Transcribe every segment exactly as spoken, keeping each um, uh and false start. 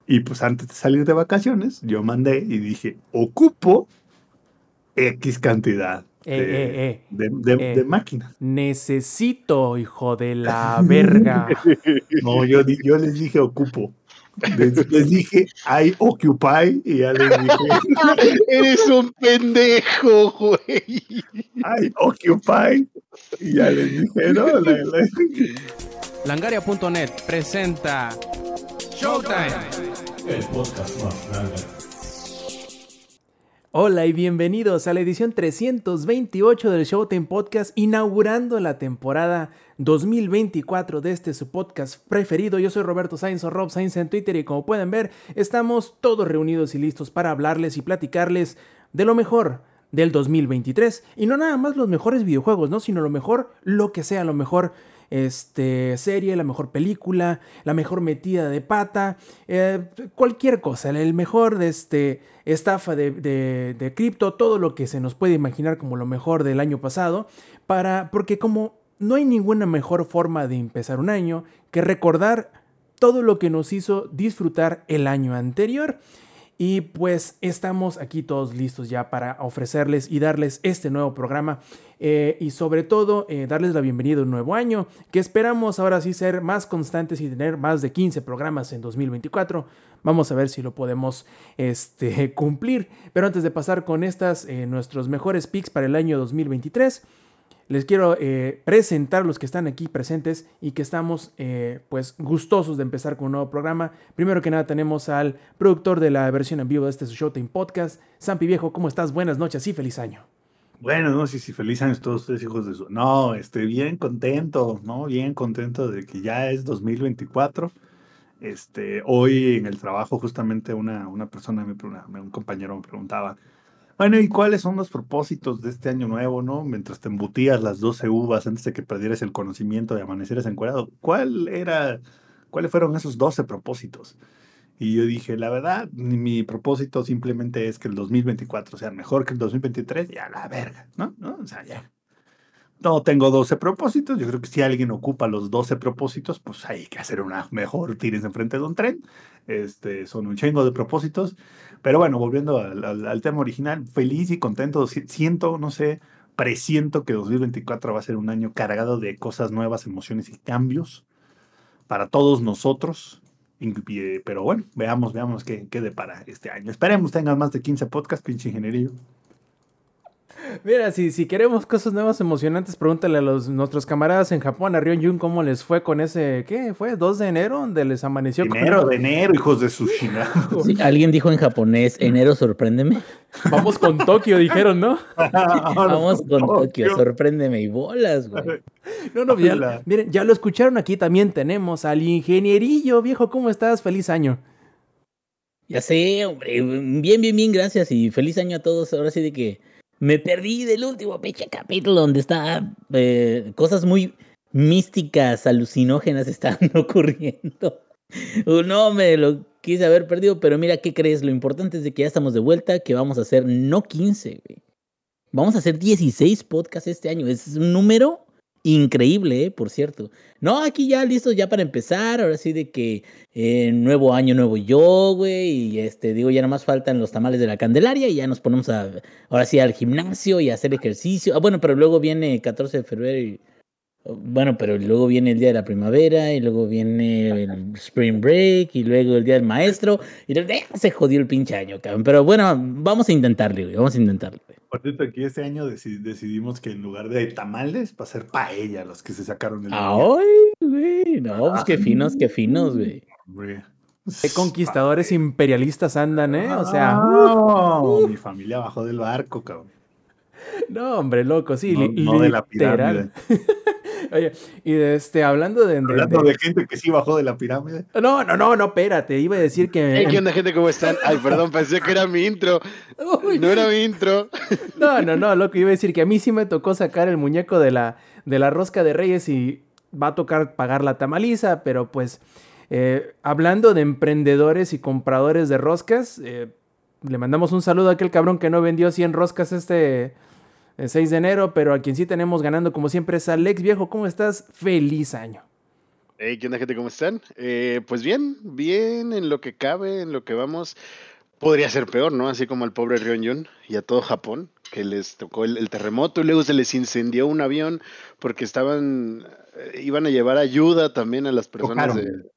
Y pues antes de salir de vacaciones, yo mandé y dije, ocupo X cantidad Eh, de, eh, eh, de, de, eh. de máquinas. Necesito, hijo de la verga. No, yo, di- yo les dije ocupo. Les, les dije I occupy y ya les dije Eres un pendejo, güey. I occupy y ya les dije, ¿no? La- la- Langaria punto net presenta Showtime. El podcast más grande. Hola y bienvenidos a la edición trescientos veintiocho del Showtime Podcast, inaugurando la temporada dos mil veinticuatro de este su podcast preferido. Yo soy Roberto Sainz o Rob Sainz en Twitter y como pueden ver, estamos todos reunidos y listos para hablarles y platicarles de lo mejor del dos mil veintitrés. Y no nada más los mejores videojuegos, ¿no? Sino lo mejor, lo que sea, lo mejor este, serie, la mejor película, la mejor metida de pata, eh, cualquier cosa, el mejor de este, estafa de, de, de cripto, todo lo que se nos puede imaginar como lo mejor del año pasado, para, porque como no hay ninguna mejor forma de empezar un año que recordar todo lo que nos hizo disfrutar el año anterior. Y pues estamos aquí todos listos ya para ofrecerles y darles este nuevo programa eh, y sobre todo eh, darles la bienvenida a un nuevo año que esperamos ahora sí ser más constantes y tener más de quince programas en dos mil veinticuatro. Vamos a ver si lo podemos este, cumplir. Pero antes de pasar con estas, eh, nuestros mejores picks para el año dos mil veintitrés, les quiero eh, presentar a los que están aquí presentes y que estamos eh, pues gustosos de empezar con un nuevo programa. Primero que nada tenemos al productor de la versión en vivo de este su Showtime Podcast, Sampi Viejo. ¿Cómo estás? Buenas noches y feliz año. Bueno, no, sí, sí, feliz año a todos ustedes, hijos de su... No, estoy bien contento, ¿no? Bien contento de que ya es dos mil veinticuatro. Este, hoy en el trabajo justamente una, una persona, me, preguntaba, un compañero me preguntaba, bueno, ¿y cuáles son los propósitos de este año nuevo, no? Mientras te embutías las doce uvas antes de que perdieras el conocimiento de amaneceres encuerado, ¿cuál era, cuáles fueron esos doce propósitos? Y yo dije, la verdad, mi propósito simplemente es que el dos mil veinticuatro sea mejor que el dos mil veintitrés, ya la verga, ¿no? ¿no? O sea, ya. No tengo doce propósitos, yo creo que si alguien ocupa los doce propósitos, pues hay que hacer una mejor, tires enfrente de un tren. Este, son un chingo de propósitos. Pero bueno, volviendo al, al, al tema original, feliz y contento, siento, no sé, presiento que dos mil veinticuatro va a ser un año cargado de cosas nuevas, emociones y cambios para todos nosotros. Pero bueno, veamos, veamos qué, qué depara este año. Esperemos tengan más de quince podcasts, pinche ingeniería. Mira, si, si queremos cosas nuevas, emocionantes, pregúntale a los, nuestros camaradas en Japón, a Rion Jun, cómo les fue con ese, ¿qué fue? ¿dos de enero? Donde les amaneció Enero, con... de enero, hijos de su chingada. Sí, alguien dijo en japonés, enero, sorpréndeme. Vamos con Tokio, dijeron, ¿no? Vamos con Tokio, sorpréndeme y bolas, güey. No, no, ya, miren, ya lo escucharon aquí, también tenemos al ingenierillo, viejo, ¿cómo estás? Feliz año. Ya sé, hombre, bien, bien, bien, gracias y feliz año a todos. Ahora sí de que me perdí del último pinche capítulo donde está eh, cosas muy místicas, alucinógenas están ocurriendo. No me lo quise haber perdido, pero mira, ¿qué crees? Lo importante es de que ya estamos de vuelta, que vamos a hacer no quince, güey. Vamos a hacer dieciséis podcasts este año. Es un número increíble, ¿eh? Por cierto. No, aquí ya listos ya para empezar. Ahora sí de que eh, nuevo año, nuevo yo, güey. Y este, digo, ya nomás faltan los tamales de la Candelaria y ya nos ponemos a, ahora sí al gimnasio y a hacer ejercicio. Ah, bueno, pero luego viene catorce de febrero y... Bueno, pero luego viene el día de la primavera y luego viene el spring break y luego el día del maestro y luego ¡eh! Se jodió el pinche año, cabrón. Pero bueno, vamos a intentarle, güey, vamos a intentarle, güey. Por cierto, aquí este año dec- decidimos que en lugar de tamales va a ser paella los que se sacaron el ¡Ay, güey! No, pues qué finos, qué finos, güey. Qué conquistadores imperialistas andan, ¿eh? O sea... No, uh, uh. mi familia bajó del barco, cabrón. No, hombre, loco, sí, no, li- no de la literal. Oye, y de este, hablando de... Hablando de, de gente que sí bajó de la pirámide. No, no, no, no, espérate, iba a decir que... Hey, ¿qué onda, gente? ¿Cómo están? Ay, perdón, pensé que era mi intro. Uy. No era mi intro. No, no, no, loco, iba a decir que a mí sí me tocó sacar el muñeco de la, de la rosca de Reyes y va a tocar pagar la tamaliza, pero pues, eh, hablando de emprendedores y compradores de roscas, eh, le mandamos un saludo a aquel cabrón que no vendió cien roscas este... el seis de enero, pero a quien sí tenemos ganando como siempre es Alex Viejo. ¿Cómo estás? Feliz año. Hey, ¿qué onda, gente? ¿Cómo están? Eh, pues bien, bien en lo que cabe, en lo que vamos. Podría ser peor, ¿no? Así como al pobre Ryonjun y a todo Japón, que les tocó el, el terremoto y luego se les incendió un avión porque estaban, eh, iban a llevar ayuda también a las personas de... Chocaron.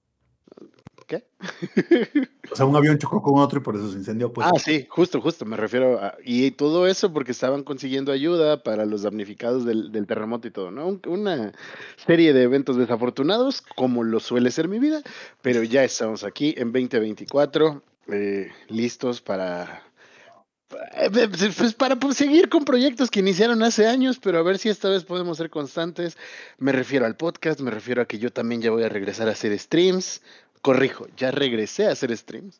¿Qué? O sea, un avión chocó con otro y por eso se incendió, pues. Ah, sí, justo, justo, me refiero a... Y todo eso porque estaban consiguiendo ayuda para los damnificados del, del terremoto y todo, ¿no? Un- una serie de eventos desafortunados, como lo suele ser mi vida, pero ya estamos aquí en veinte veinticuatro, eh, listos para... eh, Pues para pues, seguir con proyectos que iniciaron hace años, pero a ver si esta vez podemos ser constantes. Me refiero al podcast, me refiero a que yo también ya voy a regresar a hacer streams. Corrijo, ya regresé a hacer streams.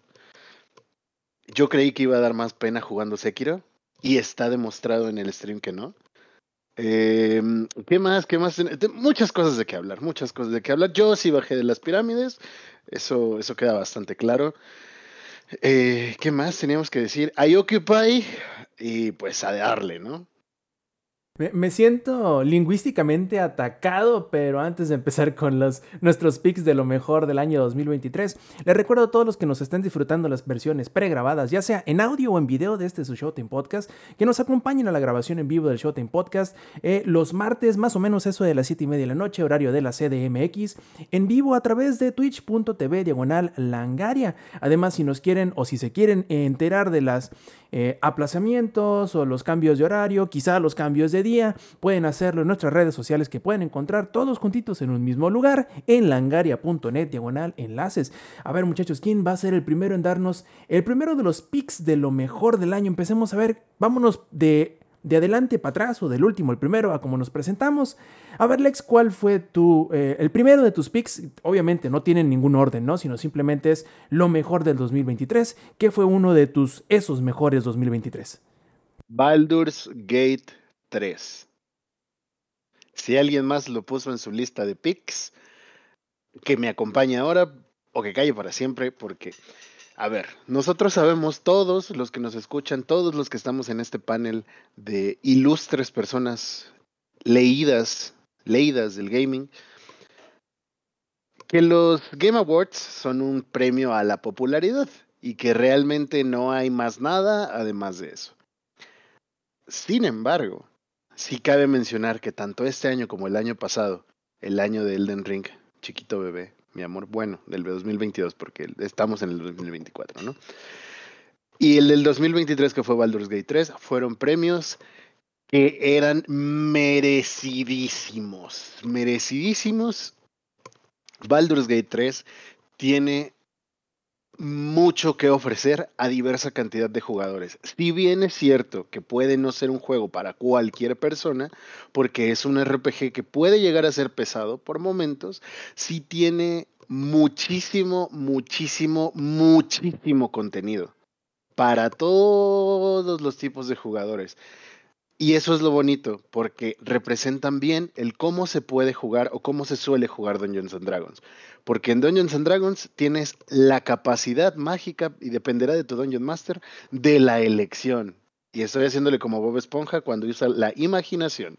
Yo creí que iba a dar más pena jugando Sekiro y está demostrado en el stream que no. Eh, ¿Qué más? ¿Qué más? Te- Muchas cosas de qué hablar, muchas cosas de qué hablar. Yo sí bajé de las pirámides, eso, eso queda bastante claro. Eh, ¿qué más teníamos que decir? I Occupy y pues a darle, ¿no? Me, me siento lingüísticamente atacado, pero antes de empezar con los, nuestros picks de lo mejor del año dos mil veintitrés, les recuerdo a todos los que nos estén disfrutando las versiones pregrabadas, ya sea en audio o en video de este su Showtime Podcast, que nos acompañen a la grabación en vivo del Showtime Podcast eh, los martes, más o menos eso de las siete y media de la noche, horario de la C D M X, en vivo a través de twitch.tv diagonal langaria. Además, si nos quieren o si se quieren enterar de las eh, aplazamientos o los cambios de horario, quizá los cambios de día, pueden hacerlo en nuestras redes sociales que pueden encontrar todos juntitos en un mismo lugar en langaria.net diagonal enlaces. A ver, muchachos, ¿quién va a ser el primero en darnos el primero de los picks de lo mejor del año? Empecemos a ver, vámonos de de adelante para atrás o del último el primero a como nos presentamos. A ver, Lex, ¿cuál fue tu eh, el primero de tus picks? Obviamente no tienen ningún orden, ¿no? Sino simplemente es lo mejor del dos mil veintitrés. ¿Qué fue uno de tus esos mejores dos mil veintitrés? Baldur's Gate tres. Si alguien más lo puso en su lista de picks, que me acompañe ahora o que calle para siempre, porque, a ver, nosotros sabemos todos los que nos escuchan, todos los que estamos en este panel de ilustres personas leídas, leídas del gaming, que los Game Awards son un premio a la popularidad y que realmente no hay más nada además de eso. Sin embargo, sí cabe mencionar que tanto este año como el año pasado, el año de Elden Ring, chiquito bebé, mi amor, bueno, del dos mil veintidós, porque estamos en el dos mil veinticuatro, ¿no? Y el del dos mil veintitrés, que fue Baldur's Gate tres, fueron premios que eran merecidísimos, merecidísimos. Baldur's Gate tres tiene mucho que ofrecer a diversa cantidad de jugadores. Si bien es cierto que puede no ser un juego para cualquier persona, porque es un R P G que puede llegar a ser pesado por momentos, sí tiene muchísimo, muchísimo, muchísimo contenido para todos los tipos de jugadores. Y eso es lo bonito, porque representan bien el cómo se puede jugar o cómo se suele jugar Dungeons and Dragons. Porque en Dungeons and Dragons tienes la capacidad mágica, y dependerá de tu Dungeon Master, de la elección. Y estoy haciéndole como Bob Esponja cuando usa la imaginación.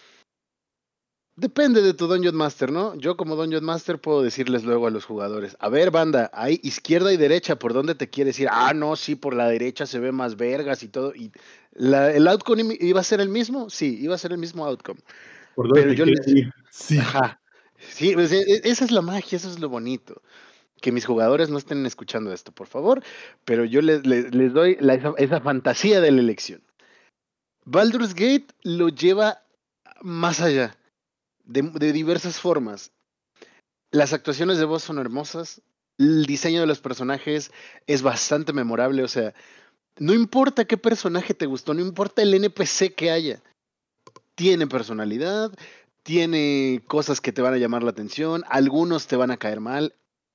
Depende de tu Dungeon Master, ¿no? Yo como Dungeon Master puedo decirles luego a los jugadores, a ver, banda, hay izquierda y derecha, ¿por dónde te quieres ir? Ah, no, sí, por la derecha se ve más vergas y todo. Y la, el outcome iba a ser el mismo, sí, iba a ser el mismo outcome. ¿Por dónde Pero te yo quieres les... ir? Sí. Ajá. Sí, pues, e- e- esa es la magia, eso es lo bonito. Que mis jugadores no estén escuchando esto, por favor, pero yo les, les, les doy la, esa, esa fantasía de la elección. Baldur's Gate lo lleva más allá, de, de diversas formas. Las actuaciones de voz son hermosas, el diseño de los personajes es bastante memorable, o sea, no importa qué personaje te gustó, no importa el N P C que haya, tiene personalidad, tiene cosas que te van a llamar la atención, algunos te van a caer mal.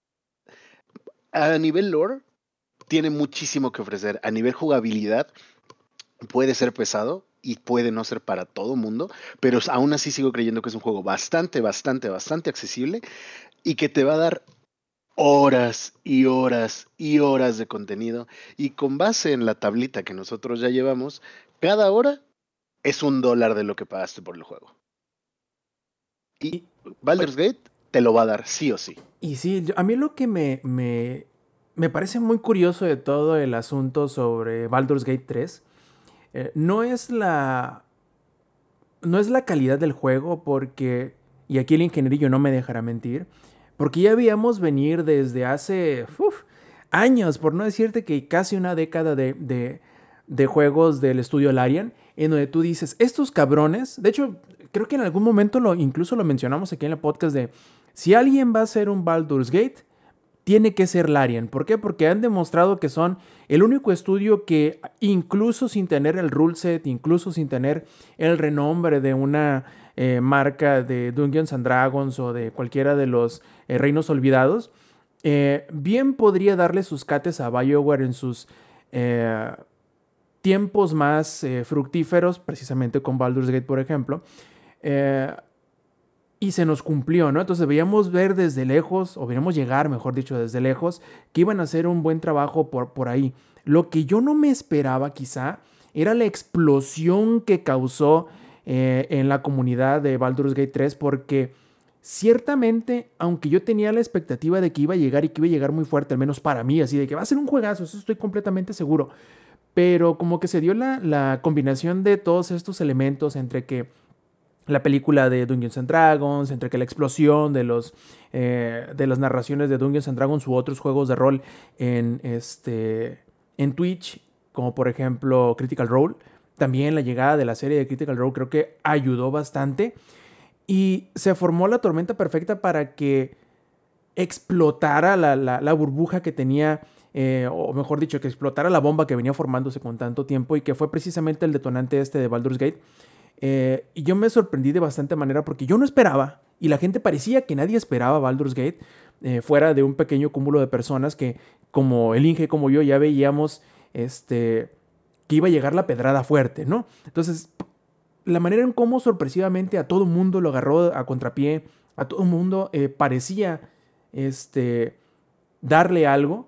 A nivel lore, tiene muchísimo que ofrecer. A nivel jugabilidad, puede ser pesado y puede no ser para todo mundo, pero aún así sigo creyendo que es un juego bastante, bastante, bastante accesible y que te va a dar horas y horas y horas de contenido. Y con base en la tablita que nosotros ya llevamos, cada hora es un dólar de lo que pagaste por el juego. Y Y, oye, Baldur's Gate te lo va a dar sí o sí. Y sí, yo- a mí lo que me, me, me parece muy curioso de todo el asunto sobre Baldur's Gate tres eh, no es la no es la calidad del juego porque, y aquí el ingenierillo no me dejará mentir, porque ya veíamos venir desde hace uf, años, por no decirte que casi una década de, de, de juegos del estudio Larian, en donde tú dices, estos cabrones, de hecho, creo que en algún momento lo, incluso lo mencionamos aquí en el podcast de, si alguien va a hacer un Baldur's Gate, tiene que ser Larian. ¿Por qué? Porque han demostrado que son el único estudio que, incluso sin tener el rule set, incluso sin tener el renombre de una eh, marca de Dungeons and Dragons o de cualquiera de los eh, Reinos Olvidados, eh, bien podría darle sus cates a BioWare en sus eh, tiempos más eh, fructíferos, precisamente con Baldur's Gate, por ejemplo. Eh, Y se nos cumplió, ¿no? Entonces veíamos ver desde lejos, o veíamos llegar, mejor dicho, desde lejos, que iban a hacer un buen trabajo por, por ahí. Lo que yo no me esperaba, quizá, era la explosión que causó eh, en la comunidad de Baldur's Gate tres, porque ciertamente, aunque yo tenía la expectativa de que iba a llegar y que iba a llegar muy fuerte, al menos para mí, así de que va a ser un juegazo, eso estoy completamente seguro. Pero como que se dio la, la combinación de todos estos elementos entre que la película de Dungeons and Dragons, entre que la explosión de, los, eh, de las narraciones de Dungeons and Dragons u otros juegos de rol en, este, en Twitch, como por ejemplo Critical Role, también la llegada de la serie de Critical Role creo que ayudó bastante y se formó la tormenta perfecta para que explotara la, la, la burbuja que tenía, eh, o mejor dicho, que explotara la bomba que venía formándose con tanto tiempo y que fue precisamente el detonante este de Baldur's Gate. Eh, y yo me sorprendí de bastante manera porque yo no esperaba, y la gente parecía que nadie esperaba Baldur's Gate, eh, fuera de un pequeño cúmulo de personas que, como el Inge, como yo, ya veíamos este, que iba a llegar la pedrada fuerte, ¿no? Entonces, la manera en cómo sorpresivamente a todo mundo lo agarró a contrapié, a todo mundo eh, parecía este, darle algo,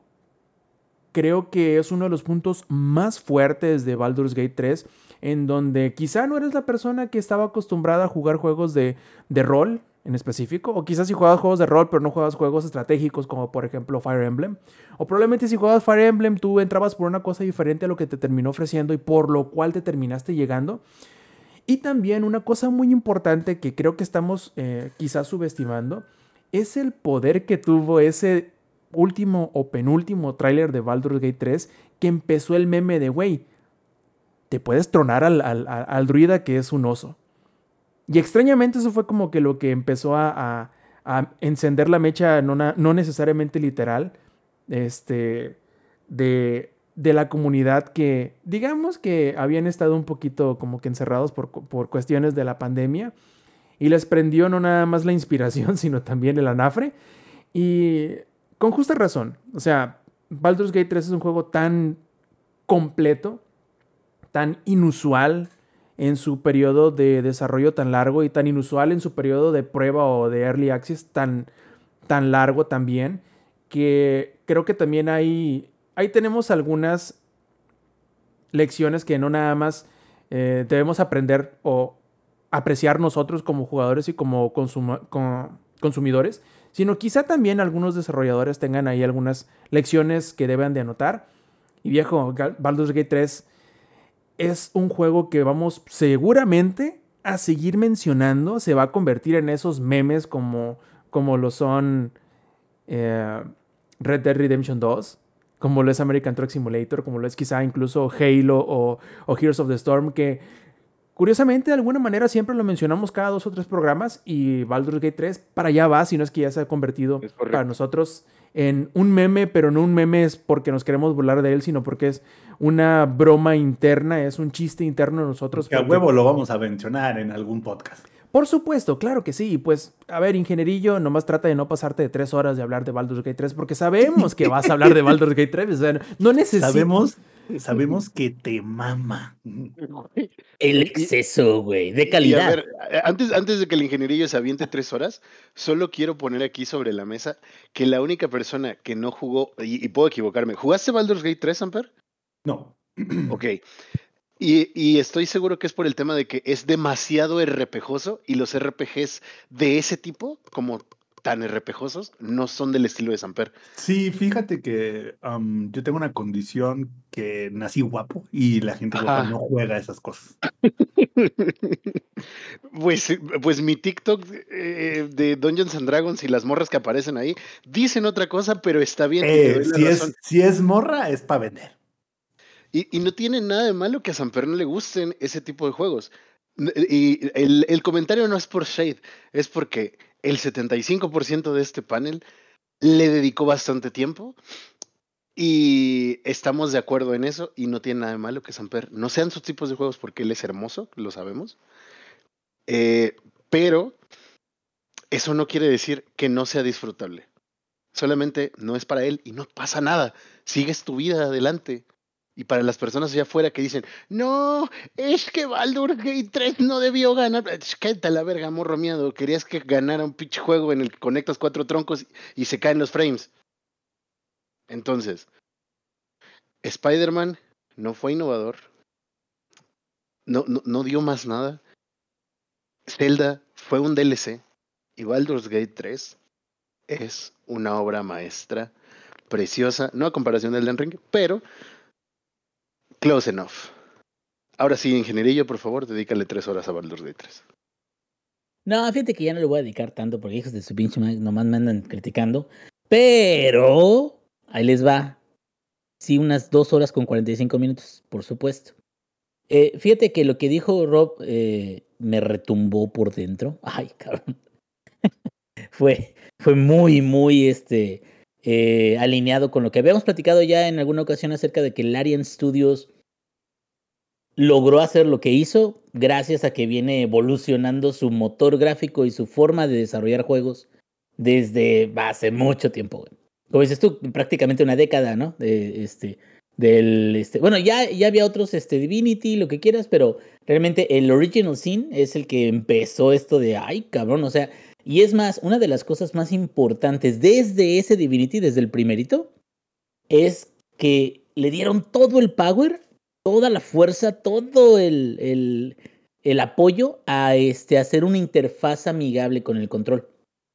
creo que es uno de los puntos más fuertes de Baldur's Gate tres, en donde quizá no eres la persona que estaba acostumbrada a jugar juegos de, de rol en específico, o quizás si jugabas juegos de rol pero no jugabas juegos estratégicos como por ejemplo Fire Emblem, o probablemente si jugabas Fire Emblem tú entrabas por una cosa diferente a lo que te terminó ofreciendo y por lo cual te terminaste llegando. Y también una cosa muy importante que creo que estamos eh, quizás subestimando es el poder que tuvo ese último o penúltimo tráiler de Baldur's Gate tres, que empezó el meme de, güey, te puedes tronar al, al, al druida que es un oso. Y extrañamente eso fue como que lo que empezó a, a, a encender la mecha, no, na, no necesariamente literal, este, de, de la comunidad que, digamos que habían estado un poquito como que encerrados por, por cuestiones de la pandemia, y les prendió no nada más la inspiración, sino también el anafre, y con justa razón. O sea, Baldur's Gate tres es un juego tan completo, tan inusual en su periodo de desarrollo tan largo y tan inusual en su periodo de prueba o de early access tan, tan largo también, que creo que también hay, ahí tenemos algunas lecciones que no nada más eh, debemos aprender o apreciar nosotros como jugadores y como consuma, con, consumidores, sino quizá también algunos desarrolladores tengan ahí algunas lecciones que deben de anotar. Y viejo, Baldur's Gate tres es un juego que vamos seguramente a seguir mencionando, se va a convertir en esos memes como, como lo son eh, Red Dead Redemption dos, como lo es American Truck Simulator, como lo es quizá incluso Halo o, o Heroes of the Storm, que curiosamente de alguna manera siempre lo mencionamos cada dos o tres programas, y Baldur's Gate tres para allá va, si no es que ya se ha convertido para nosotros en un meme, pero no un meme es porque nos queremos burlar de él, sino porque es una broma interna, es un chiste interno de nosotros. Que a huevo lo vamos a mencionar en algún podcast. Por supuesto, claro que sí. Pues, a ver, ingenierillo, nomás trata de no pasarte de tres horas de hablar de Baldur's Gate tres, porque sabemos que vas a hablar de Baldur's Gate tres. O sea, no necesitas. Sabemos, sabemos que te mama. El exceso, güey, de calidad. Y a ver, antes, antes de que el ingenierillo se aviente tres horas, solo quiero poner aquí sobre la mesa que la única persona que no jugó, y, y puedo equivocarme, ¿jugaste Baldur's Gate tres, Amper? No. Ok. Y, y estoy seguro que es por el tema de que es demasiado RPGoso, y los R P Gs de ese tipo, como tan RPGosos no son del estilo de Samper. Sí, fíjate que um, yo tengo una condición que nací guapo y la gente guapa no Ajá. juega esas cosas. Pues, eh, pues mi TikTok eh, de Dungeons and Dragons y las morras que aparecen ahí dicen otra cosa, pero está bien y te Eh, doy la si razón. es, si es morra, es para vender. Y, y no tiene nada de malo que a Samper no le gusten ese tipo de juegos. N- Y el, el comentario no es por shade, es porque el setenta y cinco por ciento de este panel le dedicó bastante tiempo y estamos de acuerdo en eso y no tiene nada de malo que Samper no sean sus tipos de juegos porque él es hermoso, lo sabemos. Eh, pero eso no quiere decir que no sea disfrutable. Solamente no es para él y no pasa nada. Sigues tu vida adelante. Y para las personas allá afuera que dicen, no, es que Baldur's Gate tres no debió ganar. Ch, Cállate a la verga, morro miedo. Querías que ganara un pinche juego en el que conectas cuatro troncos y se caen los frames. Entonces, Spider-Man no fue innovador. No, no, no dio más nada. Zelda fue un D L C. Y Baldur's Gate tres es una obra maestra, preciosa, no a comparación del Elden Ring, pero close enough. Ahora sí, ingenierillo, por favor, dedícale tres horas a Baldur's Gate tres. No, fíjate que ya no le voy a dedicar tanto porque hijos de su pinche madre nomás me andan criticando. Pero ahí les va. Sí, unas dos horas con cuarenta y cinco minutos, por supuesto. Eh, fíjate que lo que dijo Rob eh, me retumbó por dentro. Ay, cabrón. Fue, fue muy, muy este, eh, alineado con lo que habíamos platicado ya en alguna ocasión acerca de que Larian Studios logró hacer lo que hizo gracias a que viene evolucionando su motor gráfico y su forma de desarrollar juegos desde hace mucho tiempo, güey. Como dices tú, prácticamente una década, ¿no? De, este, del, este, bueno, ya, ya había otros, este, Divinity, lo que quieras, pero realmente el Original Sin es el que empezó esto de, ay, cabrón, o sea, y es más, una de las cosas más importantes desde ese Divinity, desde el primerito, es que le dieron todo el power, toda la fuerza, todo el, el, el apoyo a este, hacer una interfaz amigable con el control.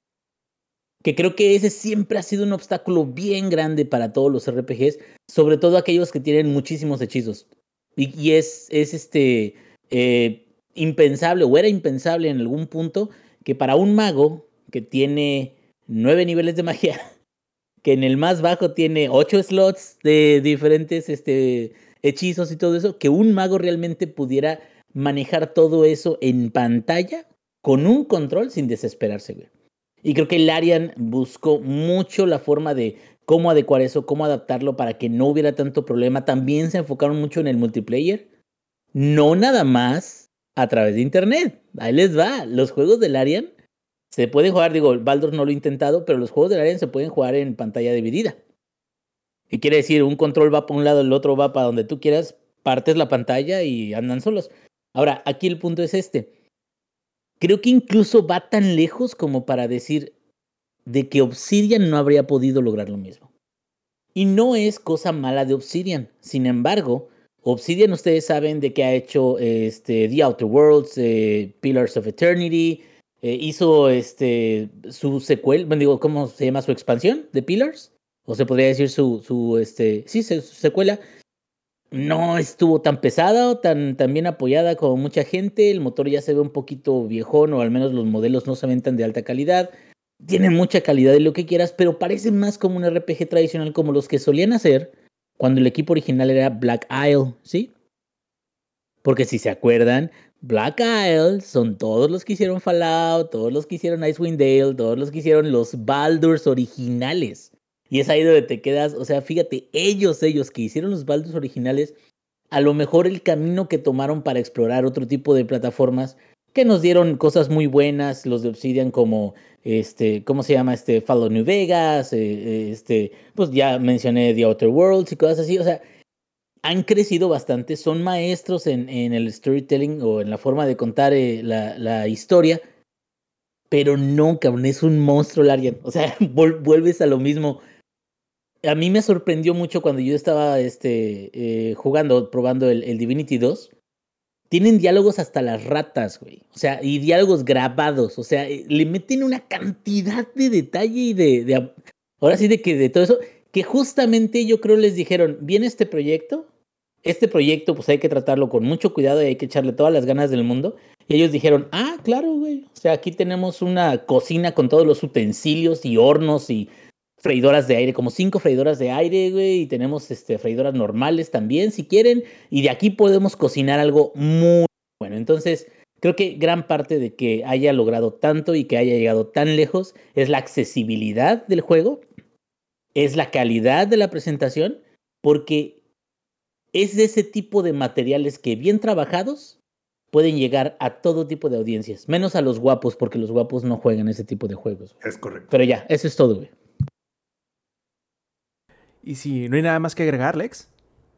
Que creo que ese siempre ha sido un obstáculo bien grande para todos los R P Gs, sobre todo aquellos que tienen muchísimos hechizos. Y, y es, es este, eh, impensable, o era impensable en algún punto, que para un mago que tiene nueve niveles de magia, que en el más bajo tiene ocho slots de diferentes este, hechizos y todo eso, que un mago realmente pudiera manejar todo eso en pantalla con un control sin desesperarse, güey. Y creo que Larian buscó mucho la forma de cómo adecuar eso, cómo adaptarlo para que no hubiera tanto problema. También se enfocaron mucho en el multiplayer, no nada más a través de internet. Ahí les va, los juegos de Larian se pueden jugar, digo, Baldur no lo he intentado, pero los juegos de Larian se pueden jugar en pantalla dividida. Y quiere decir, un control va para un lado, el otro va para donde tú quieras, partes la pantalla y andan solos. Ahora, aquí el punto es este. Creo que incluso va tan lejos como para decir de que Obsidian no habría podido lograr lo mismo. Y no es cosa mala de Obsidian. Sin embargo, Obsidian, ustedes saben de que ha hecho este, The Outer Worlds, eh, Pillars of Eternity, eh, hizo este, su secuela, bueno, digo, ¿cómo se llama su expansión de Pillars? O se podría decir su, su este, sí, su secuela. No estuvo tan pesada o tan, tan bien apoyada como mucha gente. El motor ya se ve un poquito viejón, o al menos los modelos no se ven tan de alta calidad. Tienen mucha calidad y lo que quieras, pero parece más como un R P G tradicional como los que solían hacer cuando el equipo original era Black Isle, ¿sí? Porque si se acuerdan, Black Isle son todos los que hicieron Fallout, todos los que hicieron Icewind Dale, todos los que hicieron los Baldurs originales. Y es ahí donde te quedas, o sea, fíjate, ellos, ellos que hicieron los Baldurs originales, a lo mejor el camino que tomaron para explorar otro tipo de plataformas que nos dieron cosas muy buenas, los de Obsidian como, este, ¿cómo se llama? Este, Fallout New Vegas, eh, este, pues ya mencioné The Outer Worlds y cosas así, o sea, han crecido bastante, son maestros en, en el storytelling o en la forma de contar eh, la, la historia, pero no, cabrón, es un monstruo Larian, o sea, vol- vuelves a lo mismo. A mí me sorprendió mucho cuando yo estaba este, eh, jugando, probando el, el Divinity dos, tienen diálogos hasta las ratas, güey. O sea, y diálogos grabados. O sea, eh, le meten una cantidad de detalle y de, de... Ahora sí, de que de todo eso, que justamente yo creo les dijeron, viene este proyecto, este proyecto pues hay que tratarlo con mucho cuidado y hay que echarle todas las ganas del mundo. Y ellos dijeron, ah, claro, güey. O sea, aquí tenemos una cocina con todos los utensilios y hornos y freidoras de aire, como cinco freidoras de aire, güey, y tenemos este, freidoras normales también, si quieren, y de aquí podemos cocinar algo muy bueno. Entonces, creo que gran parte de que haya logrado tanto y que haya llegado tan lejos es la accesibilidad del juego, es la calidad de la presentación, porque es de ese tipo de materiales que bien trabajados pueden llegar a todo tipo de audiencias, menos a los guapos, porque los guapos no juegan ese tipo de juegos. Es correcto. Pero ya, eso es todo, güey. Y si no hay nada más que agregar, Lex.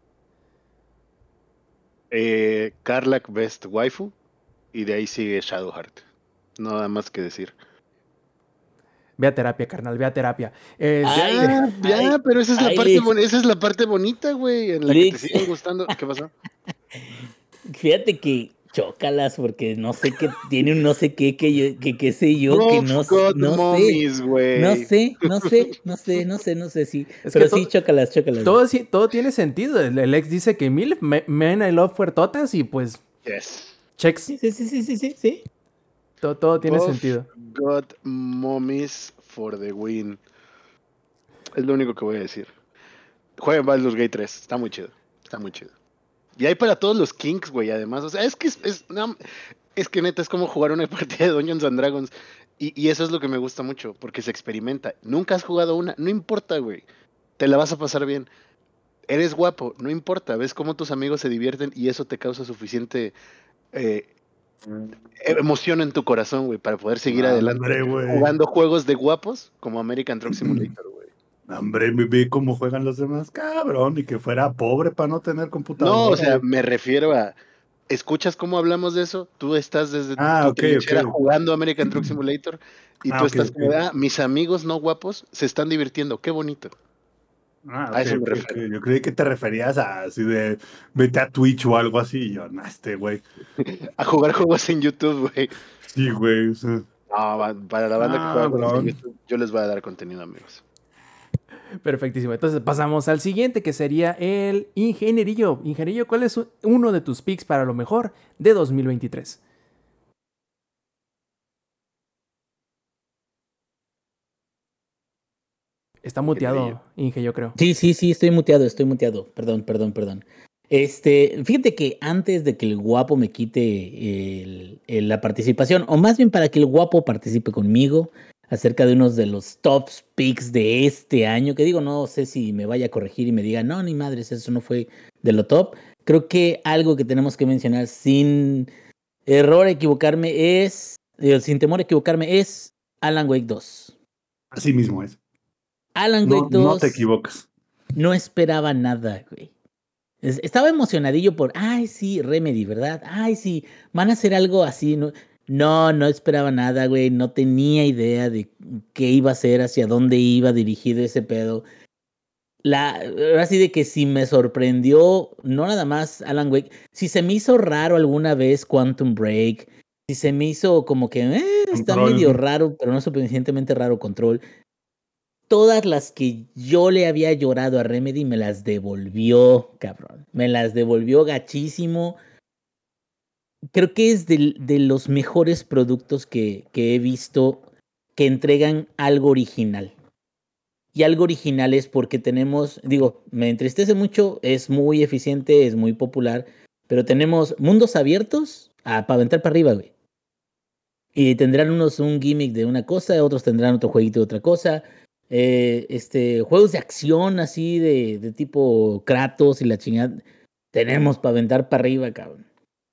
Eh, Karlak Best Waifu. Y de ahí sigue Shadowheart. Nada más que decir. Ve a terapia, carnal, ve a terapia. Este, Ay, Ya, ya, ay, pero esa es la ay, parte Lex. boni- esa es la parte bonita, güey, en la que te Lex. siguen gustando. ¿Qué pasó? Fíjate que chócalas porque no sé qué tiene un no sé qué que yo, que qué sé yo, que no, Wolf God no sé. Mommies, güey. No sé, no sé, no sé, no sé, no sé, sí. Es Pero que sí, to- chócalas, chócalas. todo, sí- todo tiene sentido. El, el ex dice que mil me- men I love fuertotas y pues Yes. checks. Sí, sí, sí, sí, sí, sí, sí. Todo, todo tiene Wolf sentido. God Mommies for the win. Es lo único que voy a decir. Jueguen Baldur's Gate tres. Está muy chido. Está muy chido. Y hay para todos los kinks, güey, además. O sea, es que es, es, no, es que neta es como jugar una partida de Dungeons and Dragons. Y, y eso es lo que me gusta mucho, porque se experimenta. Nunca has jugado una, no importa, güey. Te la vas a pasar bien. Eres guapo, no importa. Ves cómo tus amigos se divierten y eso te causa suficiente eh, emoción en tu corazón, güey, para poder seguir adelante Hombre, güey. jugando juegos de guapos como American Truck Simulator, güey. Hombre, me vi cómo juegan los demás, cabrón, y que fuera pobre para no tener computadora. No, o sea, güey. me refiero a. ¿Escuchas cómo hablamos de eso? Tú estás desde Ah, tu ok, trinchera ok. jugando American Truck Simulator y Ah, tú ok, estás ok. como de, ah, mis amigos no guapos se están divirtiendo, qué bonito. Ah, A ok, eso me ok, refiero. ok. Yo creí que te referías a así de vete a Twitch o algo así. Y yo, no, este güey. A jugar juegos en YouTube, güey. Sí, güey. O sea, No, va- para la banda que ah, juega juegos en bro. YouTube, yo les voy a dar contenido, amigos. Perfectísimo. Entonces pasamos al siguiente, que sería el ingenierillo. Ingenierillo, ¿cuál es uno de tus picks para lo mejor de dos mil veintitrés? Está muteado, Inge, yo creo. Sí, sí, sí, estoy muteado, estoy muteado. Perdón, perdón, perdón. Este, fíjate que antes de que el guapo me quite el- el- la participación, o más bien para que el guapo participe conmigo acerca de unos de los top picks de este año, que digo, no sé si me vaya a corregir y me diga, no, ni madres, eso no fue de lo top. Creo que algo que tenemos que mencionar sin error a equivocarme es, eh, sin temor a equivocarme, es Alan Wake dos. Así mismo es. Alan No, Wake no te dos, equivocas. no esperaba nada, güey. Es- Estaba emocionadillo por, ay, sí, Remedy, ¿verdad? Ay, sí, van a hacer algo así. No, no, no esperaba nada, güey. No tenía idea de qué iba a ser, hacia dónde iba dirigido ese pedo. La, ahora sí de que si me sorprendió, no nada más Alan Wake, si se me hizo raro alguna vez Quantum Break, si se me hizo como que eh, está Control. medio raro, pero no suficientemente raro Control. Todas las que yo le había llorado a Remedy me las devolvió, cabrón. Me las devolvió gachísimo. Creo que es de, de los mejores productos que, que he visto que entregan algo original. Y algo original es porque tenemos, digo, me entristece mucho, es muy eficiente, es muy popular, pero tenemos mundos abiertos ah, para aventar para arriba, güey. Y tendrán unos un gimmick de una cosa, otros tendrán otro jueguito de otra cosa. Eh, este, juegos de acción así de, de tipo Kratos y la chingada. Tenemos para aventar para arriba, cabrón.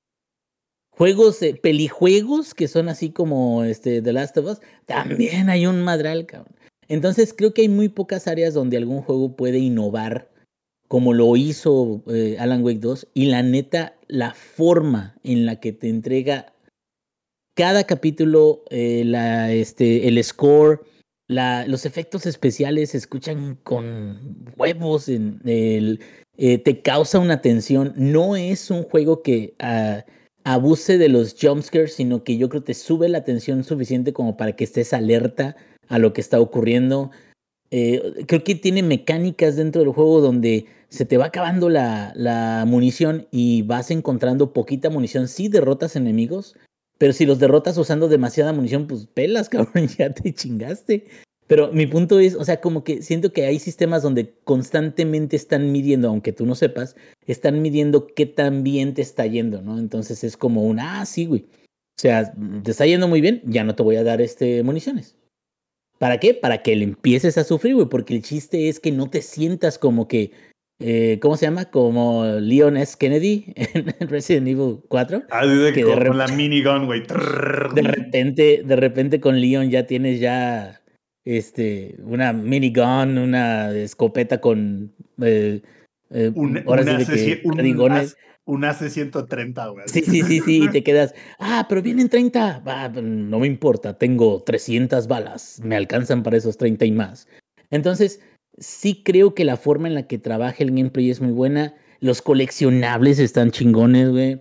Juegos, eh, pelijuegos que son así como este, The Last of Us. También hay un madral, cabrón. Entonces creo que hay muy pocas áreas donde algún juego puede innovar como lo hizo eh, Alan Wake dos. Y la neta, la forma en la que te entrega cada capítulo, eh, la, este, el score, la, los efectos especiales se escuchan con huevos, en el, eh, te causa una tensión. No es un juego que uh, abuse de los jumpscares, sino que yo creo que te sube la tensión suficiente como para que estés alerta a lo que está ocurriendo. Eh, creo que tiene mecánicas dentro del juego donde se te va acabando la, la munición y vas encontrando poquita munición. Sí derrotas enemigos, pero si los derrotas usando demasiada munición, pues pelas, cabrón, ya te chingaste. Pero mi punto es, o sea, como que siento que hay sistemas donde constantemente están midiendo, aunque tú no sepas, están midiendo qué tan bien te está yendo, ¿no? Entonces es como un, ah, sí, güey. O sea, te está yendo muy bien, ya no te voy a dar este municiones. ¿Para qué? Para que le empieces a sufrir, güey, porque el chiste es que no te sientas como que, eh, ¿cómo se llama? Como Leon S. Kennedy en Resident Evil cuatro. Así de que Que de con, con la repente, minigun, güey. de repente, de repente con Leon ya tienes ya este, una minigun, una escopeta con, eh, eh, Un, ahora un, sí de A C, que un, perdigones. A- un A C ciento treinta, güey. Sí, así. sí, sí, sí, y te quedas, ah, pero vienen treinta, va, no me importa, tengo trescientas balas, me alcanzan para esos treinta y más. Entonces, sí creo que la forma en la que trabaja el gameplay es muy buena, los coleccionables están chingones, güey.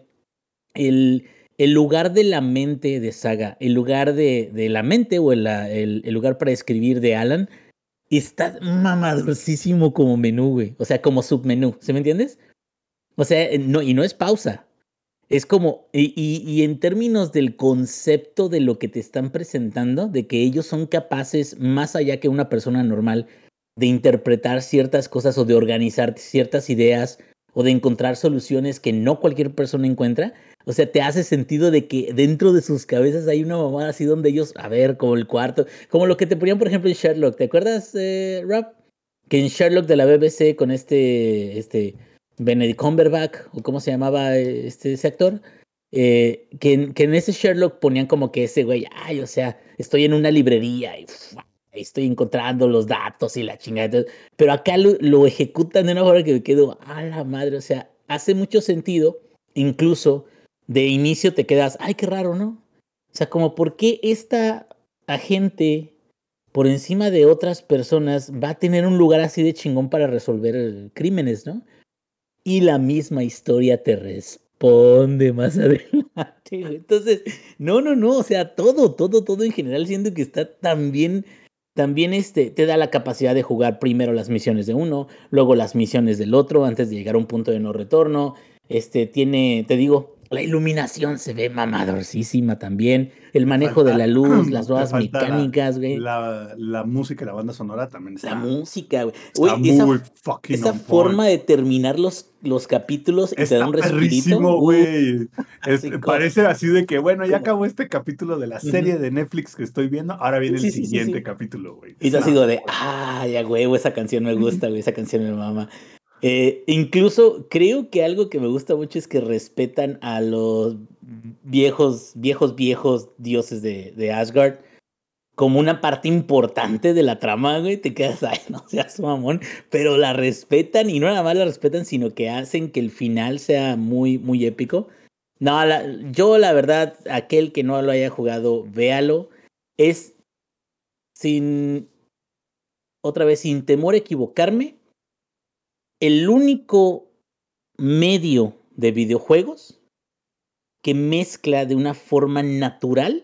El, el lugar de la mente de Saga, el lugar de, de la mente o el, el, el lugar para escribir de Alan, está mamadorcísimo como menú, güey, o sea, como submenú, ¿sí me entiendes? O sea, no, y no es pausa. Es como, y, y, y en términos del concepto de lo que te están presentando, de que ellos son capaces, más allá que una persona normal, de interpretar ciertas cosas o de organizar ciertas ideas o de encontrar soluciones que no cualquier persona encuentra, o sea, te hace sentido de que dentro de sus cabezas hay una mamada así donde ellos, a ver, como el cuarto, como lo que te ponían, por ejemplo, en Sherlock, ¿te acuerdas, eh, Rob? Que en Sherlock de la B B C con este, este, Benedict Cumberbatch, o cómo se llamaba este, ese actor, eh, que, en, que en ese Sherlock ponían como que ese güey, ay, o sea, estoy en una librería y uf, estoy encontrando los datos y la chingada. Pero acá lo, lo ejecutan de una forma que me quedo, a la madre, o sea, hace mucho sentido, incluso de inicio te quedas, ay, qué raro, ¿no? O sea, como, ¿por qué esta agente por encima de otras personas va a tener un lugar así de chingón para resolver crímenes, ¿no? Y la misma historia te responde más adelante, güey. Entonces, no, no, no, o sea, todo, todo, todo en general, siento que está también, también este, te da la capacidad de jugar primero las misiones de uno, luego las misiones del otro, antes de llegar a un punto de no retorno. Este, tiene, te digo, la iluminación se ve mamadorcísima también, el Te manejo de falta, la luz, las te nuevas falta la, mecánicas, güey. la, la música y la banda sonora también La está, música, güey. está Güey, esa, muy fucking esa on point. forma de terminar los, los capítulos y te da un Está respirito. perrísimo, Uh, güey. Es- así como, parece así de que, bueno, ya como- acabó este capítulo de la serie Ujú. de Netflix que estoy viendo, ahora viene el Sí, sí, sí, siguiente sí. capítulo, güey. Y Es te ha una sido de, ah, ya, güey, esa canción me gusta, güey, esa canción me mama. Eh, incluso creo que algo que me gusta mucho es que respetan a los viejos, viejos, viejos dioses de, de Asgard como una parte importante de la trama, güey, te quedas, ay, no seas mamón, pero la respetan y no nada más la respetan, sino que hacen que el final sea muy, muy épico. No, la, yo la verdad, aquel que no lo haya jugado, véalo. Es sin, otra vez, sin temor a equivocarme, el único medio de videojuegos que mezcla de una forma natural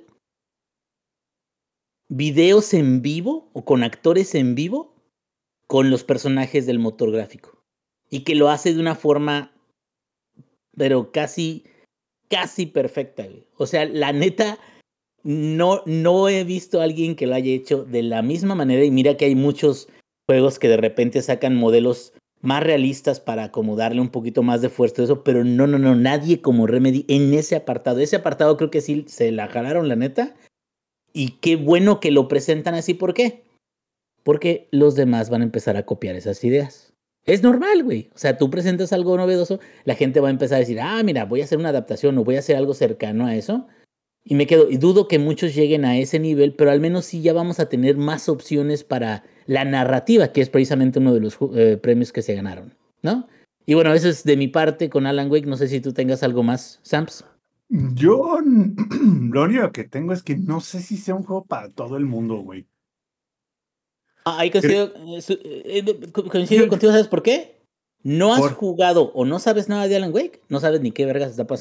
videos en vivo o con actores en vivo con los personajes del motor gráfico. Y que lo hace de una forma, pero casi, casi perfecta, güey. O sea, la neta, no, no he visto a alguien que lo haya hecho de la misma manera. Y mira que hay muchos juegos que de repente sacan modelos más realistas para acomodarle un poquito más de fuerza a eso, pero no, no, no, nadie como Remedy en ese apartado. Ese apartado creo que sí se la jalaron, la neta. Y qué bueno que lo presentan así, ¿por qué? Porque los demás van a empezar a copiar esas ideas. Es normal, güey. O sea, tú presentas algo novedoso, la gente va a empezar a decir, ah, mira, voy a hacer una adaptación o voy a hacer algo cercano a eso. Y me quedo, y dudo que muchos lleguen a ese nivel, pero al menos sí ya vamos a tener más opciones para la narrativa, que es precisamente uno de los eh, premios que se ganaron, ¿no? Y bueno, eso es de mi parte con Alan Wake. No sé si tú tengas algo más, Sams. Yo lo único que tengo es que no sé si sea un juego para todo el mundo, güey. Ah, ahí coincido, eh, su- eh, eh, co- coincido Yo- contigo, ¿sabes por qué? No has Por, jugado o no sabes nada de Alan Wake, no sabes ni qué vergas está pasando.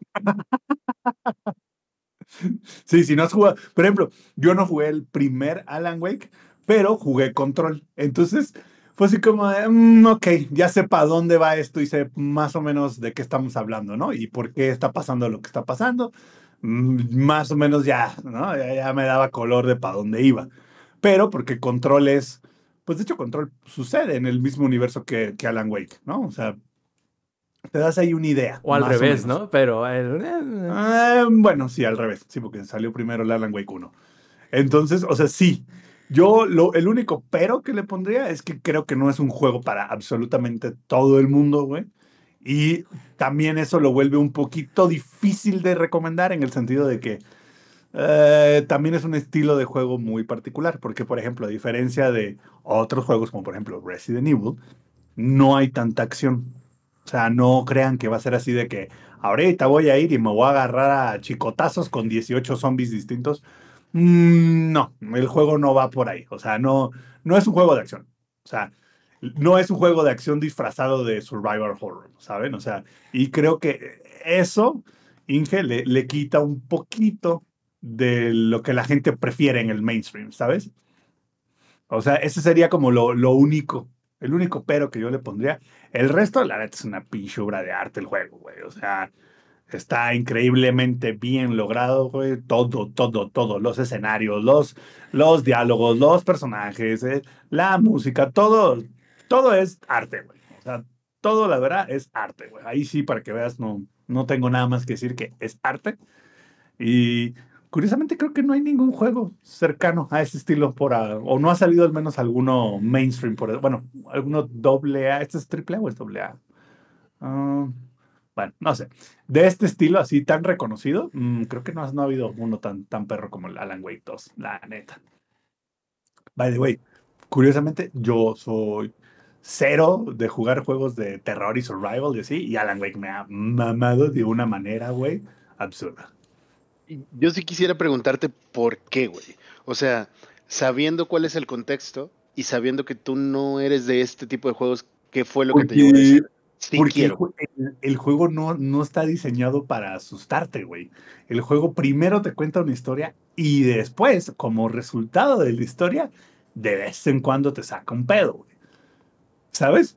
Sí, si no has jugado, por ejemplo, yo no jugué el primer Alan Wake, pero jugué Control. Entonces, fue así como, de, mm, ok, ya sé para dónde va esto y sé más o menos de qué estamos hablando, ¿no? Y por qué está pasando lo que está pasando. Mm, más o menos ya, ¿no? Ya, ya me daba color de para dónde iba. Pero porque Control es, pues de hecho Control sucede en el mismo universo que, que Alan Wake, ¿no? O sea, te das ahí una idea, O al más o revés, menos. ¿no? Pero... eh, Ah, bueno, sí, al revés, sí, porque salió primero el Alan Wake uno. Entonces, o sea, sí. Yo lo, el único pero que le pondría es que creo que no es un juego para absolutamente todo el mundo, güey. Y también eso lo vuelve un poquito difícil de recomendar en el sentido de que eh, también es un estilo de juego muy particular, porque por ejemplo, a diferencia de otros juegos como por ejemplo Resident Evil, no hay tanta acción. O sea, no crean que va a ser así de que ahorita voy a ir y me voy a agarrar a chicotazos con dieciocho zombies distintos. Mm, no, el juego no va por ahí. O sea, no, no es un juego de acción. O sea, no es un juego de acción disfrazado de survival horror, ¿saben? O sea, y creo que eso, Inge, le, le quita un poquito de lo que la gente prefiere en el mainstream, ¿sabes? O sea, ese sería como lo, lo único, el único pero que yo le pondría. El resto, la neta, es una pinche obra de arte el juego, güey. O sea, está increíblemente bien logrado, güey. Todo, todo, todo. Los escenarios, los, los diálogos, los personajes, eh, la música, todo, todo es arte, güey. O sea, todo, la verdad, es arte, güey. Ahí sí, para que veas, no, no tengo nada más que decir que es arte. Y curiosamente creo que no hay ningún juego cercano a ese estilo por a- o no ha salido al menos alguno mainstream por bueno, alguno doble A, ¿este es triple A o es doble A? Ah, bueno, no sé. De este estilo así tan reconocido, mm, creo que no, ha- no ha habido uno tan, tan perro como el Alan Wake dos, la neta. By the way, curiosamente yo soy cero de jugar juegos de terror y survival y así, y Alan Wake me ha mamado de una manera, güey, absurda. Y yo sí quisiera preguntarte por qué, güey. O sea, sabiendo cuál es el contexto y sabiendo que tú no eres de este tipo de juegos, ¿qué fue lo que te llevó a Porque, decir? Sí porque el, quiero. jue- el- el juego no, no está diseñado para asustarte, güey. El juego primero te cuenta una historia y después, como resultado de la historia, de vez en cuando te saca un pedo, güey. ¿Sabes?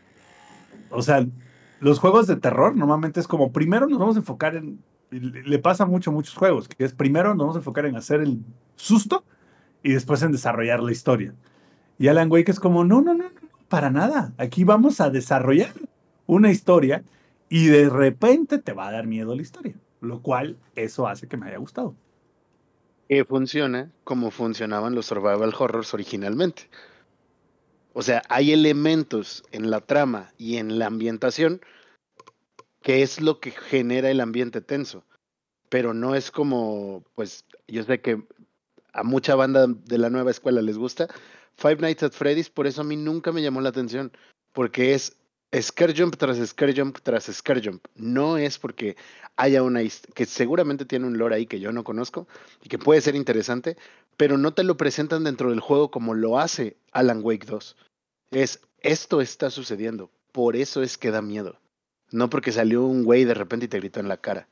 O sea, los juegos de terror normalmente es como primero nos vamos a enfocar en. y Le le pasa mucho a muchos juegos, que es primero nos vamos a enfocar en hacer el susto y después en desarrollar la historia. Y Alan Wake es como, no, no, no, no, no, para nada. Aquí vamos a desarrollar una historia y de repente te va a dar miedo la historia. Lo cual, eso hace que me haya gustado. Que funciona como funcionaban los survival horrors originalmente. O sea, hay elementos en la trama y en la ambientación que es lo que genera el ambiente tenso. Pero no es como, pues, yo sé que a mucha banda de la nueva escuela les gusta. Five Nights at Freddy's, por eso a mí nunca me llamó la atención, porque es scare jump tras scare jump tras scare jump. No es porque haya una que seguramente tiene un lore ahí que yo no conozco y que puede ser interesante, pero no te lo presentan dentro del juego como lo hace Alan Wake dos. Es esto está sucediendo, por eso es que da miedo. No porque salió un güey de repente y te gritó en la cara.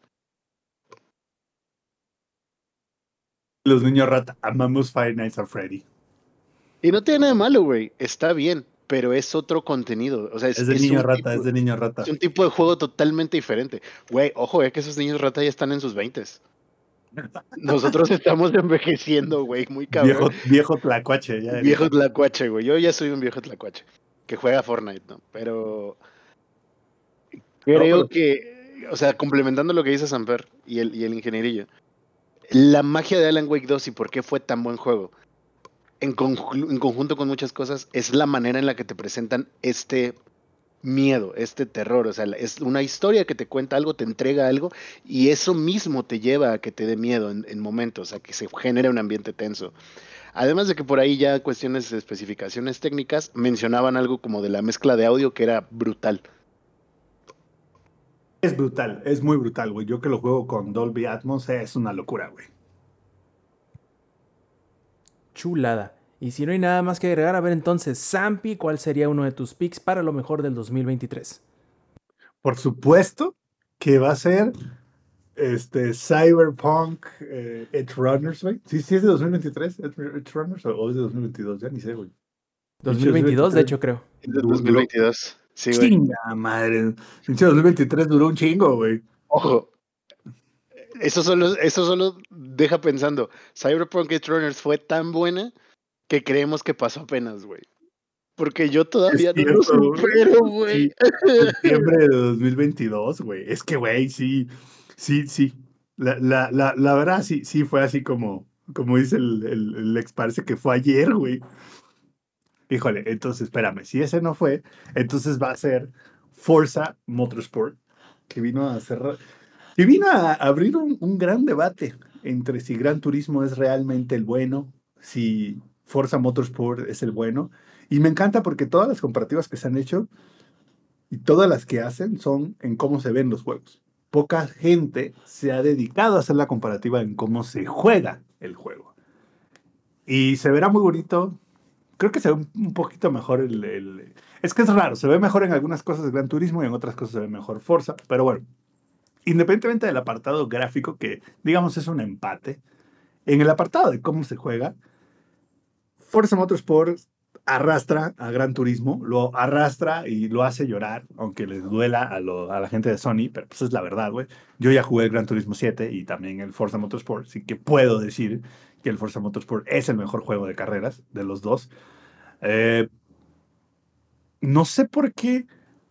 Los niños rata, amamos Five Nights at Freddy. Y no tiene nada de malo, güey. Está bien, pero es otro contenido. O sea, es, Es de es niño un rata, es tipo, de niño es rata. un tipo de juego totalmente diferente. Güey, ojo, eh, que esos niños rata ya están en sus veintes. Nosotros estamos envejeciendo, güey, muy cabrón. Viejo, viejo tlacuache, ya Viejo eres. tlacuache, güey. Yo ya soy un viejo tlacuache que juega Fortnite, ¿no? Pero No, creo pero que, o sea, complementando lo que dice Samper y el, y el ingenierillo, la magia de Alan Wake dos y por qué fue tan buen juego, en, conju- en conjunto con muchas cosas, es la manera en la que te presentan este miedo, este terror, o sea, es una historia que te cuenta algo, te entrega algo y eso mismo te lleva a que te dé miedo en, en momentos, a que se genere un ambiente tenso. Además de que por ahí ya cuestiones de especificaciones técnicas mencionaban algo como de la mezcla de audio que era brutal. es brutal, es muy brutal, güey. Yo que lo juego con Dolby Atmos es una locura, güey. Chulada. Y si no hay nada más que agregar, a ver entonces, Zampi, ¿cuál sería uno de tus picks para lo mejor del dos mil veintitrés? Por supuesto que va a ser este, Cyberpunk, eh, Edge Runners, güey. Sí, sí es de dos mil veintitrés, Edge, Edge Runners, o o es de dos mil veintidós, ya ni sé, güey. dos mil veintidós, de hecho, creo. Es de Du- dos mil duró. veintidós. Sí, güey. Chinga madre. Pinche dos mil veintitrés duró un chingo, güey. Ojo. Eso solo, eso solo deja pensando. Cyberpunk Edge Runners fue tan buena que creemos que pasó apenas, güey. Porque yo todavía Es no lo cierto, supero, güey. Sí, septiembre de dos mil veintidós, güey. Es que, güey, sí, sí, sí. La, la, la, la verdad, sí, sí fue así como, como dice el, el, el ex, parece que fue ayer, güey. Híjole, entonces, espérame, si ese no fue, entonces va a ser Forza Motorsport, que vino a hacer, que vino a abrir un, un gran debate entre si Gran Turismo es realmente el bueno, si Forza Motorsport es el bueno. Y me encanta porque todas las comparativas que se han hecho y todas las que hacen son en cómo se ven los juegos. Poca gente se ha dedicado a hacer la comparativa en cómo se juega el juego. Y se verá muy bonito. Creo que se ve un, un poquito mejor el, el- Es que es raro, se ve mejor en algunas cosas de Gran Turismo y en otras cosas se ve mejor Forza. Pero bueno, independientemente del apartado gráfico, que digamos es un empate, en el apartado de cómo se juega, Forza Motorsport arrastra a Gran Turismo, lo arrastra y lo hace llorar, aunque les duela a, lo- a la gente de Sony, pero pues es la verdad, güey. Yo ya jugué el Gran Turismo siete y también el Forza Motorsport, así que puedo decir que el Forza Motorsport es el mejor juego de carreras de los dos. Eh, no sé por qué,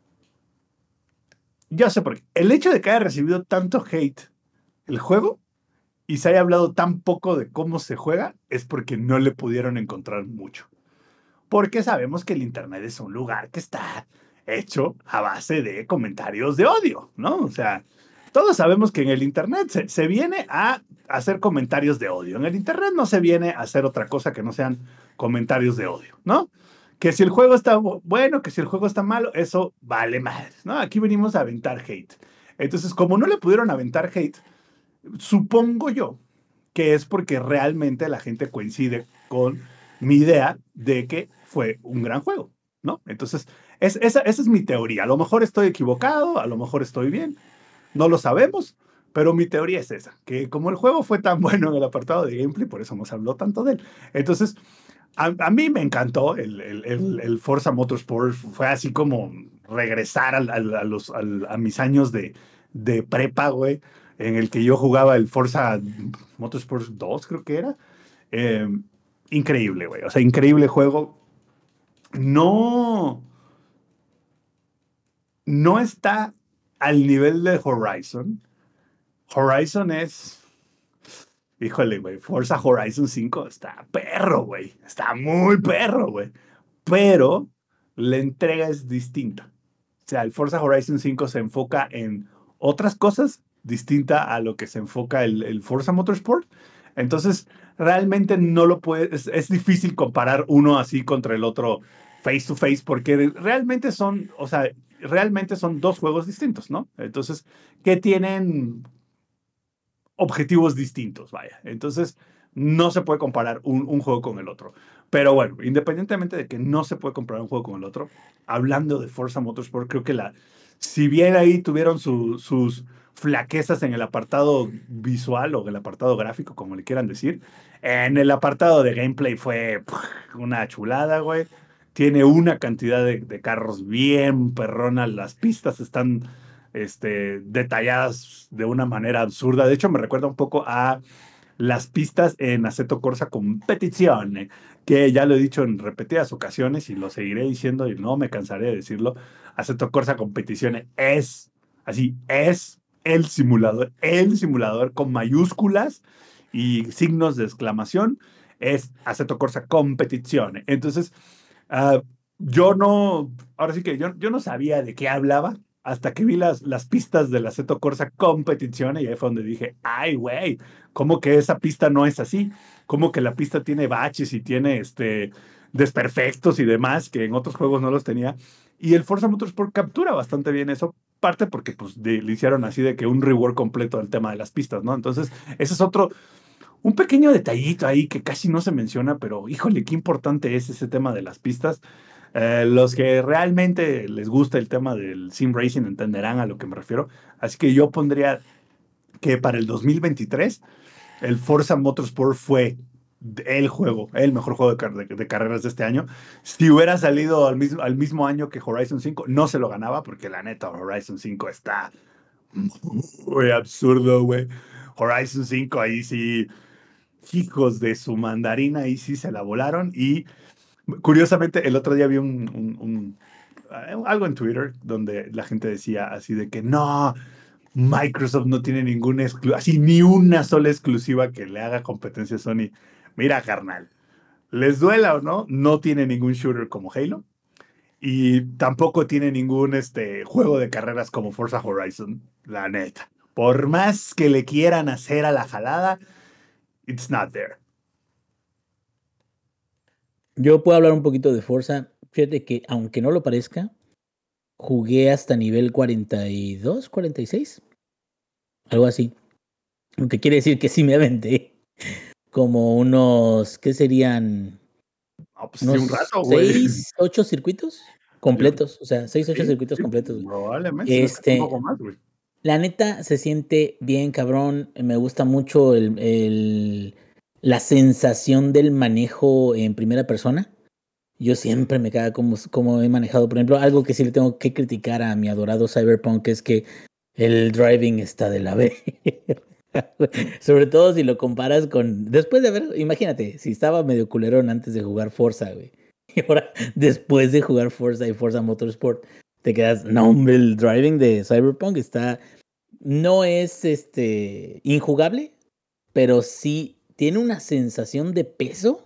ya sé por qué. El hecho de que haya recibido tanto hate el juego y se haya hablado tan poco de cómo se juega es porque no le pudieron encontrar mucho. Porque sabemos que el Internet es un lugar que está hecho a base de comentarios de odio, ¿no? O sea, todos sabemos que en el Internet se, se viene a hacer comentarios de odio. En el Internet no se viene a hacer otra cosa que no sean comentarios de odio, ¿no? Que si el juego está bu- bueno, que si el juego está malo, eso vale madres, ¿no? Aquí venimos a aventar hate. Entonces, como no le pudieron aventar hate, supongo yo que es porque realmente la gente coincide con mi idea de que fue un gran juego, ¿no? Entonces, es, esa, esa es mi teoría. A lo mejor estoy equivocado, a lo mejor estoy bien, no lo sabemos, pero mi teoría es esa, que como el juego fue tan bueno en el apartado de gameplay, por eso nos habló tanto de él. Entonces, a, a mí me encantó el, el, el, el, Forza Motorsport, fue así como regresar al, al, a, los, al, a mis años de, de prepa, güey, en el que yo jugaba el Forza Motorsport dos, creo que era. Eh, increíble, güey, o sea, increíble juego. No, no está al nivel de Horizon. Horizon es, híjole, güey, Forza Horizon cinco está perro, güey, está muy perro, güey. Pero la entrega es distinta. O sea, el Forza Horizon cinco se enfoca en otras cosas distinta a lo que se enfoca el, el Forza Motorsport. Entonces, realmente no lo puedes, es, es difícil comparar uno así contra el otro face to face porque realmente son, o sea, realmente son dos juegos distintos, ¿no? Entonces, que tienen objetivos distintos, vaya. Entonces, no se puede comparar un, un, juego con el otro. Pero bueno, independientemente de que no se puede comparar un juego con el otro, hablando de Forza Motorsport, creo que la, si bien ahí tuvieron su, sus flaquezas en el apartado visual o el apartado gráfico, como le quieran decir, en el apartado de gameplay fue pff, una chulada, güey. Tiene una cantidad de, de carros bien perrona, las pistas están este, detalladas de una manera absurda. De hecho, me recuerda un poco a las pistas en Assetto Corsa Competizione, que ya lo he dicho en repetidas ocasiones y lo seguiré diciendo y no me cansaré de decirlo. Assetto Corsa Competizione es, así, es el simulador, el simulador con mayúsculas y signos de exclamación, es Assetto Corsa Competizione. Entonces, uh, yo no, ahora sí que yo, yo no sabía de qué hablaba hasta que vi las, las pistas de la Assetto Corsa Competizione y ahí fue donde dije, ay, güey, ¿cómo que esa pista no es así? ¿Cómo que la pista tiene baches y tiene este, desperfectos y demás que en otros juegos no los tenía? Y el Forza Motorsport captura bastante bien eso, parte porque pues de, le hicieron así de que un rework completo al tema de las pistas, ¿no? Entonces, ese es otro, un pequeño detallito ahí que casi no se menciona, pero híjole, qué importante es ese tema de las pistas. Eh, los que realmente les gusta el tema del sim racing entenderán a lo que me refiero. Así que yo pondría que para el dos mil veintitrés el Forza Motorsport fue el juego, el mejor juego de, car de, de carreras de este año. Si hubiera salido al mismo, al mismo año que Horizon cinco, no se lo ganaba, porque la neta, Horizon cinco está muy absurdo, güey. Horizon cinco, ahí sí, hijos de su mandarina, ahí sí se la volaron. Y curiosamente, el otro día vi un, un, un uh, algo en Twitter donde la gente decía así de que no, Microsoft no tiene ninguna exclusiva, así ni una sola exclusiva que le haga competencia a Sony. Mira, carnal, les duela o no, no tiene ningún shooter como Halo y tampoco tiene ningún este, juego de carreras como Forza Horizon, la neta. Por más que le quieran hacer a la jalada, it's not there. Yo puedo hablar un poquito de Forza. Fíjate que, aunque no lo parezca, jugué hasta nivel cuarenta y dos, cuarenta y seis. Algo así. Lo que quiere decir que sí me aventé como unos, ¿qué serían? Oh, pues sí, un Unos rato, güey. seis, ocho circuitos completos. O sea, seis, ocho Sí, circuitos sí, completos. probablemente, si no es que un Este, poco más, güey. la neta se siente bien, cabrón. Me gusta mucho el, el, la sensación del manejo en primera persona. Yo siempre me caga como, como he manejado. Por ejemplo, algo que sí le tengo que criticar a mi adorado Cyberpunk es que el driving está de la verga. Sobre todo si lo comparas con... Después de haber... Imagínate, si estaba medio culerón antes de jugar Forza, güey. Y ahora, después de jugar Forza y Forza Motorsport, te quedas... No, hombre, el driving de Cyberpunk está... No es este injugable, pero sí tiene una sensación de peso.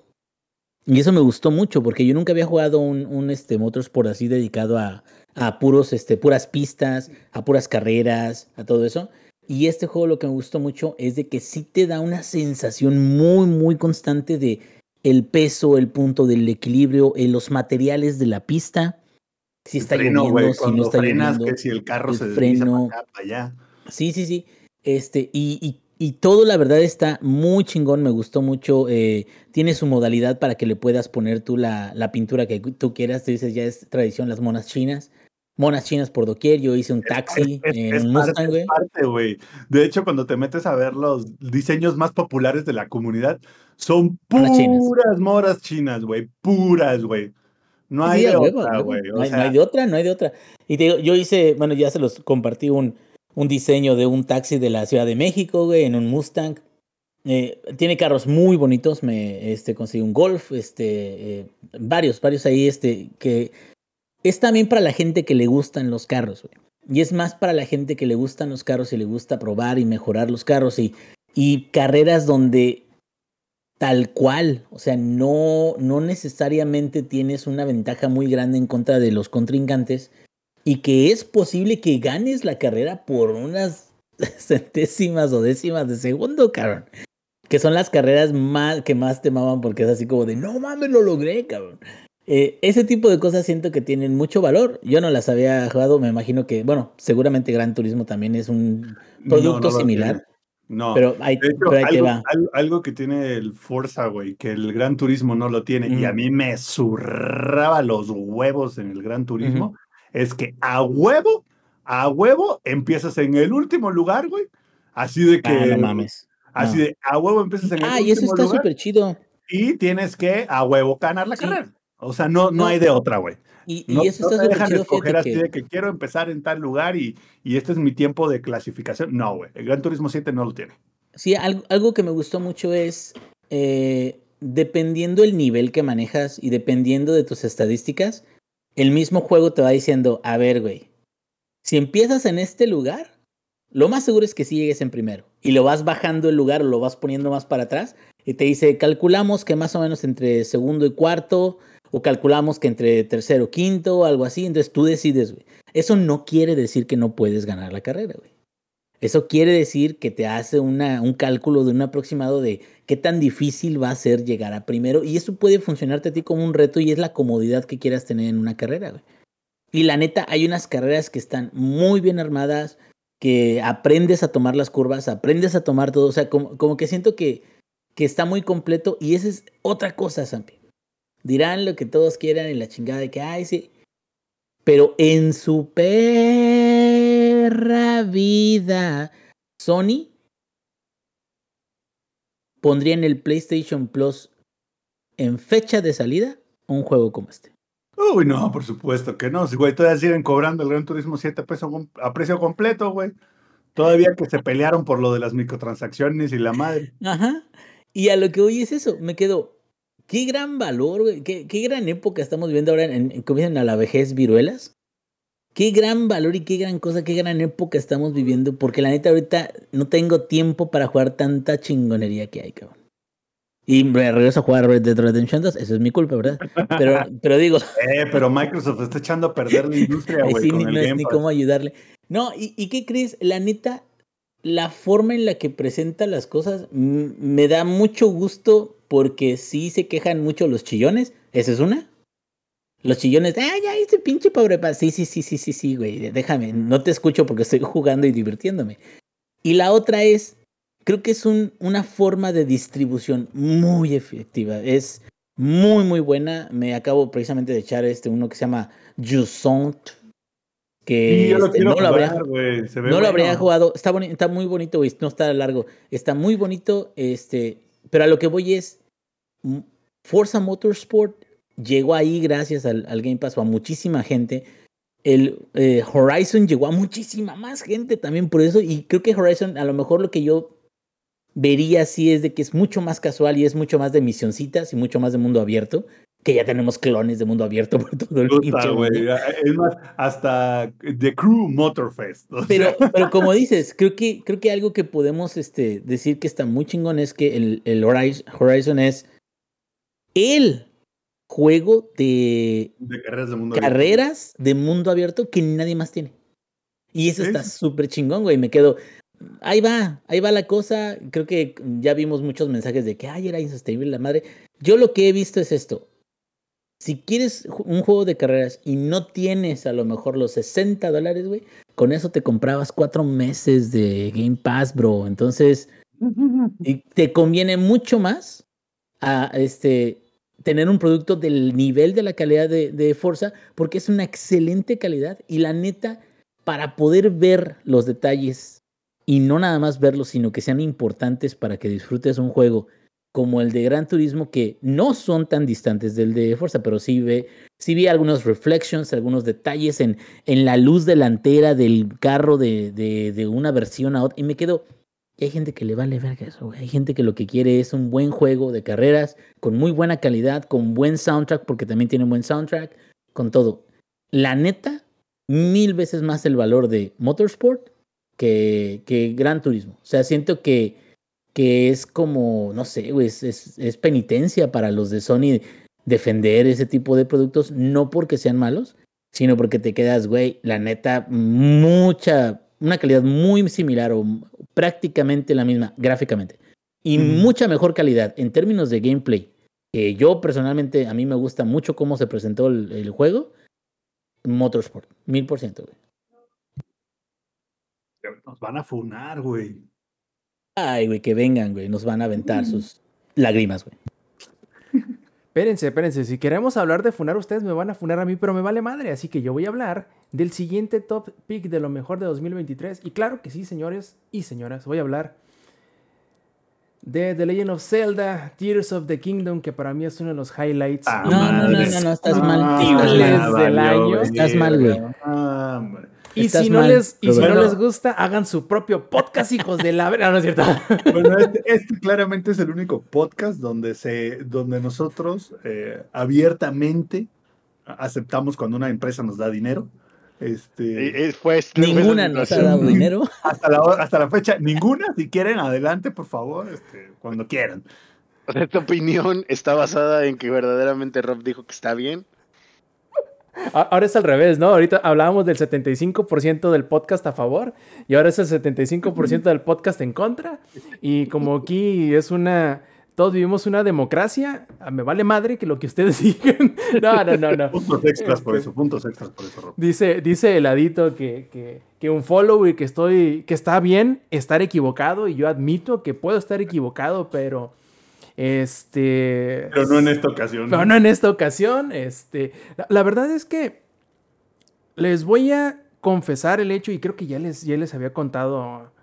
Y eso me gustó mucho porque yo nunca había jugado un, un este, Motorsport así dedicado a, a puros, este, puras pistas, a puras carreras, a todo eso. Y este juego lo que me gustó mucho es de que sí te da una sensación muy, muy constante de el peso, el punto del equilibrio, en los materiales de la pista. Si El está freno, güey, lloviendo, si no cuando está frenas, que lloviendo, si el carro el se desliza para freno. acá, para allá. Sí, sí, sí. Este, y, y, y todo, la verdad, está muy chingón. Me gustó mucho. Eh, tiene su modalidad para que le puedas poner tú la, la pintura que tú quieras. Tú dices, ya es tradición las monas chinas. Monas chinas por doquier. Yo hice un Es, es, taxi es, en es un parte, Mustang, es güey. parte, güey. De hecho, cuando te metes a ver los diseños más populares de la comunidad, son Monas chinas. puras moras chinas, güey. Puras, güey. No Sí, hay sí, a de huevo, a otra, huevo. güey. No O hay, no hay sea, de otra, no hay de otra. Y te digo, yo hice, bueno, ya se los compartí un, un diseño de un taxi de la Ciudad de México, güey, en un Mustang. Eh, tiene carros muy bonitos. Me este, conseguí un Golf, este, eh, varios, varios ahí, este, que es también para la gente que le gustan los carros, güey. Y es más para la gente que le gustan los carros y le gusta probar y mejorar los carros y, y carreras donde tal cual, o sea, no, no necesariamente tienes una ventaja muy grande en contra de los contrincantes y que es posible que ganes la carrera por unas centésimas o décimas de segundo, cabrón. Que son las carreras más que más te maman porque es así como de, no mames, lo logré, cabrón. Eh, ese tipo de cosas siento que tienen mucho valor. Yo no las había jugado, me imagino que, bueno, seguramente Gran Turismo también es un no, producto no lo tiene. similar, No. pero ahí, De hecho, pero ahí te algo, va. algo, algo que tiene el Forza, güey, que el Gran Turismo no lo tiene, y a Ujú, mí me zurraba los huevos en el Gran ujú. Turismo, es que a huevo, a huevo, empiezas en el último lugar, güey. Así de Ah, que, no mames. así No. de a huevo empiezas en el Ah, y eso último está lugar súper chido. y tienes que a huevo ganar la Sí, carrera. O sea, no, no hay no. de otra, güey. Y, y No, eso no está te súper dejan chido, escoger fíjate así que de que quiero empezar en tal lugar y, y este es mi tiempo de clasificación. No, güey. El Gran Turismo siete no lo tiene. sí, algo, algo que me gustó mucho es, eh, dependiendo el nivel que manejas y dependiendo de tus estadísticas, el mismo juego te va diciendo, a ver, güey, si empiezas en este lugar, lo más seguro es que sí llegues en primero. Y lo vas bajando el lugar o lo vas poniendo más para atrás. Y te dice, calculamos que más o menos entre segundo y cuarto, o calculamos que entre tercero y quinto, algo así. Entonces tú decides, güey. Eso no quiere decir que no puedes ganar la carrera, güey. Eso quiere decir que te hace una, un cálculo de un aproximado de qué tan difícil va a ser llegar a primero. Y eso puede funcionarte a ti como un reto y es la comodidad que quieras tener en una carrera, güey. Y la neta, hay unas carreras que están muy bien armadas, que aprendes a tomar las curvas, aprendes a tomar todo. O sea, como, como que siento que, que está muy completo. Y esa es otra cosa, Sampi. Dirán lo que todos quieran y la chingada de que, ay, sí. Pero en su perra vida, Sony pondría en el PlayStation Plus en fecha de salida un juego como este. Uy, no, por supuesto que no. Si, güey, todavía siguen cobrando el Gran Turismo siete pesos a precio completo, güey. Todavía que se pelearon por lo de las microtransacciones y la madre. Ajá. Y a lo que hoy es eso, me quedo, qué gran valor, güey, qué, qué gran época estamos viviendo ahora en, en, como dicen, a la vejez viruelas. Qué gran valor y qué gran cosa, qué gran época estamos viviendo, porque la neta ahorita no tengo tiempo para jugar tanta chingonería que hay, cabrón. Y me regreso a jugar Red Dead Redemption dos, eso es mi culpa, ¿verdad? Pero, pero digo... Eh, pero Microsoft está echando a perder la industria, güey, sí, con ni, el no es Game ni Pass. cómo ayudarle. No, ¿y, ¿y qué crees? La neta, la forma en la que presenta las cosas m- me da mucho gusto porque sí se quejan mucho los chillones. Esa es una. Los chillones, ah, ya, este pinche pobre pa-". Sí, sí, sí, sí, sí, sí, güey, déjame, no te escucho porque estoy jugando y divirtiéndome. Y la otra es, creo que es un, una forma de distribución muy efectiva. Es muy, muy buena. Me acabo precisamente de echar este uno que se llama Jusant, Sí, que yo lo este, quiero no lo habría, jugar, güey. Se ve no lo habría bueno. jugado. Está, boni- está muy bonito, güey. No está largo. Está muy bonito, este, pero a lo que voy es, m- Forza Motorsport llegó ahí gracias al, al Game Pass o a muchísima gente. El eh, Horizon llegó a muchísima más gente también por eso. Y creo que Horizon, a lo mejor lo que yo vería así es de que es mucho más casual y es mucho más de misioncitas y mucho más de mundo abierto. Que ya tenemos clones de mundo abierto por todo el Puta, pinche mundo. güey. Es más, hasta The Crew Motorfest. O Pero, sea, pero como dices, creo que, creo que algo que podemos este, decir que está muy chingón es que el, el Horizon, Horizon es el juego de de carreras de mundo abierto. carreras de mundo abierto que nadie más tiene. Y eso Sí, está sí. súper chingón, güey. Me quedo. Ahí va, ahí va la cosa. Creo que ya vimos muchos mensajes de que ay, era insostenible la madre. Yo lo que he visto es esto. Si quieres ju- un juego de carreras y no tienes a lo mejor los sesenta dólares, güey, con eso te comprabas cuatro meses de Game Pass, bro. Entonces, y te conviene mucho más a este tener un producto del nivel de la calidad de, de Forza, porque es una excelente calidad y la neta, para poder ver los detalles y no nada más verlos, sino que sean importantes para que disfrutes un juego como el de Gran Turismo, que no son tan distantes del de Forza, pero sí, ve, sí vi algunos reflections, algunos detalles en, en la luz delantera del carro de, de, de una versión a otra, y me quedo, y hay gente que le vale verga eso, güey. Hay gente que lo que quiere es un buen juego de carreras, con muy buena calidad, con buen soundtrack, porque también tiene un buen soundtrack, con todo. La neta, mil veces más el valor de Motorsport que, que Gran Turismo. O sea, siento que, que es como, no sé, güey, es, es, es penitencia para los de Sony defender ese tipo de productos, no porque sean malos, sino porque te quedas, güey, la neta, mucha, una calidad muy similar o prácticamente la misma gráficamente y Ujú. mucha mejor calidad en términos de gameplay. Que yo personalmente, a mí me gusta mucho cómo se presentó el, el juego. Motorsport, mil por ciento, güey. Nos van a funar, güey. Ay, güey, que vengan, güey, nos van a aventar sus lágrimas, güey. Espérense, espérense. Si queremos hablar de funar, ustedes me van a funar a mí, pero me vale madre. Así que yo voy a hablar del siguiente top pick de lo mejor de dos mil veintitrés. Y claro que sí, señores y señoras, voy a hablar de The Legend of Zelda, Tears of the Kingdom, que para mí es uno de los highlights Ah, No, no, no, madre. no, no, estás mal. Ah, Estás indiscutibles ya mal. del valió, año. Estás mal, güey. Ah, hombre. Y Estás si no, mal, les, y si no Roberto. les gusta, hagan su propio podcast, hijos de la... No, no es cierto. Bueno, este, este claramente es el único podcast donde se, donde nosotros eh, abiertamente aceptamos cuando una empresa nos da dinero. Este, Eh, eh, fue, fue esa Ninguna nos ha situación. dado dinero. hasta la, hora- hasta la fecha, ninguna. Si quieren, adelante, por favor, este, cuando quieran. O sea, tu opinión está basada en que verdaderamente Rob dijo que está bien. A- Ahora es al revés, ¿no? Ahorita hablábamos del setenta y cinco por ciento del podcast a favor y ahora es el setenta y cinco por ciento del podcast en contra. Y como aquí es una... Todos vivimos una democracia, ah, me vale madre que lo que ustedes digan. No, no, no, no. Puntos extras por Este, eso, puntos extras por eso, Rob. Dice, dice Heladito que, que, que un follow y que estoy, que está bien estar equivocado y yo admito que puedo estar equivocado, pero este, Pero no en esta ocasión. pero no en esta ocasión. Este, la, la verdad es que les voy a confesar el hecho y creo que ya les, ya les había contado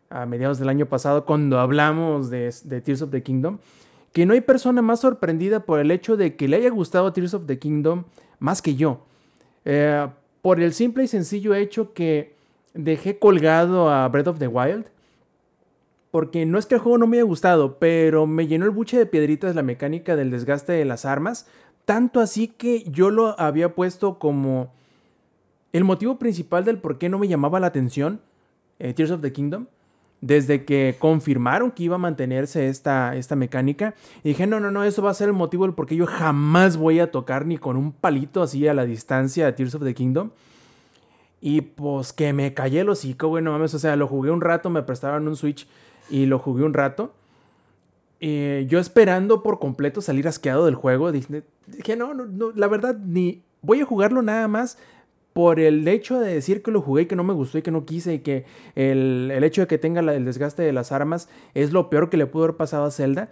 a mediados del año pasado cuando hablamos de, de Tears of the Kingdom, que no hay persona más sorprendida por el hecho de que le haya gustado Tears of the Kingdom más que yo. Eh, por el simple y sencillo hecho que dejé colgado a Breath of the Wild. Porque no es que el juego no me haya gustado, pero me llenó el buche de piedritas la mecánica del desgaste de las armas. Tanto así que yo lo había puesto como el motivo principal del por qué no me llamaba la atención eh, Tears of the Kingdom. Desde que confirmaron que iba a mantenerse esta, esta mecánica. Y dije, no, no, no, eso va a ser el motivo del por qué yo jamás voy a tocar ni con un palito así a la distancia a Tears of the Kingdom. Y pues que me callé el hocico, güey, no mames. O sea, lo jugué un rato, me prestaron un Switch y lo jugué un rato. Eh, yo esperando por completo salir asqueado del juego. Dije, dije no, no, no, la verdad, ni voy a jugarlo nada más por el hecho de decir que lo jugué y que no me gustó y que no quise. Y que el, el hecho de que tenga la, el desgaste de las armas es lo peor que le pudo haber pasado a Zelda.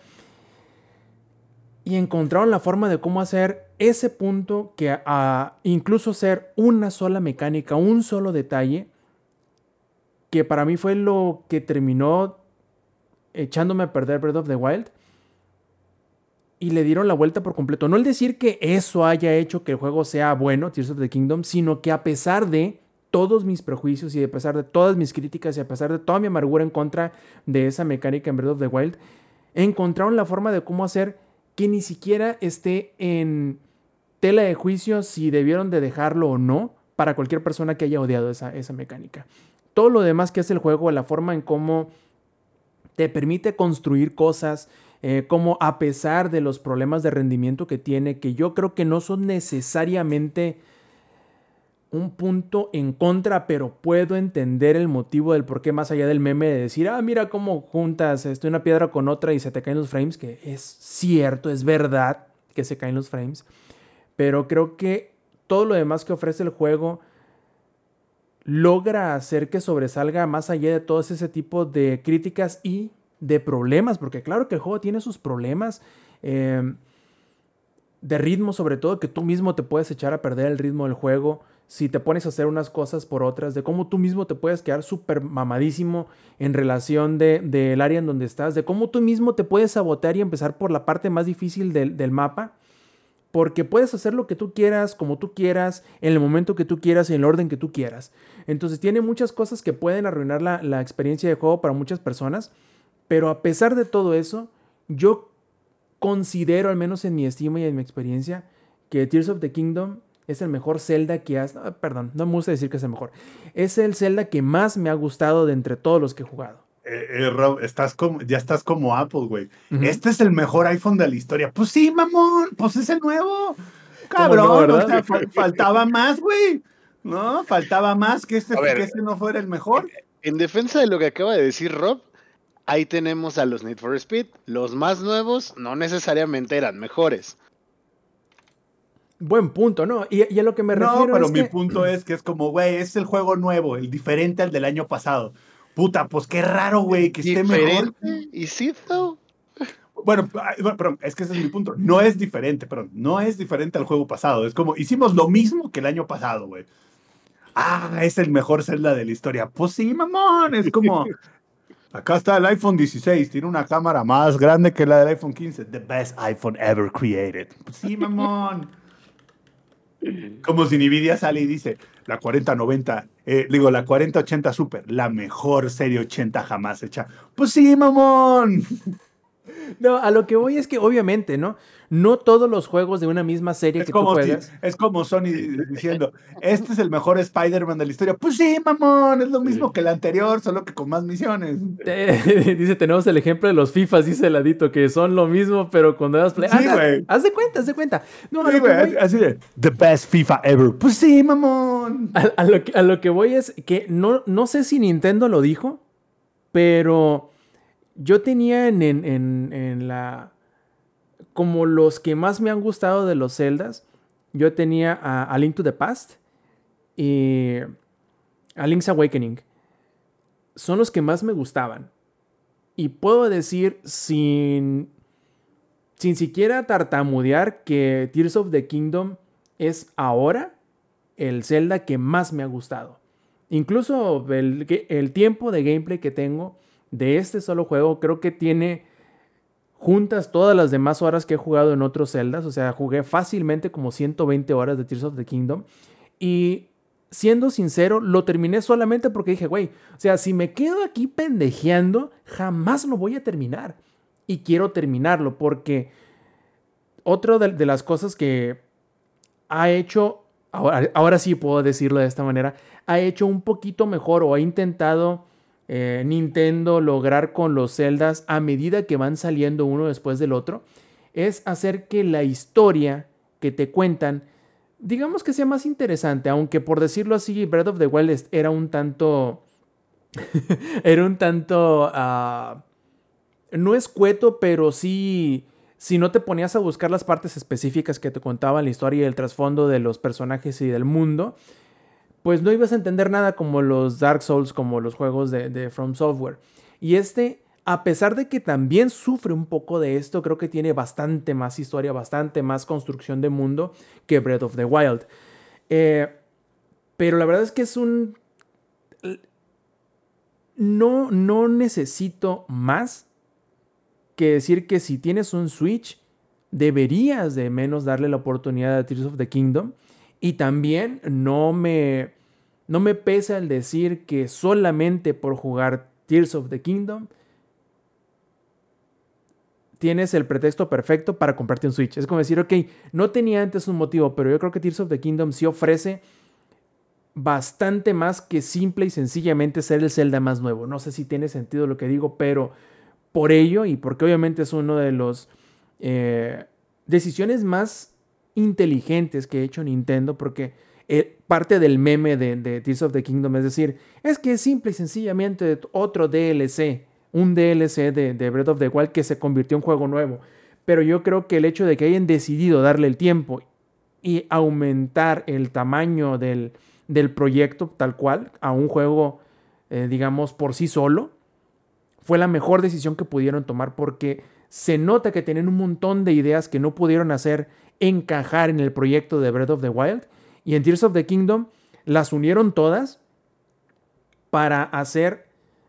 Y encontraron la forma de cómo hacer ese punto que a incluso ser una sola mecánica, un solo detalle, que para mí fue lo que terminó echándome a perder Breath of the Wild, y le dieron la vuelta por completo. No el decir que eso haya hecho que el juego sea bueno, Tears of the Kingdom, sino que a pesar de todos mis prejuicios y a pesar de todas mis críticas y a pesar de toda mi amargura en contra de esa mecánica en Breath of the Wild, encontraron la forma de cómo hacer que ni siquiera esté en tela de juicio si debieron de dejarlo o no para cualquier persona que haya odiado esa, esa mecánica. Todo lo demás que hace el juego, la forma en cómo te permite construir cosas, eh, como a pesar de los problemas de rendimiento que tiene, que yo creo que no son necesariamente un punto en contra, pero puedo entender el motivo del por qué, más allá del meme de decir, ah, mira cómo juntas este, una piedra con otra y se te caen los frames, que es cierto, es verdad que se caen los frames, pero creo que todo lo demás que ofrece el juego logra hacer que sobresalga más allá de todo ese tipo de críticas y de problemas, porque claro que el juego tiene sus problemas, eh, de ritmo sobre todo, que tú mismo te puedes echar a perder el ritmo del juego si te pones a hacer unas cosas por otras, de cómo tú mismo te puedes quedar súper mamadísimo en relación del de, de área en donde estás, de cómo tú mismo te puedes sabotear y empezar por la parte más difícil del, del mapa, porque puedes hacer lo que tú quieras, como tú quieras, en el momento que tú quieras y en el orden que tú quieras. Entonces tiene muchas cosas que pueden arruinar la, la experiencia de juego para muchas personas, pero a pesar de todo eso, yo considero, al menos en mi estima y en mi experiencia, que Tears of the Kingdom es el mejor Zelda que has... No, perdón, no me gusta decir que es el mejor. Es el Zelda que más me ha gustado de entre todos los que he jugado. Eh, eh, Rob, estás como, ya estás como Apple, güey. Uh-huh. Este es el mejor iPhone de la historia. Pues sí, mamón, pues es el nuevo. Cabrón, no, o sea, fal- faltaba más, güey. No, faltaba más que este, ver, que este no fuera el mejor. En defensa de lo que acaba de decir Rob, ahí tenemos a los Need for Speed. Los más nuevos no necesariamente eran mejores. Buen punto, ¿no? Y, y a lo que me refiero. No, pero es mi que... punto es que es como, güey, es el juego nuevo, el diferente al del año pasado. Puta, pues qué raro, güey, que esté mejor. ¿Y sí, though? Bueno, pero es que ese es mi punto. No es diferente, pero no es diferente al juego pasado. Es como, hicimos lo mismo que el año pasado, güey. Ah, es el mejor Zelda de la historia. Pues sí, mamón, es como... Acá está el iPhone dieciséis, tiene una cámara más grande que la del iPhone quince. The best iPhone ever created. Pues sí, mamón. Como si Nvidia sale y dice, la cuarenta noventa, eh, digo, la cuarenta ochenta Super, la mejor serie ochenta jamás hecha. Pues sí, mamón. No, a lo que voy es que obviamente, ¿no? No todos los juegos de una misma serie es que como tú juegas... Si, es como Sony diciendo, este es el mejor Spider-Man de la historia. Pues sí, mamón, es lo mismo que el anterior, solo que con más misiones. Eh, dice, tenemos el ejemplo de los FIFAs, dice Ladito, que son lo mismo, pero con nuevas play. Sí, güey. Ah, haz de cuenta, haz de cuenta. No, sí, güey, voy... así de, the best FIFA ever. Pues sí, mamón. A, a, lo, que, a lo que voy es que no, no sé si Nintendo lo dijo, pero... Yo tenía en, en, en, en la... Como los que más me han gustado de los Zeldas, yo tenía a, a Link to the Past y a Link's Awakening. Son los que más me gustaban. Y puedo decir sin, sin siquiera tartamudear que Tears of the Kingdom es ahora el Zelda que más me ha gustado. incluso el, el tiempo de gameplay que tengo de este solo juego, creo que tiene juntas todas las demás horas que he jugado en otros Zeldas. O sea, jugué fácilmente como ciento veinte horas de Tears of the Kingdom. Y siendo sincero, lo terminé solamente porque dije, güey, o sea, si me quedo aquí pendejeando, jamás lo voy a terminar. Y quiero terminarlo porque otra de, de las cosas que ha hecho, ahora, ahora sí puedo decirlo de esta manera, ha hecho un poquito mejor o ha intentado eh, Nintendo lograr con los Zeldas a medida que van saliendo uno después del otro, es hacer que la historia que te cuentan, digamos que sea más interesante, aunque por decirlo así, Breath of the Wild era un tanto, era un tanto, uh, no escueto, pero sí, si no te ponías a buscar las partes específicas que te contaban la historia y el trasfondo de los personajes y del mundo, pues no ibas a entender nada como los Dark Souls, como los juegos de, de From Software. Y este, a pesar de que también sufre un poco de esto, creo que tiene bastante más historia, bastante más construcción de mundo que Breath of the Wild. Eh, pero la verdad es que es un... No, no necesito más que decir que si tienes un Switch, deberías de menos darle la oportunidad a Tears of the Kingdom. Y también no me, no me pesa el decir que solamente por jugar Tears of the Kingdom tienes el pretexto perfecto para comprarte un Switch. Es como decir, ok, no tenía antes un motivo, pero yo creo que Tears of the Kingdom sí ofrece bastante más que simple y sencillamente ser el Zelda más nuevo. No sé si tiene sentido lo que digo, pero por ello y porque obviamente es uno de los eh, decisiones más inteligentes que ha hecho Nintendo, porque eh, parte del meme de, de Tears of the Kingdom es decir, es que es simple y sencillamente otro D L C, un D L C de, de Breath of the Wild que se convirtió en juego nuevo. Pero yo creo que el hecho de que hayan decidido darle el tiempo y aumentar el tamaño del, del proyecto tal cual a un juego, eh, digamos, por sí solo, fue la mejor decisión que pudieron tomar, porque se nota que tienen un montón de ideas que no pudieron hacer encajar en el proyecto de Breath of the Wild, y en Tears of the Kingdom las unieron todas para hacer...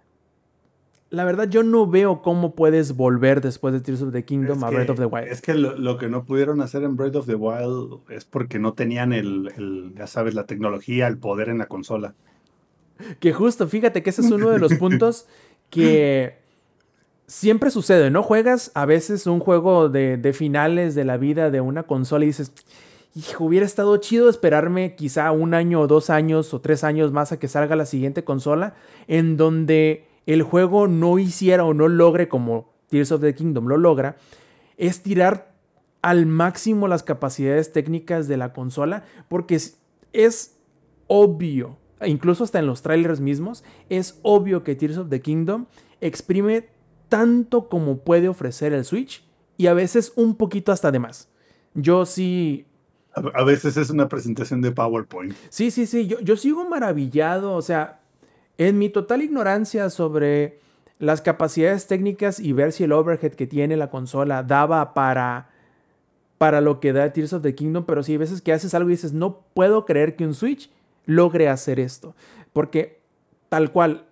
La verdad, yo no veo cómo puedes volver después de Tears of the Kingdom Es a que, Breath of the Wild. es que lo, lo que no pudieron hacer en Breath of the Wild es porque no tenían el, el, ya sabes, la tecnología, el poder en la consola. Que justo, fíjate que ese es uno de los puntos que siempre sucede, ¿no? Juegas a veces un juego de, de finales de la vida de una consola y dices, hijo, hubiera estado chido esperarme quizá un año o dos años o tres años más a que salga la siguiente consola, en donde el juego no hiciera o no logre como Tears of the Kingdom lo logra, es tirar al máximo las capacidades técnicas de la consola, porque es, es obvio, incluso hasta en los trailers mismos, es obvio que Tears of the Kingdom exprime tanto como puede ofrecer el Switch y a veces un poquito hasta de más. Yo sí... A, a veces es una presentación de PowerPoint. Sí, sí, sí, yo, yo sigo maravillado, o sea, en mi total ignorancia sobre las capacidades técnicas y ver si el overhead que tiene la consola daba para, para lo que da Tears of the Kingdom, pero sí hay veces que haces algo y dices, no puedo creer que un Switch logre hacer esto, porque tal cual,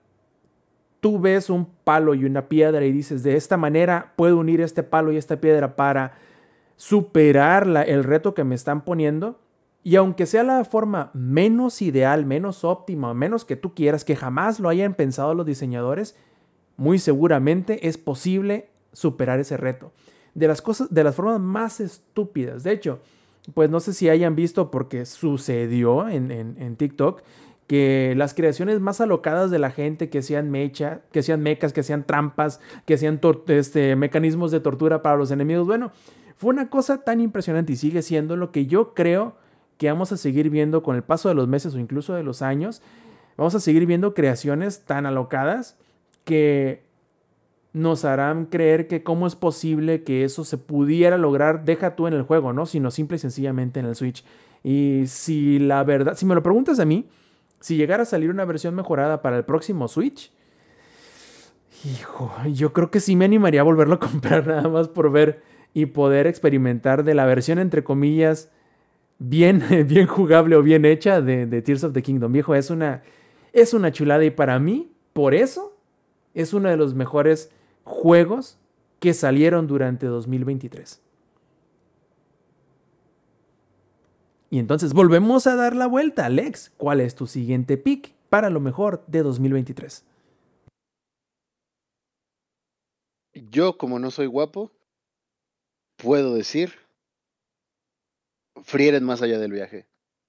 tú ves un palo y una piedra y dices, de esta manera puedo unir este palo y esta piedra para superar la, el reto que me están poniendo. Y aunque sea la forma menos ideal, menos óptima, menos que tú quieras, que jamás lo hayan pensado los diseñadores, muy seguramente es posible superar ese reto. De las cosas, de las formas más estúpidas. De hecho, pues no sé si hayan visto, porque sucedió en, en, en TikTok, que las creaciones más alocadas de la gente, que sean mecha, que sean mechas, que sean trampas, que sean este, mecanismos de tortura para los enemigos, bueno, fue una cosa tan impresionante y sigue siendo lo que yo creo que vamos a seguir viendo con el paso de los meses o incluso de los años. Vamos a seguir viendo creaciones tan alocadas que nos harán creer que cómo es posible que eso se pudiera lograr, deja tú en el juego, ¿no? Sino simple y sencillamente en el Switch. Y si la verdad, si me lo preguntas a mí, si llegara a salir una versión mejorada para el próximo Switch, hijo, yo creo que sí me animaría a volverlo a comprar nada más por ver y poder experimentar de la versión, entre comillas, bien, bien jugable o bien hecha de, de Tears of the Kingdom. Viejo, es una, Es una chulada y para mí, por eso, es uno de los mejores juegos que salieron durante dos mil veintitrés. Y entonces volvemos a dar la vuelta. Alex, ¿cuál es tu siguiente pick para lo mejor de dos mil veintitrés? Yo, como no soy guapo, puedo decir Frieren más allá del viaje.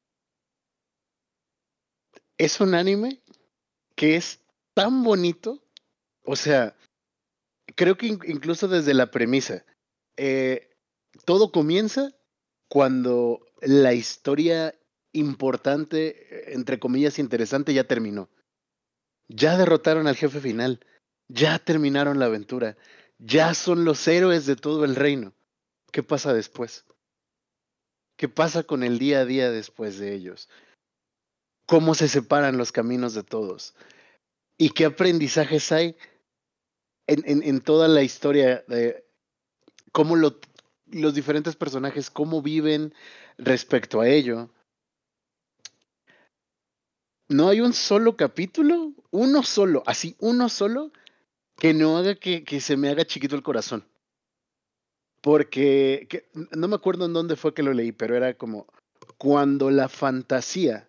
Es un anime que es tan bonito, o sea, creo que in- incluso desde la premisa, eh, todo comienza cuando la historia importante, eh, entre comillas interesante, ya terminó. Ya derrotaron al jefe final, ya terminaron la aventura, ya son los héroes de todo el reino. ¿Qué pasa después? ¿Qué pasa con el día a día después de ellos? ¿Cómo se separan los caminos de todos? ¿Y qué aprendizajes hay en, en- en toda la historia de cómo lo- los diferentes personajes, cómo viven respecto a ello? No hay un solo capítulo, uno solo, así uno solo, que no haga que, que se me haga chiquito el corazón. Porque que- no me acuerdo en dónde fue que lo leí, pero era como cuando la fantasía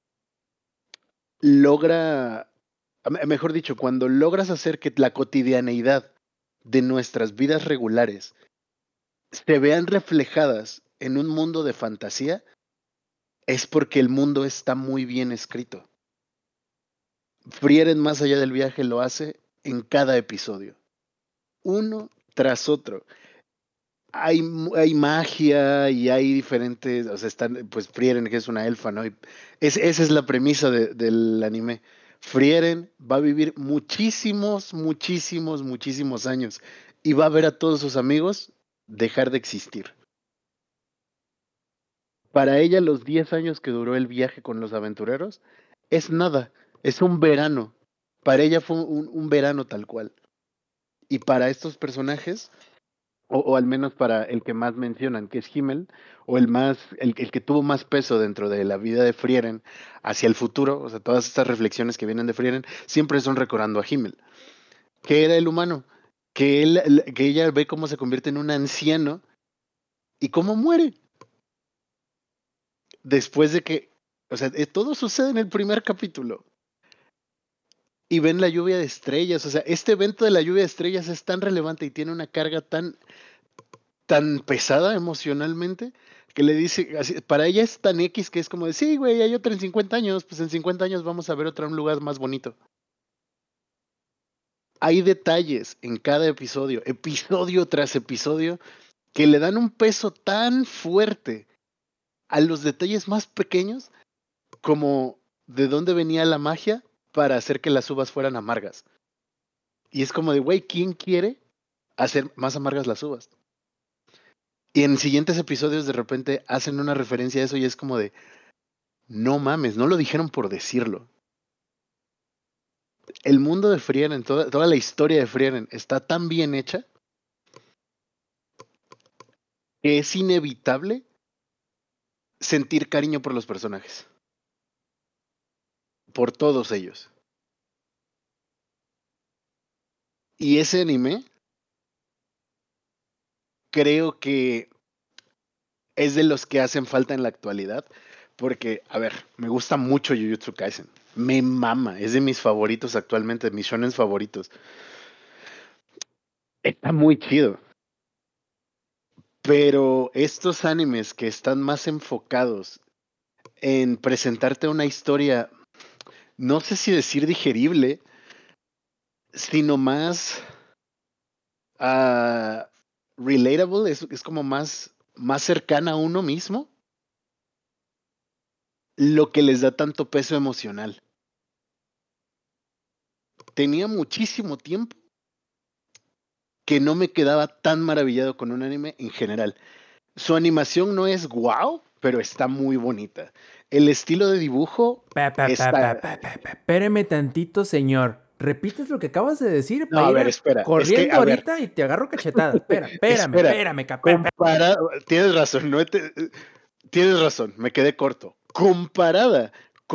logra, a- mejor dicho, cuando logras hacer que la cotidianeidad de nuestras vidas regulares se vean reflejadas en un mundo de fantasía, es porque el mundo está muy bien escrito. Frieren más allá del viaje lo hace en cada episodio, uno tras otro. Hay, mu- hay magia y hay diferentes, o sea, están, pues Frieren, que es una elfa, ¿no? Y es, esa es la premisa de- del anime. Frieren va a vivir muchísimos, muchísimos, muchísimos años y va a ver a todos sus amigos dejar de existir. Para ella, los diez años que duró el viaje con los aventureros es nada, es un verano. Para ella fue un, un verano tal cual. Y para estos personajes, o, o al menos para el que más mencionan, que es Himmel, o el más, el, el que tuvo más peso dentro de la vida de Frieren hacia el futuro, o sea, todas estas reflexiones que vienen de Frieren, siempre son recordando a Himmel, que era el humano, que, él, que ella ve cómo se convierte en un anciano y cómo muere. Después de que, o sea, eh, todo sucede en el primer capítulo. Y ven la lluvia de estrellas, o sea, este evento de la lluvia de estrellas es tan relevante y tiene una carga tan, tan pesada emocionalmente que le dice, así, para ella es tan X que es como de, sí, güey, hay otra en cincuenta años, pues en cincuenta años vamos a ver otra, un lugar más bonito. Hay detalles en cada episodio, episodio tras episodio, que le dan un peso tan fuerte a los detalles más pequeños como de dónde venía la magia para hacer que las uvas fueran amargas. Y es como de, güey, ¿quién quiere hacer más amargas las uvas? Y en siguientes episodios de repente hacen una referencia a eso y es como de, no mames, no lo dijeron por decirlo. El mundo de Frieren, toda, toda la historia de Frieren está tan bien hecha que es inevitable sentir cariño por los personajes. Por todos ellos. Y ese anime creo que es de los que hacen falta en la actualidad. Porque, a ver, me gusta mucho Jujutsu Kaisen. Me mama. Es de mis favoritos actualmente, de mis shonen favoritos. Está muy chido. Pero estos animes que están más enfocados en presentarte una historia, no sé si decir digerible, sino más uh, relatable, es, es como más, más cercana a uno mismo, lo que les da tanto peso emocional. Tenía muchísimo tiempo que no me quedaba tan maravillado con un anime en general. Su animación no es wow, pero está muy bonita. El estilo de dibujo Pa, pa, pa, pa, está... pa, pa, pa. Espéreme tantito, señor. ¿Repites lo que acabas de decir No, para a ir ver, a- espera. Es que, corriendo a ver, ahorita y te agarro cachetada? Espera, espérame, espera. espérame, capa. espérame. Comparado, tienes razón, no te- tienes razón, me quedé corto. Comparada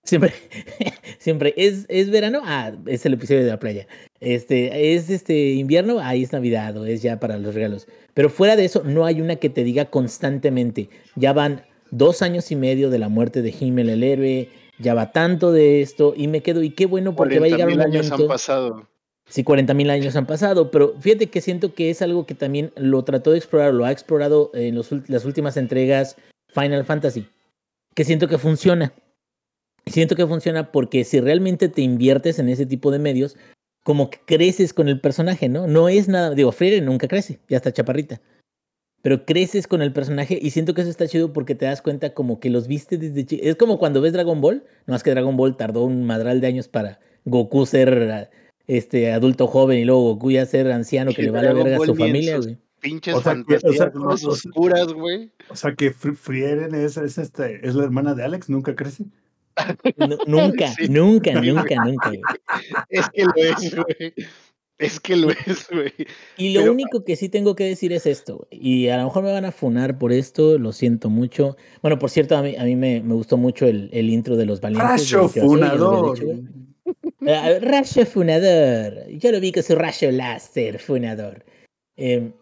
Siempre, siempre. ¿Es, ¿Es verano? Ah, es el episodio de la playa. Este, ¿es este invierno? Ahí es Navidad o es ya para los regalos. Pero fuera de eso, no hay una que te diga constantemente. Ya van dos años y medio de la muerte de Himmel el héroe, ya va tanto de esto, y me quedo, y qué bueno, porque va a cuarenta llegar un mil años han momento. pasado. Sí, cuarenta mil años han pasado, pero fíjate que siento que es algo que también lo trató de explorar, lo ha explorado en los, ult- las últimas entregas Final Fantasy, que siento que funciona. Siento que funciona porque si realmente te inviertes en ese tipo de medios, como que creces con el personaje, ¿no? No es nada, digo, Frieren nunca crece, ya está chaparrita, pero creces con el personaje y siento que eso está chido porque te das cuenta como que los viste desde chico. Es como cuando ves Dragon Ball, no más que Dragon Ball tardó un madral de años para Goku ser este adulto joven y luego Goku ya ser anciano que Y le vale Dragon verga a Ball su ni en familia, sus güey. pinches O sea que, o sea, fantasías o, más o sea, oscuras, güey. o sea que Fri- Frieren es, es, este, es la hermana de Alex, nunca crece. Nu- nunca, Sí, nunca, sí, güey. nunca, nunca, güey. Es que lo es, güey. Es que lo Y, es, güey. y lo Pero único que sí tengo que decir es esto, güey, y a lo mejor me van a funar por esto, lo siento mucho. Bueno, por cierto, a mí, a mí me, me gustó mucho el, el intro de Los Valientes Rayo de Josué, ya lo había funador. dicho, güey. Eh, rayo funador. Yo lo vi con su rayo láser funador. Eh,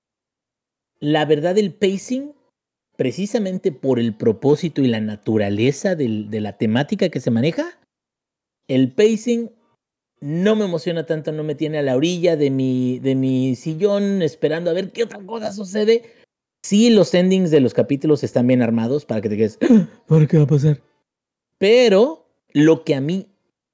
la verdad, el pacing, precisamente por el propósito y la naturaleza del- de la temática que se maneja, el pacing no me emociona tanto, no me tiene a la orilla de mi, de mi sillón esperando a ver qué otra cosa sucede. Sí, los endings de los capítulos están bien armados para que te quedes, "Ah, ¿ahora qué va a pasar?". Pero lo que a mí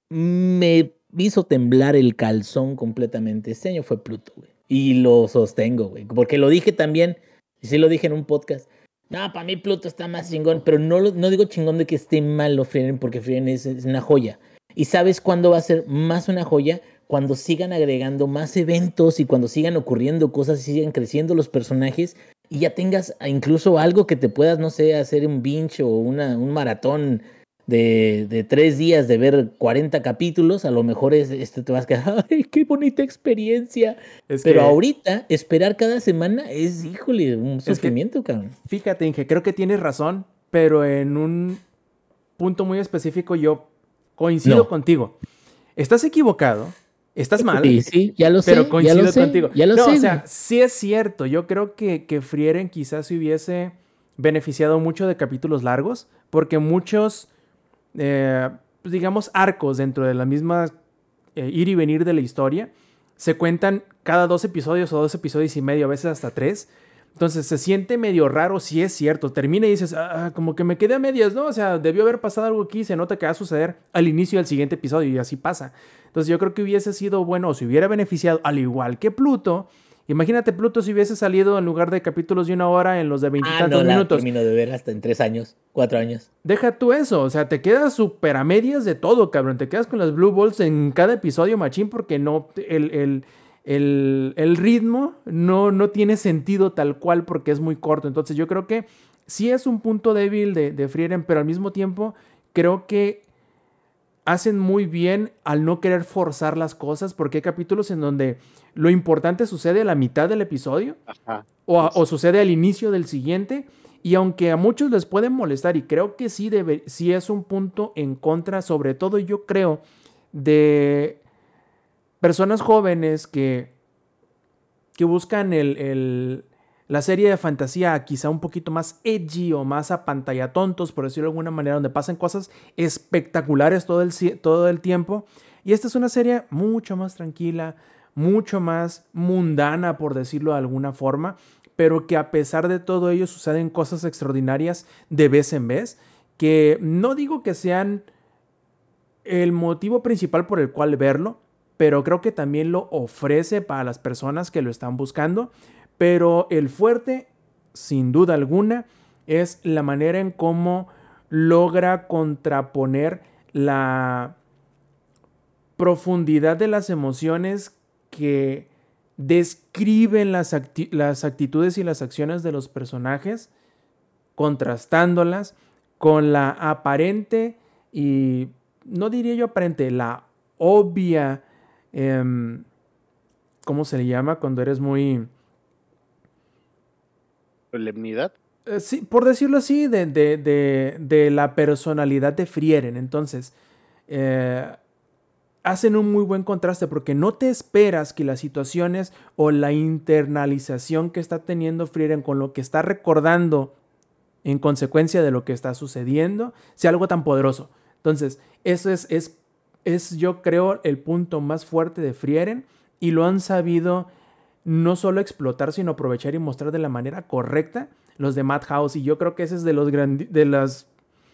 me hizo temblar el calzón completamente este año fue Pluto, güey. Y lo sostengo, güey. Porque lo dije también, y sí lo dije en un podcast. No, para mí Pluto está más chingón, pero no, lo- no digo chingón de que esté mal lo Frieren, porque Frieren es, es una joya. ¿Y sabes cuándo va a ser más una joya? Cuando sigan agregando más eventos y cuando sigan ocurriendo cosas y sigan creciendo los personajes y ya tengas incluso algo que te puedas, no sé, hacer un binge o una, un maratón de, de tres días de ver cuarenta capítulos, a lo mejor es, este te vas a quedar, ¡ay, qué bonita experiencia! Es Pero que, ahorita, esperar cada semana es, híjole, un es que, sufrimiento, cabrón. fíjate, Inge, creo que tienes razón, pero en un punto muy específico yo coincido No. contigo. Estás equivocado, estás mal, Sí, sí, ya lo pero sé, ya lo coincido sé, contigo. ya lo No, o sé, sea, güey. sí es cierto. Yo creo que, que Frieren quizás se hubiese beneficiado mucho de capítulos largos, porque muchos, eh, pues digamos, arcos dentro de la misma eh, ir y venir de la historia se cuentan cada dos episodios o dos episodios y medio, a veces hasta tres. Entonces se siente medio raro, si es cierto. Termina y dices, ah, como que me quedé a medias, ¿no? O sea, debió haber pasado algo aquí, se nota que va a suceder al inicio del siguiente episodio y así pasa. Entonces yo creo que hubiese sido bueno o si hubiera beneficiado, al igual que Pluto. Imagínate Pluto si hubiese salido en lugar de capítulos de una hora en los de Ah, veintitantos no la minutos. termino de ver hasta en tres años, cuatro años. Deja tú eso, o sea, te quedas súper a medias de todo, cabrón. Te quedas con las Blue Balls en cada episodio, machín, porque no, el, el, el, el ritmo no, no tiene sentido tal cual porque es muy corto. Entonces yo creo que sí es un punto débil de, de Frieren, pero al mismo tiempo creo que hacen muy bien al no querer forzar las cosas porque hay capítulos en donde lo importante sucede a la mitad del episodio Ajá. o, a- o sucede al inicio del siguiente. Y aunque a muchos les puede molestar, y creo que sí, debe, sí es un punto en contra, sobre todo yo creo, de personas jóvenes que, que buscan el, el- la serie de fantasía quizá un poquito más edgy o más a pantalla tontos, por decirlo de alguna manera, donde pasan cosas espectaculares todo el, ci- todo el tiempo. Y esta es una serie mucho más tranquila, mucho más mundana, por decirlo de alguna forma, pero que a pesar de todo ello suceden cosas extraordinarias de vez en vez, que no digo que sean el motivo principal por el cual verlo, pero creo que también lo ofrece para las personas que lo están buscando. Pero el fuerte, sin duda alguna, es la manera en cómo logra contraponer la profundidad de las emociones que describen las, acti- las actitudes y las acciones de los personajes, contrastándolas con la aparente y no diría yo aparente, la obvia, em, ¿cómo se le llama? Cuando eres muy... Solemnidad. eh, sí, por decirlo así, de, de, de, de la personalidad de Frieren. Entonces, eh, hacen un muy buen contraste porque no te esperas que las situaciones o la internalización que está teniendo Frieren con lo que está recordando en consecuencia de lo que está sucediendo sea algo tan poderoso. Entonces, eso es, es, es yo creo, el punto más fuerte de Frieren y lo han sabido no solo explotar, sino aprovechar y mostrar de la manera correcta los de Madhouse. Y yo creo que ese es de los grandi- de las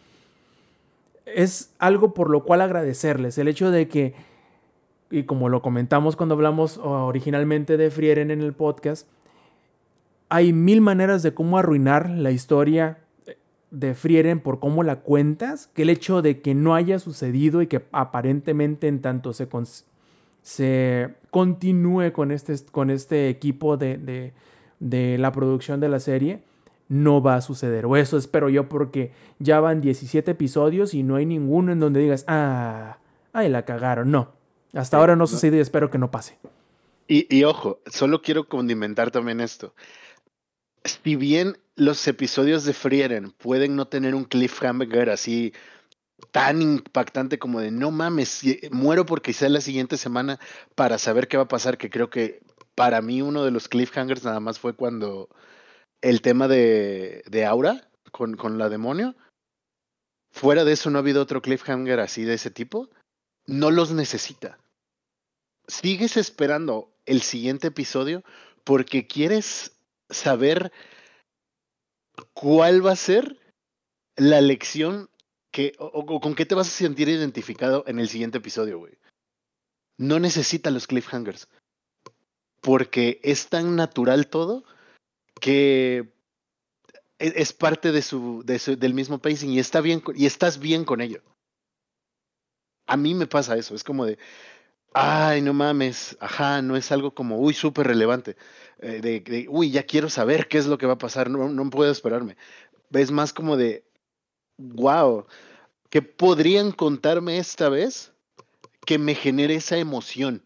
es algo por lo cual agradecerles. El hecho de que, y como lo comentamos cuando hablamos originalmente de Frieren en el podcast, hay mil maneras de cómo arruinar la historia de Frieren por cómo la cuentas, que el hecho de que no haya sucedido y que aparentemente en tanto se, con, se continúe con este, con este equipo de, de, de la producción de la serie, no va a suceder. O eso espero yo, porque ya van diecisiete episodios y no hay ninguno en donde digas, ah, ay, la cagaron. No, hasta Sí, ahora no no. sucede y espero que no pase. Y, y ojo, solo quiero condimentar también esto. Si bien los episodios de Frieren pueden no tener un cliffhanger así tan impactante como de no mames, muero porque sea la siguiente semana para saber qué va a pasar, que creo que para mí uno de los cliffhangers nada más fue cuando el tema de, de Aura con, con la demonio. Fuera de eso no ha habido otro cliffhanger así de ese tipo. No los necesita. Sigues esperando el siguiente episodio porque quieres saber cuál va a ser la lección que, o, o con qué te vas a sentir identificado en el siguiente episodio, güey. No necesita los cliffhangers. Porque es tan natural todo que es, es parte de su, de su, del mismo pacing y está bien y estás bien con ello. A mí me pasa eso, es como de, ay, no mames, ajá, no es algo como, uy, súper relevante, eh, de, de, uy, ya quiero saber qué es lo que va a pasar, no, no puedo esperarme. Es más como de, wow, ¿qué podrían contarme esta vez que me genere esa emoción?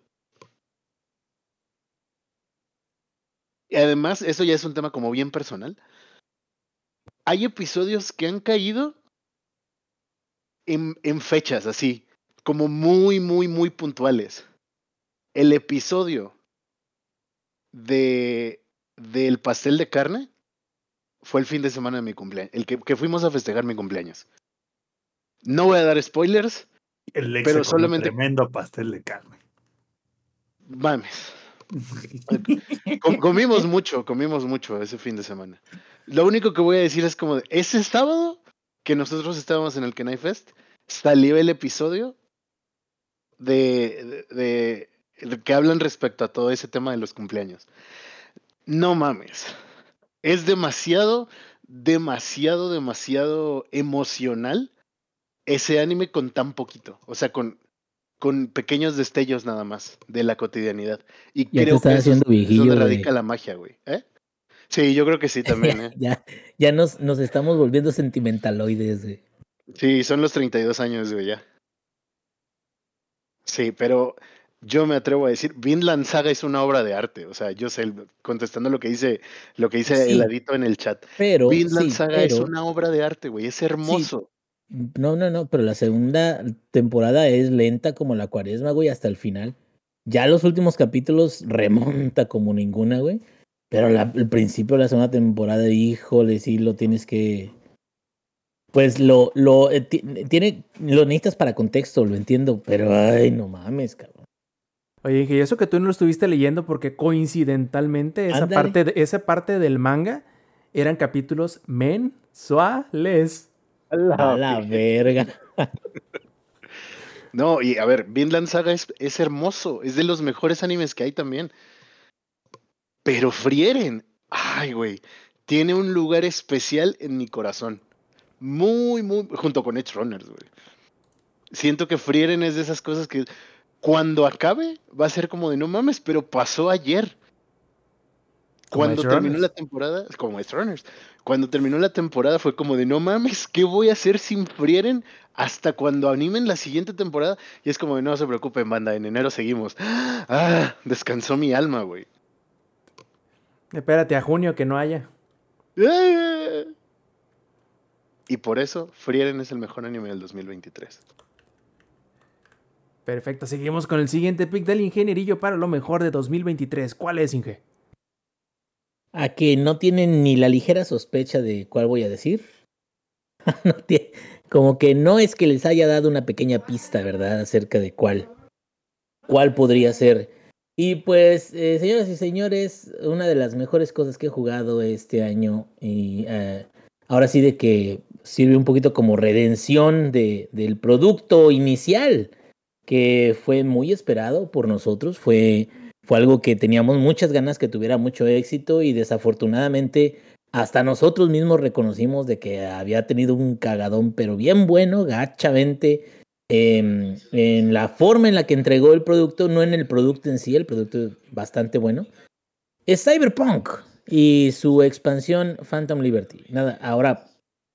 Y además, eso ya es un tema como bien personal. Hay episodios que han caído en, en fechas así, como muy, muy, muy puntuales. El episodio de del pastel de carne fue el fin de semana de mi cumpleaños, el que, que fuimos a festejar mi cumpleaños. No voy a dar spoilers, El Lex se pero comió un solamente tremendo pastel de carne. mames. Com- comimos mucho, comimos mucho ese fin de semana. Lo único que voy a decir es como de, ese sábado que nosotros estábamos en el Kenai Fest, salió el episodio de, de, de que hablan respecto a todo ese tema de los cumpleaños. No mames. Es demasiado, demasiado, demasiado emocional ese anime con tan poquito. O sea, con, con pequeños destellos nada más de la cotidianidad. Y Ya te creo que estás eso es, haciendo es donde viejillo, radica güey. la magia, güey. ¿Eh? Sí, yo creo que sí también, ¿eh? Ya, ya nos, nos estamos volviendo sentimentaloides, güey. Sí, son los treinta y dos años, güey, ya. Sí, pero yo me atrevo a decir, Vinland Saga es una obra de arte. O sea, yo sé, contestando lo que dice, lo que dice el Sí, adito en el chat. pero, Vinland sí, Saga es pero, una obra de arte, güey. Es sí, hermoso. no, no, no, pero la segunda temporada es lenta como la cuaresma, güey, hasta el final. Ya los últimos capítulos remonta como ninguna, güey. Pero la, el principio de la segunda temporada, híjole, sí lo tienes que. Pues lo, lo eh, ti- tiene, lo necesitas para contexto, lo entiendo, pero ay, no mames, cabrón. Oye, y eso que tú no lo estuviste leyendo porque coincidentalmente esa Ándale. parte, de, esa parte del manga eran capítulos mensuales. A la verga. No, y a ver, Vinland Saga es, es hermoso. Es de los mejores animes que hay también. Pero Frieren, ay, güey, tiene un lugar especial en mi corazón. Muy, muy, junto con Edge Runners, güey. Siento que Frieren es de esas cosas que cuando acabe va a ser como de no mames, pero pasó ayer. Como Cuando Edge terminó la Runners. temporada, como Edge Runners, cuando terminó la temporada fue como de no mames, ¿qué voy a hacer sin Frieren hasta cuando animen la siguiente temporada? Y es como de no se preocupen, banda, en enero seguimos. Ah, descansó mi alma, güey. Espérate a junio que no haya. Ah, Y por eso, Frieren es el mejor anime del dos mil veintitrés. Perfecto, seguimos con el siguiente pick del ingenierillo para lo mejor de dos mil veintitrés. ¿Cuál es, Inge? A que no tienen ni la ligera sospecha de cuál voy a decir. No tiene- como que no es que les haya dado una pequeña pista, ¿verdad? Acerca de cuál, cuál podría ser. Y pues, eh, señoras y señores, una de las mejores cosas que he jugado este año, y eh, ahora sí de que sirve un poquito como redención de, del producto inicial, que fue muy esperado por nosotros, fue, fue algo que teníamos muchas ganas que tuviera mucho éxito y desafortunadamente hasta nosotros mismos reconocimos de que había tenido un cagadón, pero bien bueno, gachamente, em, en la forma en la que entregó el producto, no en el producto en sí, el producto es bastante bueno. Es Cyberpunk y su expansión Phantom Liberty. Nada, ahora,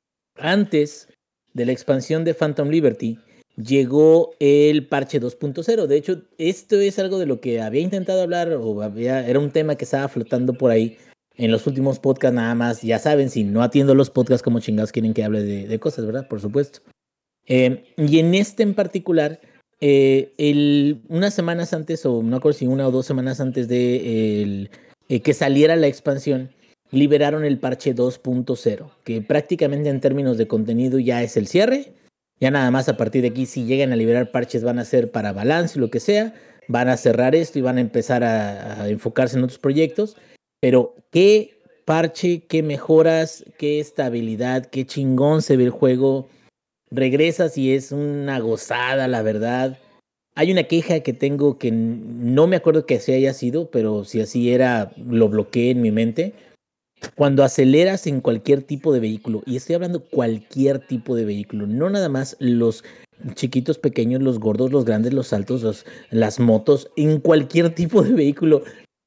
antes de la expansión de Phantom Liberty, llegó el parche dos punto cero. De hecho, esto es algo de lo que había intentado hablar, o había, era un tema que estaba flotando por ahí en los últimos podcasts nada más. Ya saben, si no atiendo los podcasts, como chingados quieren que hable de, de cosas, ¿verdad? Por supuesto. Eh, y en este en particular, eh, el, unas semanas antes, o no recuerdo si una o dos semanas antes de el, eh, que saliera la expansión, liberaron el parche dos punto cero, que prácticamente en términos de contenido ya es el cierre. Ya nada más a partir de aquí, si llegan a liberar parches, van a ser para balance, lo que sea. Van a cerrar esto y van a empezar a, a enfocarse en otros proyectos. Pero qué parche, qué mejoras, qué estabilidad, qué chingón se ve el juego. Regresas y es una gozada, la verdad. Hay una queja que tengo que no me acuerdo que así haya sido, pero si así era, lo bloqueé en mi mente. Cuando aceleras en cualquier tipo de vehículo, y estoy hablando cualquier tipo de vehículo, no nada más los chiquitos, pequeños, los gordos, los grandes, los altos, los, las motos, en cualquier tipo de vehículo,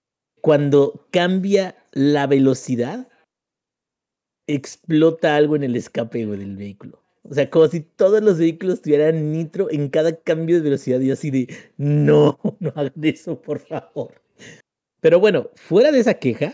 cuando cambia la velocidad, explota algo en el escape, güey, del vehículo. O sea, como si todos los vehículos tuvieran nitro en cada cambio de velocidad y así de, no, no hagan eso, por favor. Pero bueno, fuera de esa queja,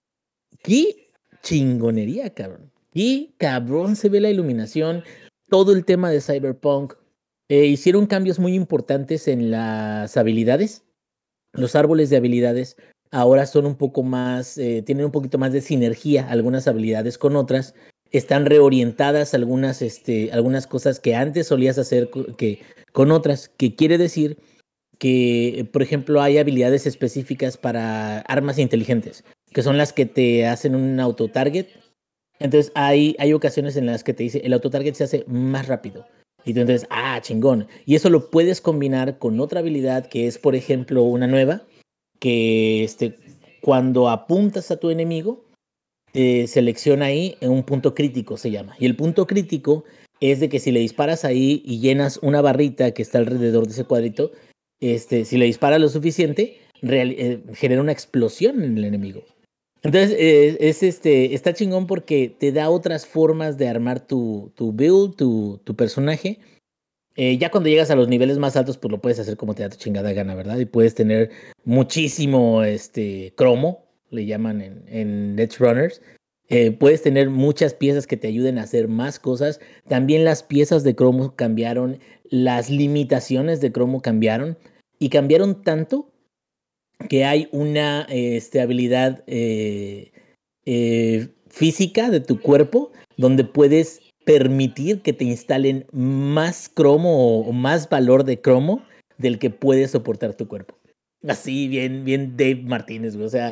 qué chingonería, cabrón. Qué cabrón se ve la iluminación, todo el tema de Cyberpunk. Eh, hicieron cambios muy importantes en las habilidades. Los árboles de habilidades ahora son un poco más, eh, tienen un poquito más de sinergia algunas habilidades con otras. Están reorientadas algunas, este, algunas cosas que antes solías hacer co- que, con otras, que quiere decir que, por ejemplo, hay habilidades específicas para armas inteligentes, que son las que te hacen un auto-target. Entonces hay, hay ocasiones en las que te dice el autotarget se hace más rápido. Y tú entonces, ah, chingón. Y eso lo puedes combinar con otra habilidad que es, por ejemplo, una nueva, que este, cuando apuntas a tu enemigo, te selecciona ahí en un punto crítico, se llama. Y el punto crítico es de que si le disparas ahí y llenas una barrita que está alrededor de ese cuadrito, este, si le disparas lo suficiente, real- eh, genera una explosión en el enemigo. Entonces, eh, es este, está chingón porque te da otras formas de armar tu, tu build, tu, tu personaje. Eh, ya cuando llegas a los niveles más altos, pues lo puedes hacer como te da tu chingada gana, ¿verdad? Y puedes tener muchísimo este, cromo, le llaman en, en Netzrunners. Eh, puedes tener muchas piezas que te ayuden a hacer más cosas. También las piezas de cromo cambiaron, las limitaciones de cromo cambiaron. Y cambiaron tanto que hay una este, habilidad eh, eh, física de tu cuerpo donde puedes permitir que te instalen más cromo o, o más valor de cromo del que puede soportar tu cuerpo. Así, bien, bien Dave Martínez, güey. O sea,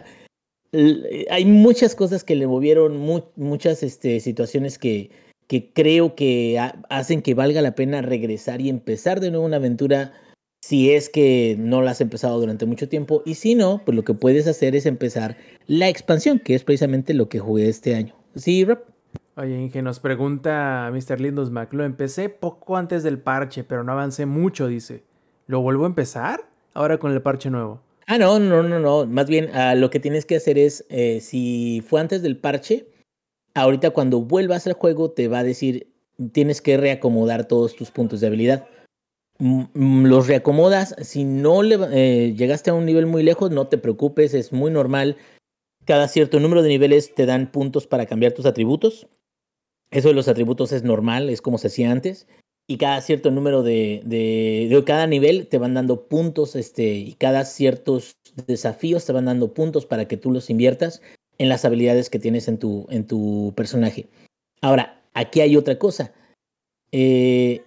l- hay muchas cosas que le movieron, mu- muchas este, situaciones que, que creo que ha- hacen que valga la pena regresar y empezar de nuevo una aventura si es que no la has empezado durante mucho tiempo. Y si no, pues lo que puedes hacer es empezar la expansión, que es precisamente lo que jugué este año. ¿Sí, Rob? Oye, Inge, nos pregunta mister Lindos Mac. Lo empecé poco antes del parche, pero no avancé mucho, dice. ¿Lo vuelvo a empezar? Ahora con el parche nuevo. Ah, no, no, no, no. Más bien, ah, lo que tienes que hacer es, eh, si fue antes del parche, ahorita cuando vuelvas al juego te va a decir, tienes que reacomodar todos tus puntos de habilidad. Mm, mm, Los reacomodas, si no le, eh, llegaste a un nivel muy lejos, no te preocupes, es muy normal. Cada cierto número de niveles te dan puntos para cambiar tus atributos. Eso de los atributos es normal, es como se hacía antes. Y cada cierto número de, de, de cada nivel te van dando puntos, este, y cada ciertos desafíos te van dando puntos para que tú los inviertas en las habilidades que tienes en tu, en tu personaje. Ahora, aquí hay otra cosa. Eh,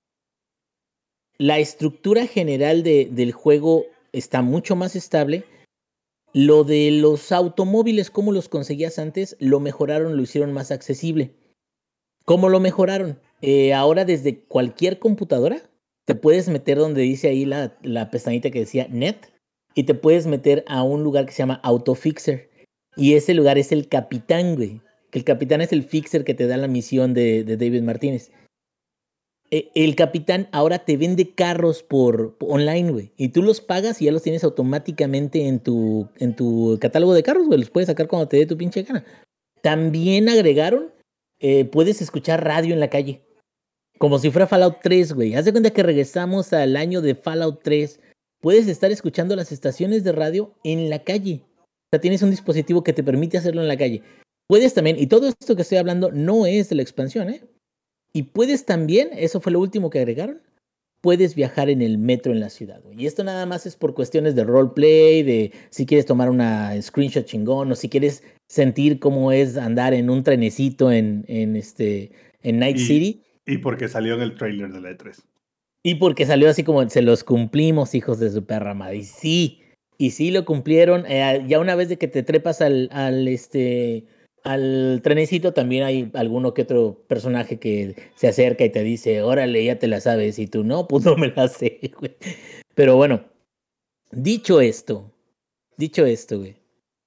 la estructura general de, del juego está mucho más estable. Lo de los automóviles, como los conseguías antes, lo mejoraron, lo hicieron más accesible. ¿Cómo lo mejoraron? Eh, ahora desde cualquier computadora te puedes meter donde dice ahí la, la pestañita que decía Net y te puedes meter a un lugar que se llama Autofixer. Y ese lugar es el capitán, güey. Que el capitán es el fixer que te da la misión de, de David Martínez. Eh, el capitán ahora te vende carros por, por online, güey. Y tú los pagas y ya los tienes automáticamente en tu, en tu catálogo de carros, güey. Los puedes sacar cuando te dé tu pinche gana. También agregaron, eh, puedes escuchar radio en la calle. Como si fuera Fallout tres, güey. Haz de cuenta que regresamos al año de Fallout tres. Puedes estar escuchando las estaciones de radio en la calle. O sea, tienes un dispositivo que te permite hacerlo en la calle. Puedes también, y todo esto que estoy hablando no es de la expansión, ¿eh? Y puedes también, eso fue lo último que agregaron, puedes viajar en el metro en la ciudad, güey. Y esto nada más es por cuestiones de roleplay, de si quieres tomar una screenshot chingón, o si quieres sentir cómo es andar en un trenecito en, en, este, en Night Y, City. y porque salió en el trailer de la E tres. Y porque salió así como, se los cumplimos, hijos de su perra madre. Y sí, y sí lo cumplieron. Eh, ya una vez de que te trepas al, al, este, al trenecito, también hay alguno que otro personaje que se acerca y te dice, órale, ya te la sabes. Y tú, no, pues no me la sé, güey. Pero bueno, dicho esto, dicho esto, güey.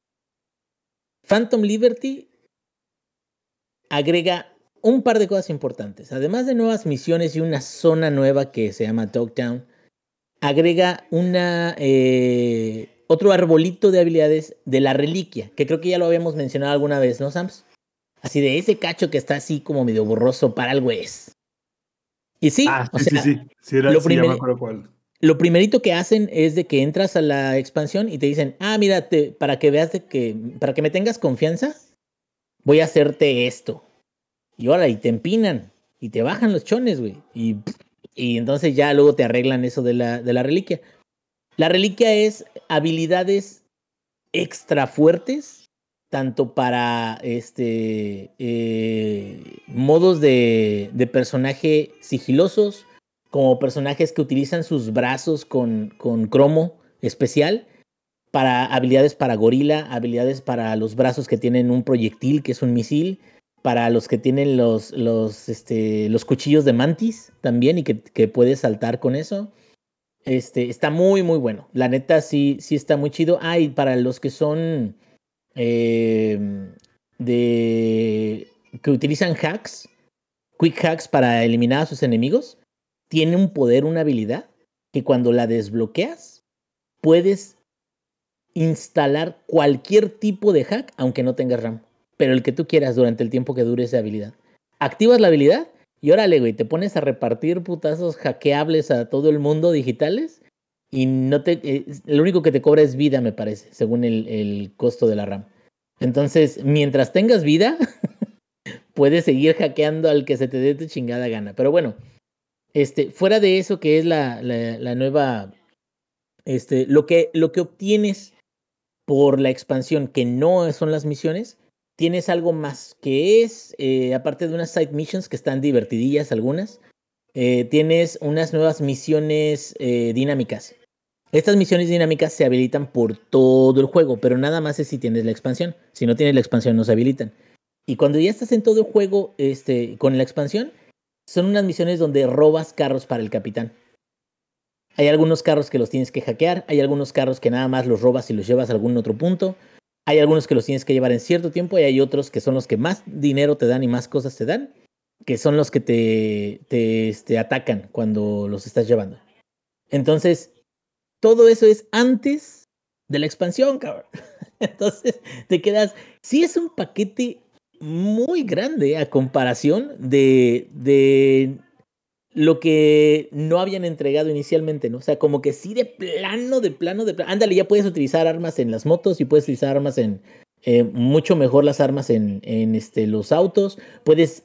Phantom Liberty agrega un par de cosas importantes. Además de nuevas misiones y una zona nueva que se llama Dogtown, agrega una eh, otro arbolito de habilidades de la reliquia, que creo que ya lo habíamos mencionado alguna vez, ¿no, Sams? Así de ese cacho que está así como medio borroso para algo es. Y sí, Ah, o sí, sí, sea, sí. Sí, era, lo, sí, ya me primer, acuerdo cuál. lo primerito que hacen es de que entras a la expansión y te dicen, ah, mira, te, para que veas de que, para que me tengas confianza, voy a hacerte esto. Y ahora, y te empinan, y te bajan los chones, güey. Y, y entonces ya luego te arreglan eso de la, de la reliquia. La reliquia es habilidades extra fuertes, tanto para este eh, modos de, de personaje sigilosos, como personajes que utilizan sus brazos con, con cromo especial, para habilidades para gorila, habilidades para los brazos que tienen un proyectil, que es un misil, para los que tienen los, los, este, los cuchillos de mantis también y que, que puedes saltar con eso. Este, está muy, muy bueno. La neta sí, sí está muy chido. Ah, y para los que son eh, de que utilizan hacks, quick hacks para eliminar a sus enemigos, tiene un poder, una habilidad, que cuando la desbloqueas, puedes instalar cualquier tipo de hack, aunque no tengas RAM, pero el que tú quieras durante el tiempo que dure esa habilidad. Activas la habilidad y órale, güey, te pones a repartir putazos hackeables a todo el mundo digitales y no te, eh, lo único que te cobra es vida, me parece, según el, el costo de la RAM. Entonces, mientras tengas vida, puedes seguir hackeando al que se te dé tu chingada gana. Pero bueno, este, fuera de eso que es la, la, la nueva, este, lo que, lo que obtienes por la expansión, que no son las misiones, tienes algo más, que es, eh, aparte de unas side missions que están divertidillas algunas, eh, tienes unas nuevas misiones eh, dinámicas. Estas misiones dinámicas se habilitan por todo el juego, pero nada más es si tienes la expansión. Si no tienes la expansión, no se habilitan. Y cuando ya estás en todo el juego este, con la expansión, son unas misiones donde robas carros para el capitán. Hay algunos carros que los tienes que hackear, hay algunos carros que nada más los robas y los llevas a algún otro punto, hay algunos que los tienes que llevar en cierto tiempo y hay otros que son los que más dinero te dan y más cosas te dan, que son los que te, te este, atacan cuando los estás llevando. Entonces, todo eso es antes de la expansión, cabrón. Entonces, te quedas, sí es un paquete muy grande a comparación de... de lo que no habían entregado inicialmente, ¿no? O sea, como que sí de plano, de plano, de plano. Ándale, ya puedes utilizar armas en las motos y puedes utilizar armas en... Eh, mucho mejor las armas en, en este, los autos. Puedes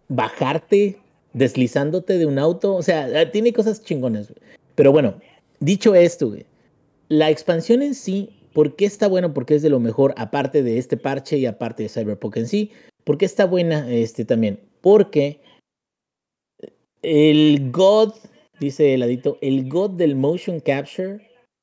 bajarte deslizándote de un auto. O sea, tiene cosas chingonas, güey. Pero bueno, dicho esto, güey, la expansión en sí, ¿por qué está bueno? Porque es de lo mejor, aparte de este parche y aparte de Cyberpunk en sí. ¿Por qué está buena este también? Porque el God, dice el adito, el God del motion capture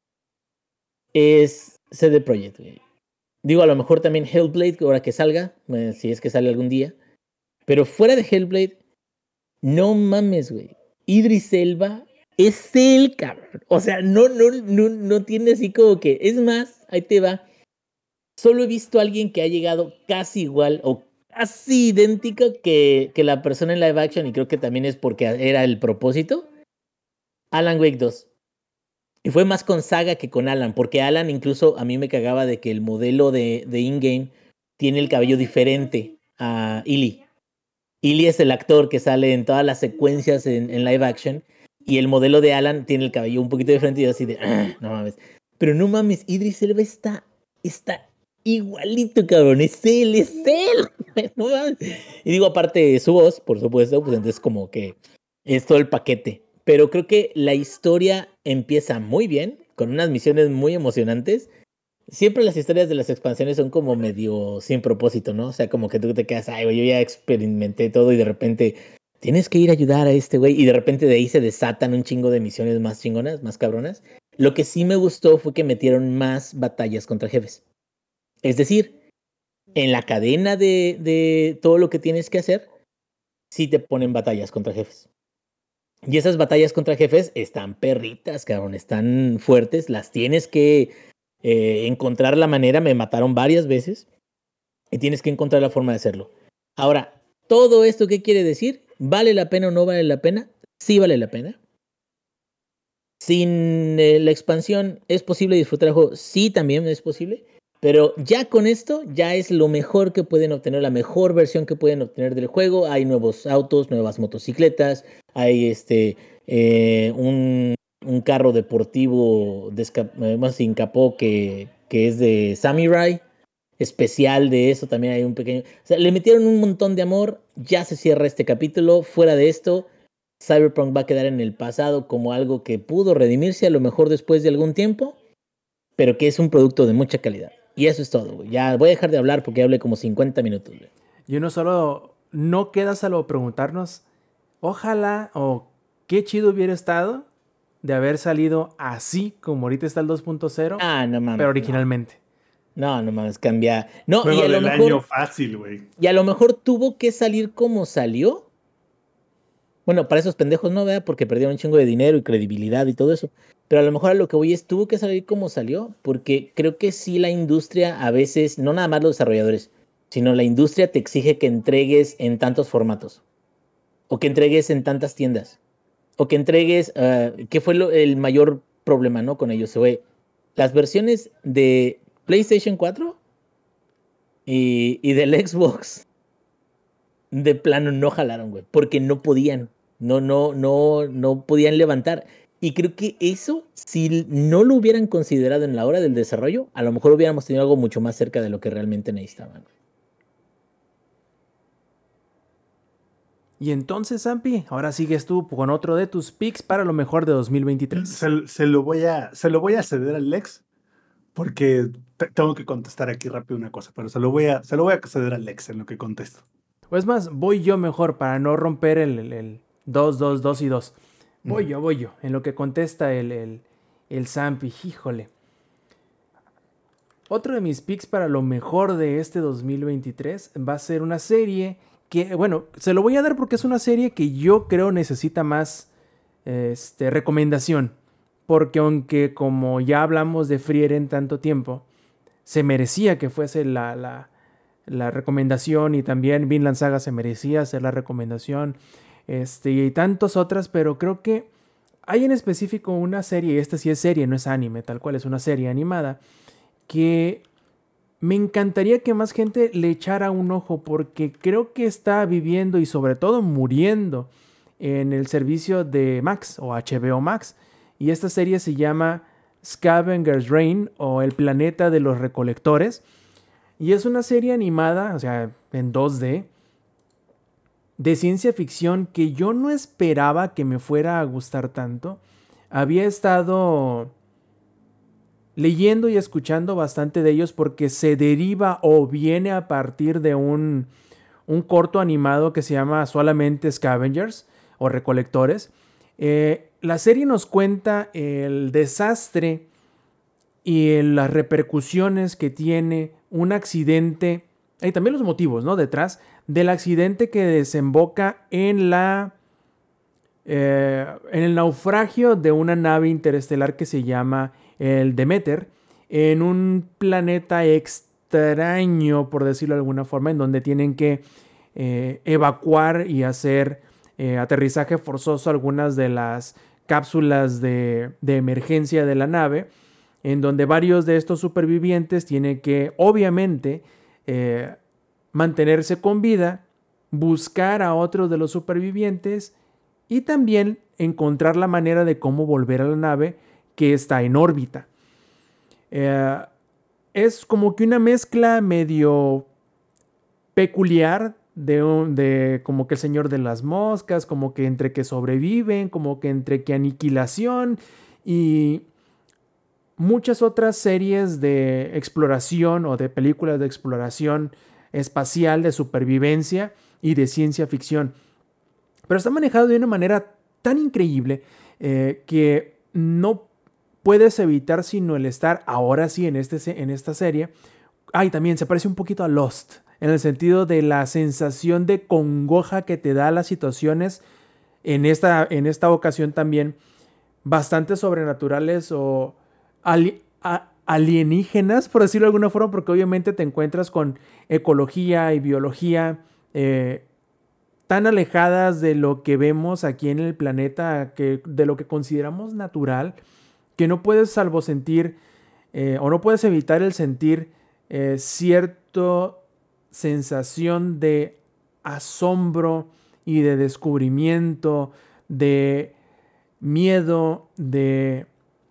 es C D Projekt, güey. Digo, a lo mejor también Hellblade, ahora que salga, eh, si es que sale algún día. Pero fuera de Hellblade, no mames, güey. Idris Elba es el cabrón. O sea, no, no, no, no tiene así como que. Es más, ahí te va. Solo he visto a alguien que ha llegado casi igual o casi idéntico que, que la persona en live action, y creo que también es porque era el propósito. Alan Wake dos. Y fue más con Saga que con Alan, porque Alan incluso a mí me cagaba de que el modelo de, de in-game tiene el cabello diferente a Illy. Illy es el actor que sale en todas las secuencias en, en live action, y el modelo de Alan tiene el cabello un poquito diferente y yo así de, "Ah, no mames". Pero no mames, Idris Elba está, está igualito, cabrón, es él, es él. No mames. Y digo, aparte su voz, por supuesto, pues entonces como que es todo el paquete. Pero creo que la historia empieza muy bien, con unas misiones muy emocionantes. Siempre las historias de las expansiones son como medio sin propósito, ¿no? O sea, como que tú te quedas, ay, güey, yo ya experimenté todo y de repente tienes que ir a ayudar a este güey y de repente de ahí se desatan un chingo de misiones más chingonas, más cabronas. Lo que sí me gustó fue que metieron más batallas contra jefes. Es decir, en la cadena de, de todo lo que tienes que hacer, sí te ponen batallas contra jefes. Y esas batallas contra jefes están perritas, cabrón, están fuertes, las tienes que eh, encontrar la manera. Me mataron varias veces y tienes que encontrar la forma de hacerlo. Ahora, ¿todo esto qué quiere decir? ¿Vale la pena o no vale la pena? Sí vale la pena. Sin eh, la expansión, ¿es posible disfrutar el juego? Sí, también es posible. Pero ya con esto, ya es lo mejor que pueden obtener, la mejor versión que pueden obtener del juego. Hay nuevos autos, nuevas motocicletas, hay este eh, un, un carro deportivo desca- más sin capó que, que es de Samurai. Especial de eso, también hay un pequeño. O sea, le metieron un montón de amor. Ya se cierra este capítulo. Fuera de esto, Cyberpunk va a quedar en el pasado como algo que pudo redimirse a lo mejor después de algún tiempo, pero que es un producto de mucha calidad. Y eso es todo, güey. Ya voy a dejar de hablar porque hablé como cincuenta minutos, güey. Y uno solo no queda salvo preguntarnos, ojalá o qué chido hubiera estado de haber salido así como ahorita está el dos punto cero, Ah, no mames. pero originalmente. No, no mames, cambia. No, Juego y a lo del mejor. año fácil, güey. Y a lo mejor tuvo que salir como salió. Bueno, para esos pendejos no, ¿verdad? Porque perdieron un chingo de dinero y credibilidad y todo eso. Pero a lo mejor a lo que voy es, tuvo que salir como salió, porque creo que sí la industria a veces, no nada más los desarrolladores, sino la industria te exige que entregues en tantos formatos, o que entregues en tantas tiendas, o que entregues, uh, ¿qué fue lo, el mayor problema, no? Con ellos, fue las versiones de PlayStation cuatro y, y del Xbox, de plano no jalaron, güey, porque no podían. No, no, no, no podían levantar. Y creo que eso, si no lo hubieran considerado en la hora del desarrollo, a lo mejor hubiéramos tenido algo mucho más cerca de lo que realmente necesitaban. Y entonces, Zampi, ahora sigues tú con otro de tus picks para lo mejor de dos mil veintitrés. Se, se lo voy a, se lo voy a ceder al Lex, porque te- tengo que contestar aquí rápido una cosa, pero se lo voy a, se lo voy a ceder al Lex en lo que contesto. Pues más, voy yo mejor para no romper el, el, el dos, dos, dos y dos. Voy yo, voy yo, en lo que contesta el, el, el Zampi, híjole. Otro de mis picks para lo mejor de este dos mil veintitrés va a ser una serie que, bueno, se lo voy a dar porque es una serie que yo creo necesita más este, recomendación. Porque aunque como ya hablamos de Frieren en tanto tiempo, se merecía que fuese la, la, la recomendación, y también Vinland Saga se merecía hacer la recomendación, este, y tantas otras, pero creo que hay en específico una serie, y esta sí es serie, no es anime, tal cual es una serie animada, que me encantaría que más gente le echara un ojo, porque creo que está viviendo y sobre todo muriendo en el servicio de Max o H B O Max. Y esta serie se llama Scavenger's Reign, o El planeta de los recolectores. Y es una serie animada, o sea, en dos D, de ciencia ficción que yo no esperaba que me fuera a gustar tanto. Había estado leyendo y escuchando bastante de ellos porque se deriva o viene a partir de un, un corto animado que se llama solamente Scavengers o Recolectores. Eh, la serie nos cuenta el desastre y las repercusiones que tiene un accidente y también los motivos, ¿no?, detrás del accidente que desemboca en la eh, en el naufragio de una nave interestelar que se llama el Demeter, en un planeta extraño, por decirlo de alguna forma, en donde tienen que eh, evacuar y hacer eh, aterrizaje forzoso algunas de las cápsulas de, de emergencia de la nave, en donde varios de estos supervivientes tienen que, obviamente, eh, mantenerse con vida, buscar a otros de los supervivientes y también encontrar la manera de cómo volver a la nave que está en órbita. Eh, es como que una mezcla medio peculiar de, un, de como que el Señor de las Moscas, como que entre que sobreviven, como que entre que Aniquilación y muchas otras series de exploración o de películas de exploración espacial, de supervivencia y de ciencia ficción. Pero está manejado de una manera tan increíble eh, que no puedes evitar sino el estar ahora sí en, este, en esta serie. Ah, y también se parece un poquito a Lost, en el sentido de la sensación de congoja que te da las situaciones, en esta, en esta ocasión también bastante sobrenaturales o ali, a, alienígenas, por decirlo de alguna forma, porque obviamente te encuentras con ecología y biología eh, tan alejadas de lo que vemos aquí en el planeta, que, de lo que consideramos natural, que no puedes salvo sentir eh, o no puedes evitar el sentir eh, cierta sensación de asombro y de descubrimiento, de miedo, de...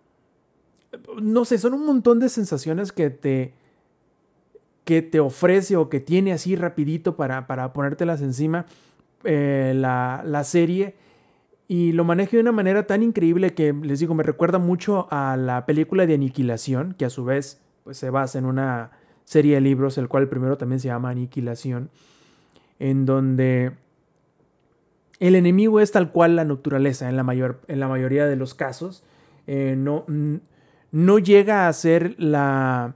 no sé, son un montón de sensaciones que te, que te ofrece o que tiene así rapidito para, para ponértelas encima eh, la, la serie. Y lo maneja de una manera tan increíble que, les digo, me recuerda mucho a la película de Aniquilación, que a su vez pues, se basa en una serie de libros, el cual el primero también se llama Aniquilación, en donde el enemigo es tal cual la naturaleza en la, mayor, en la mayoría de los casos. Eh, no, no llega a ser la,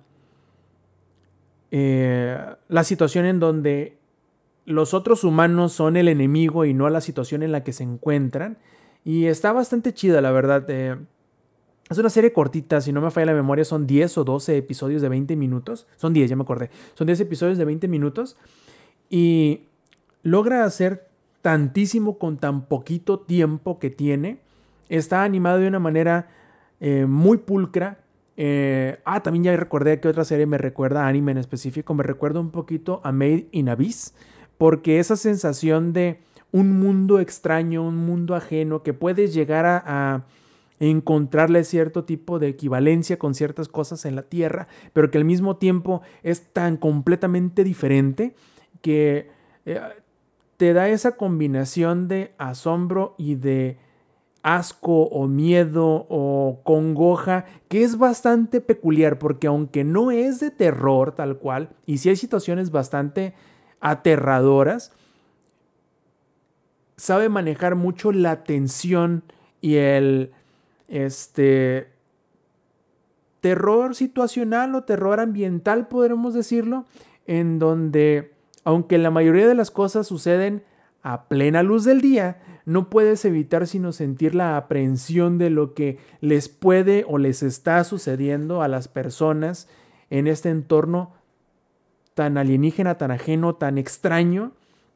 eh, la situación en donde los otros humanos son el enemigo y no la situación en la que se encuentran. Y está bastante chida, la verdad. Eh, es una serie cortita, si no me falla la memoria, son diez o doce episodios de veinte minutos. Son diez, ya me acordé. Son diez episodios de veinte minutos. Y logra hacer tantísimo con tan poquito tiempo que tiene. Está animado de una manera eh, muy pulcra. Eh, ah, también ya recordé que otra serie me recuerda, anime en específico, me recuerda un poquito a Made in Abyss. Porque esa sensación de un mundo extraño, un mundo ajeno, que puedes llegar a, a encontrarle cierto tipo de equivalencia con ciertas cosas en la Tierra, pero que al mismo tiempo es tan completamente diferente que eh, te da esa combinación de asombro y de asco o miedo o congoja que es bastante peculiar, porque aunque no es de terror tal cual, y sí hay situaciones bastante aterradoras, sabe manejar mucho la tensión y el este terror situacional o terror ambiental, podremos decirlo, en donde, aunque la mayoría de las cosas suceden a plena luz del día, no puedes evitar sino sentir la aprehensión de lo que les puede o les está sucediendo a las personas en este entorno tan alienígena, tan ajeno, tan extraño.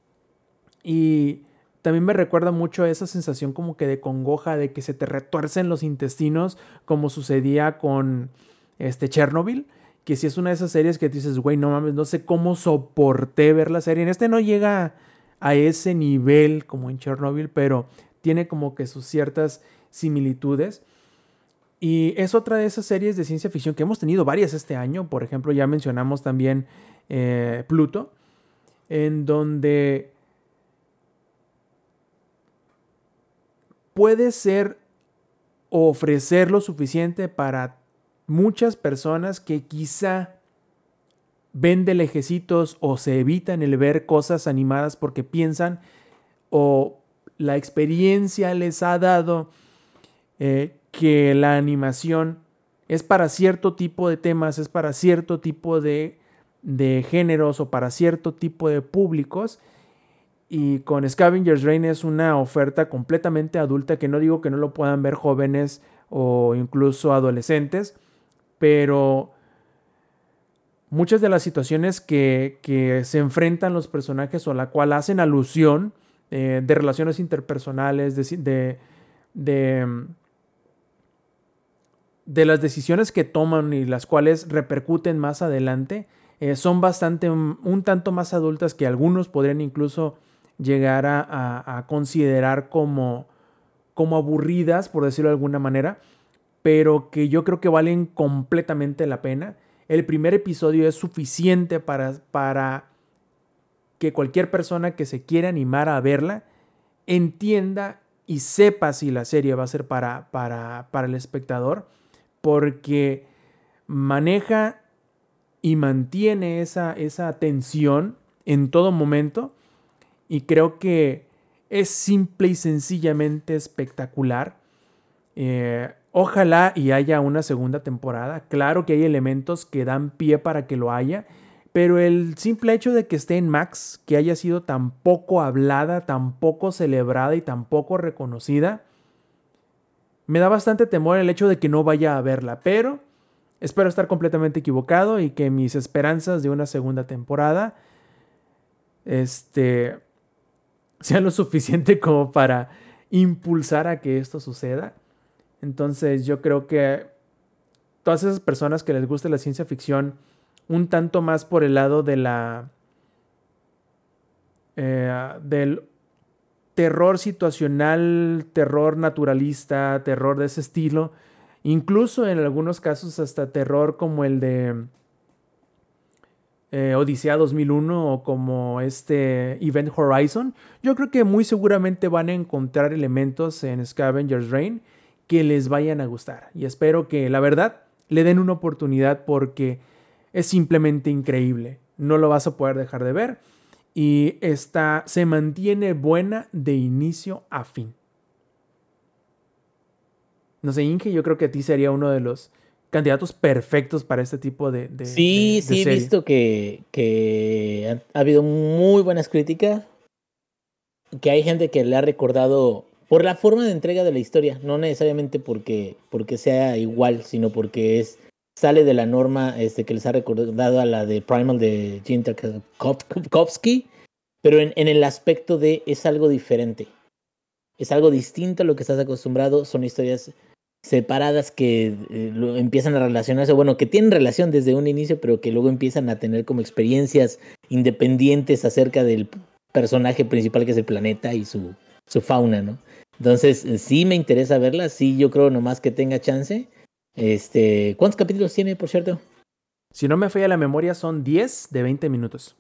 Y también me recuerda mucho a esa sensación como que de congoja, de que se te retuercen los intestinos, como sucedía con este Chernobyl, que si es una de esas series que dices, güey, no mames, no sé cómo soporté ver la serie. En este no llega a ese nivel como en Chernobyl, pero tiene como que sus ciertas similitudes. Y es otra de esas series de ciencia ficción que hemos tenido varias este año. Por ejemplo, ya mencionamos también eh, Pluto, en donde puede ser o ofrecer lo suficiente para muchas personas que quizá ven de lejecitos o se evitan el ver cosas animadas porque piensan o la experiencia les ha dado eh, que la animación es para cierto tipo de temas, es para cierto tipo de, de géneros o para cierto tipo de públicos. Y con Scavenger's Reign es una oferta completamente adulta, que no digo que no lo puedan ver jóvenes o incluso adolescentes, pero muchas de las situaciones que, que se enfrentan los personajes o a la cual hacen alusión eh, de relaciones interpersonales, de, de, de, de las decisiones que toman y las cuales repercuten más adelante, eh, son bastante, un, un tanto más adultas que algunos podrían incluso llegar a, a, a considerar como, como aburridas, por decirlo de alguna manera, pero que yo creo que valen completamente la pena. El primer episodio es suficiente para, para que cualquier persona que se quiera animar a verla entienda y sepa si la serie va a ser para, para, para el espectador, porque maneja y mantiene esa, esa tensión en todo momento. Y creo que es simple y sencillamente espectacular. Eh, ojalá y haya una segunda temporada. Claro que hay elementos que dan pie para que lo haya, pero el simple hecho de que esté en Max, que haya sido tan poco hablada, tan poco celebrada y tan poco reconocida, me da bastante temor el hecho de que no vaya a verla. Pero espero estar completamente equivocado y que mis esperanzas de una segunda temporada Este... sea lo suficiente como para impulsar a que esto suceda. Entonces yo creo que todas esas personas que les guste la ciencia ficción un tanto más por el lado de la eh, del terror situacional, terror naturalista, terror de ese estilo, incluso en algunos casos hasta terror como el de Eh, Odisea dos mil uno o como este Event Horizon, yo creo que muy seguramente van a encontrar elementos en Scavenger's Reign que les vayan a gustar, y espero que la verdad le den una oportunidad porque es simplemente increíble, no lo vas a poder dejar de ver y está, se mantiene buena de inicio a fin. No sé, Inge, yo creo que a ti sería uno de los candidatos perfectos para este tipo de, de Sí, de, de sí, he serie. visto que, que ha, ha habido muy buenas críticas, que hay gente que le ha recordado por la forma de entrega de la historia, no necesariamente porque, porque sea igual, sino porque es sale de la norma este, que les ha recordado a la de Primal de Gene Tartakovsky, pero en, en el aspecto de es algo diferente, es algo distinto a lo que estás acostumbrado, son historias separadas que eh, lo, empiezan a relacionarse, bueno, que tienen relación desde un inicio, pero que luego empiezan a tener como experiencias independientes acerca del personaje principal que es el planeta y su, su fauna, ¿no? Entonces, eh, sí me interesa verla, sí yo creo nomás que tenga chance. Este, ¿cuántos capítulos tiene, por cierto? Si no me falla la memoria, son diez de veinte minutos.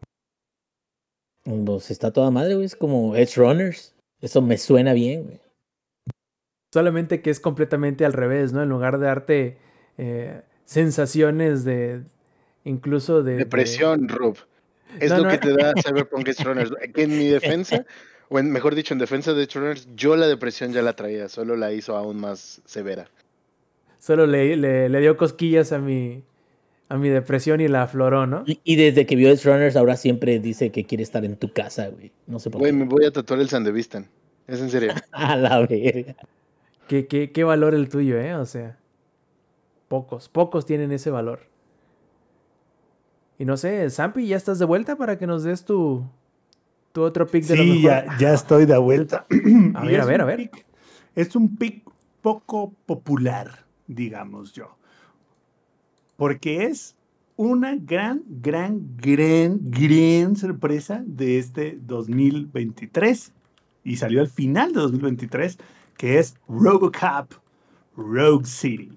Pues está toda madre, güey, es como Edge Runners. Eso me suena bien, güey. Solamente que es completamente al revés, ¿no? En lugar de darte eh, sensaciones de, incluso de... Depresión, de... Rob. Es No, lo no. que te da Cyberpunk Edge Runners. Que en mi defensa, o en, mejor dicho, en defensa de Edge Runners, yo la depresión ya la traía, solo la hizo aún más severa. Solo le, le, le dio cosquillas a mi, a mi depresión y la afloró, ¿no? Y, y desde que vio Edge Runners, ahora siempre dice que quiere estar en tu casa, güey. No sé por Güey, qué. me voy a tatuar el Sandevistan. Es en serio. A la verga. ¿Qué, qué, qué valor el tuyo, ¿eh? O sea, pocos, pocos tienen ese valor. Y no sé, Zampi, ¿ya estás de vuelta para que nos des tu, tu otro pick de lo Sí, mejor? ya, ya estoy de vuelta. A Y ver, es a ver, un a ver. pick- es un pick poco popular, digamos yo. Porque es una gran, gran, gran, gran sorpresa de este dos mil veintitrés. Y salió al final de dos mil veintitrés, que es RoboCop Rogue City.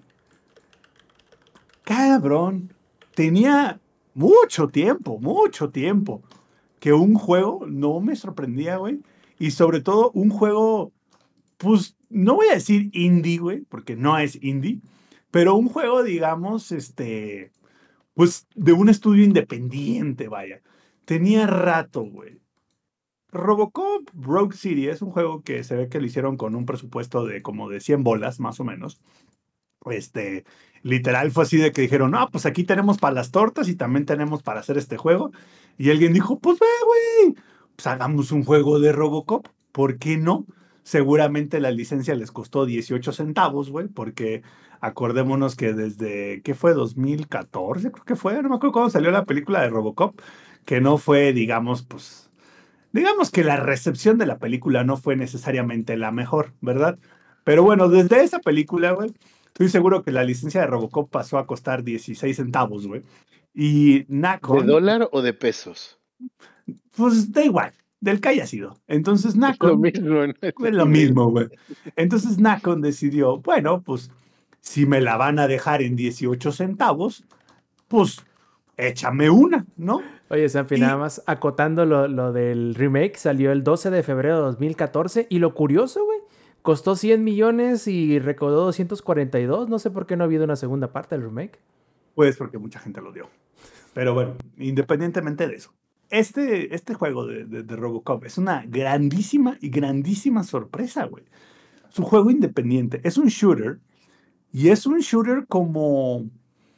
Cabrón, tenía mucho tiempo, mucho tiempo que un juego no me sorprendía, güey. Y sobre todo un juego pues, no voy a decir indie, güey, porque no es indie, pero un juego, digamos, este, pues, de un estudio independiente, vaya. Tenía rato, güey. Robocop Rogue City es un juego que se ve que lo hicieron con un presupuesto de como de cien bolas, más o menos. Este, literal fue así de que dijeron, no, pues aquí tenemos para las tortas y también tenemos para hacer este juego. Y alguien dijo, pues ve, güey, pues hagamos un juego de Robocop. ¿Por qué no? Seguramente la licencia les costó dieciocho centavos, güey, porque acordémonos que desde, ¿qué fue? dos mil catorce, creo que fue, no me acuerdo cuándo salió la película de Robocop, que no fue, digamos, pues, digamos que la recepción de la película no fue necesariamente la mejor, ¿verdad? Pero bueno, desde esa película, güey, estoy seguro que la licencia de Robocop pasó a costar dieciséis centavos, güey. Y ¿De Nacon, dólar o de pesos? pues da igual, del que haya sido. Entonces Es lo Nacon, mismo, ¿no? es lo mismo, güey. Entonces Nacon decidió, bueno, pues si me la van a dejar en dieciocho centavos, pues échame una, ¿no? Oye, Sampi, Y nada más acotando lo, lo del remake, salió el doce de febrero de dos mil catorce y lo curioso, güey, costó cien millones y recaudó doscientos cuarenta y dos. No sé por qué no ha habido una segunda parte del remake. pues porque mucha gente lo dio. Pero bueno, independientemente de eso, este, este juego de, de, de Robocop es una grandísima y grandísima sorpresa, güey. Es un juego independiente, es un shooter y es un shooter como,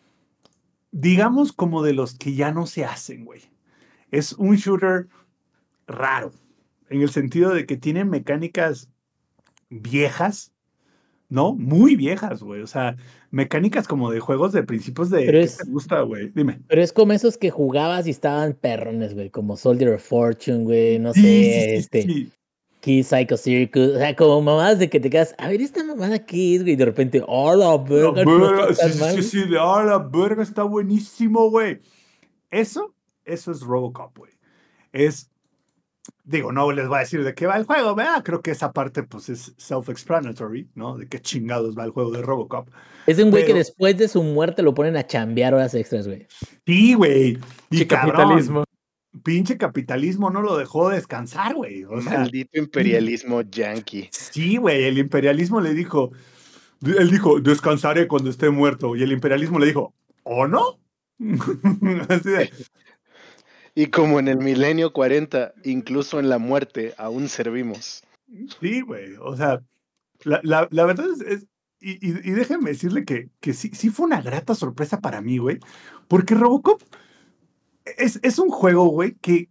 digamos, como de los que ya no se hacen, güey. Es un shooter raro, en el sentido de que tiene mecánicas viejas, ¿no? Muy viejas, güey. O sea, mecánicas como de juegos de principios de... Pero ¿Qué te es, gusta, güey? Dime. pero es como esos que jugabas y estaban perrones, güey, como Soldier of Fortune, güey, no Sí, sí, sé, sí, este, sí. Key Psycho Circus, o sea, como mamadas de que te quedas, a ver, esta mamada qué es, güey, y de repente, oh, la La verga, no verga, está sí, tan sí, mal, sí, güey. sí, de ah, la verga, está buenísimo, güey. Eso, eso es Robocop, güey. Es, digo, no les voy a decir de qué va el juego, ¿verdad? Creo que esa parte, pues, es self-explanatory, ¿no? De qué chingados va el juego de Robocop. Es de un güey que Pero, después de su muerte lo ponen a chambear horas extras, güey. sí, güey. Y Che, cabrón, capitalismo. pinche capitalismo no lo dejó descansar, güey. O sea, Maldito imperialismo yanqui. sí, güey, el imperialismo le dijo, él dijo, descansaré cuando esté muerto. Y el imperialismo le dijo, ¿o no? Así de, Y como en el milenio cuarenta, incluso en la muerte, aún servimos. sí, güey. O sea, la, la, la verdad es, es y, y, y déjenme decirle que, que sí, sí fue una grata sorpresa para mí, güey. Porque Robocop es, es un juego, güey, que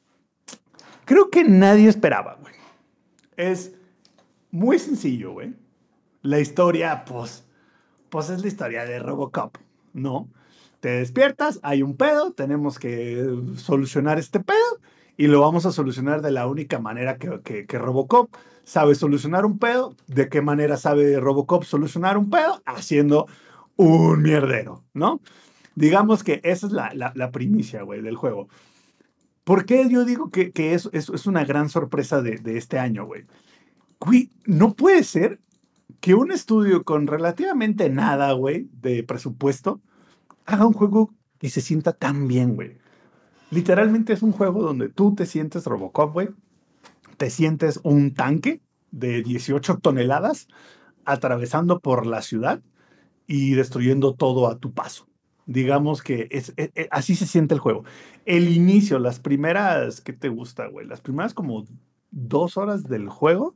creo que nadie esperaba, güey. Es muy sencillo, güey. La historia, pues, pues es la historia de Robocop, ¿no? Te despiertas, hay un pedo, tenemos que solucionar este pedo y lo vamos a solucionar de la única manera que, que, que Robocop sabe solucionar un pedo. ¿De qué manera sabe Robocop solucionar un pedo? Haciendo un mierdero, ¿no? Digamos que esa es la, la, la primicia, güey, del juego. ¿Por qué yo digo que, que eso es, es una gran sorpresa de, de este año, güey? Güey, no puede ser que un estudio con relativamente nada, güey, de presupuesto, haga un juego que se sienta tan bien, güey. Literalmente es un juego donde tú te sientes Robocop, güey. Te sientes un tanque de dieciocho toneladas atravesando por la ciudad y destruyendo todo a tu paso. Digamos que es, es- es- así se siente el juego. El inicio, las primeras, ¿qué te gusta, güey? Las primeras como dos horas del juego.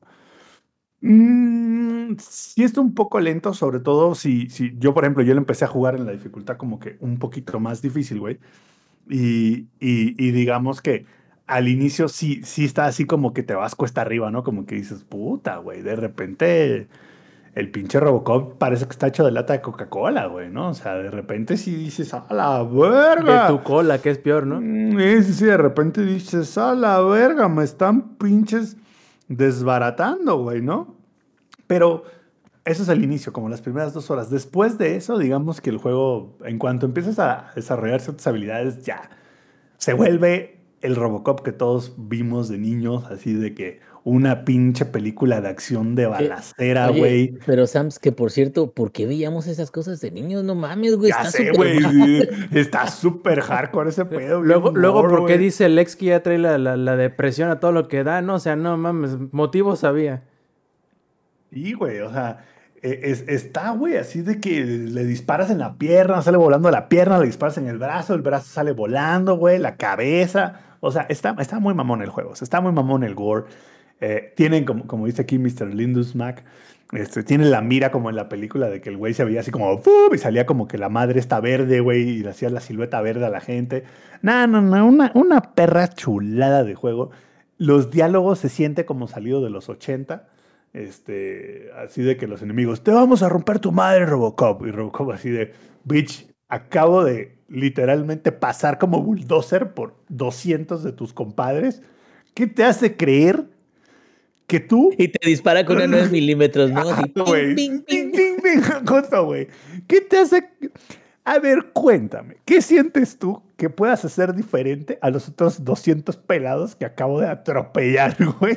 Mm, sí está un poco lento, sobre todo si, si yo, por ejemplo, yo lo empecé a jugar en la dificultad como que un poquito más difícil, güey. Y, y, y digamos que al inicio sí, sí está así como que te vas cuesta arriba, ¿no? Como que dices, puta, güey, de repente el pinche Robocop parece que está hecho de lata de Coca-Cola, güey, ¿no? O sea, de repente sí dices, a la De verga. tu cola, que es peor, ¿no? Mm, Sí, sí, sí, de repente dices, a la verga, me están pinches desbaratando, güey, ¿no? Pero eso es el inicio, como las primeras dos horas. Después de eso, digamos que el juego, en cuanto empiezas a desarrollar ciertas habilidades, ya se vuelve el Robocop que todos vimos de niños, así de que una pinche película de acción de Que, balacera, oye, güey. pero Sams, que por cierto, ¿por qué veíamos esas cosas de niños? No mames, güey, Ya está sé, súper güey. mal. sí, Está súper hardcore ese pedo, bien Luego, luego morro, ¿por qué güey. dice Lex que ya trae la, la, la depresión a todo lo que da? No, o sea, no mames, motivos había. Y, güey, o sea, e- es- está, güey, así de que le disparas en la pierna, sale volando la pierna, le disparas en el brazo, el brazo sale volando, güey, la cabeza. O sea, está, está muy mamón el juego, o sea, está muy mamón el gore. Eh, tienen, como, como dice aquí mister Lindus Mac, este, tiene la mira como en la película de que el güey se veía así como ¡fum! Y salía como que la madre está verde, güey, y le hacía la silueta verde a la gente. No, no, no, una, una perra chulada de juego. Los diálogos se siente como salido de los ochenta. Este, así de que los enemigos, te vamos a romper tu madre, Robocop. Y Robocop así de, bitch, acabo de literalmente pasar como bulldozer por doscientos de tus compadres. ¿Qué te hace creer que tú... Y te dispara con una nueve milímetros, ¿no? Ajá, Así, ping, güey. ping, Ding, ping. ding, ding, justo, güey. ¿Qué te hace... A ver, cuéntame, ¿qué sientes tú que puedas hacer diferente a los otros doscientos pelados que acabo de atropellar, güey?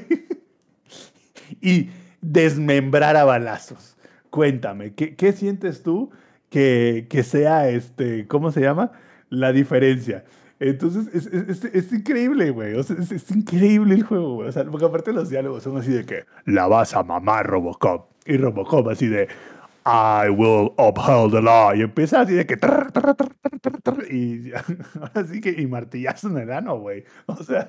Y desmembrar a balazos. Cuéntame, ¿qué, qué sientes tú que, que sea, este, ¿cómo se llama? La diferencia. Entonces, es, es- es- es increíble, güey. O sea, es, es increíble el juego, güey. O sea, porque aparte los diálogos son así de que la vas a mamar, Robocop. Y Robocop así de I will uphold the law. Y empieza así de que trr, trr, trr, trr, trr, trr, y ahora sí que y martillazo en el ano, güey. O sea,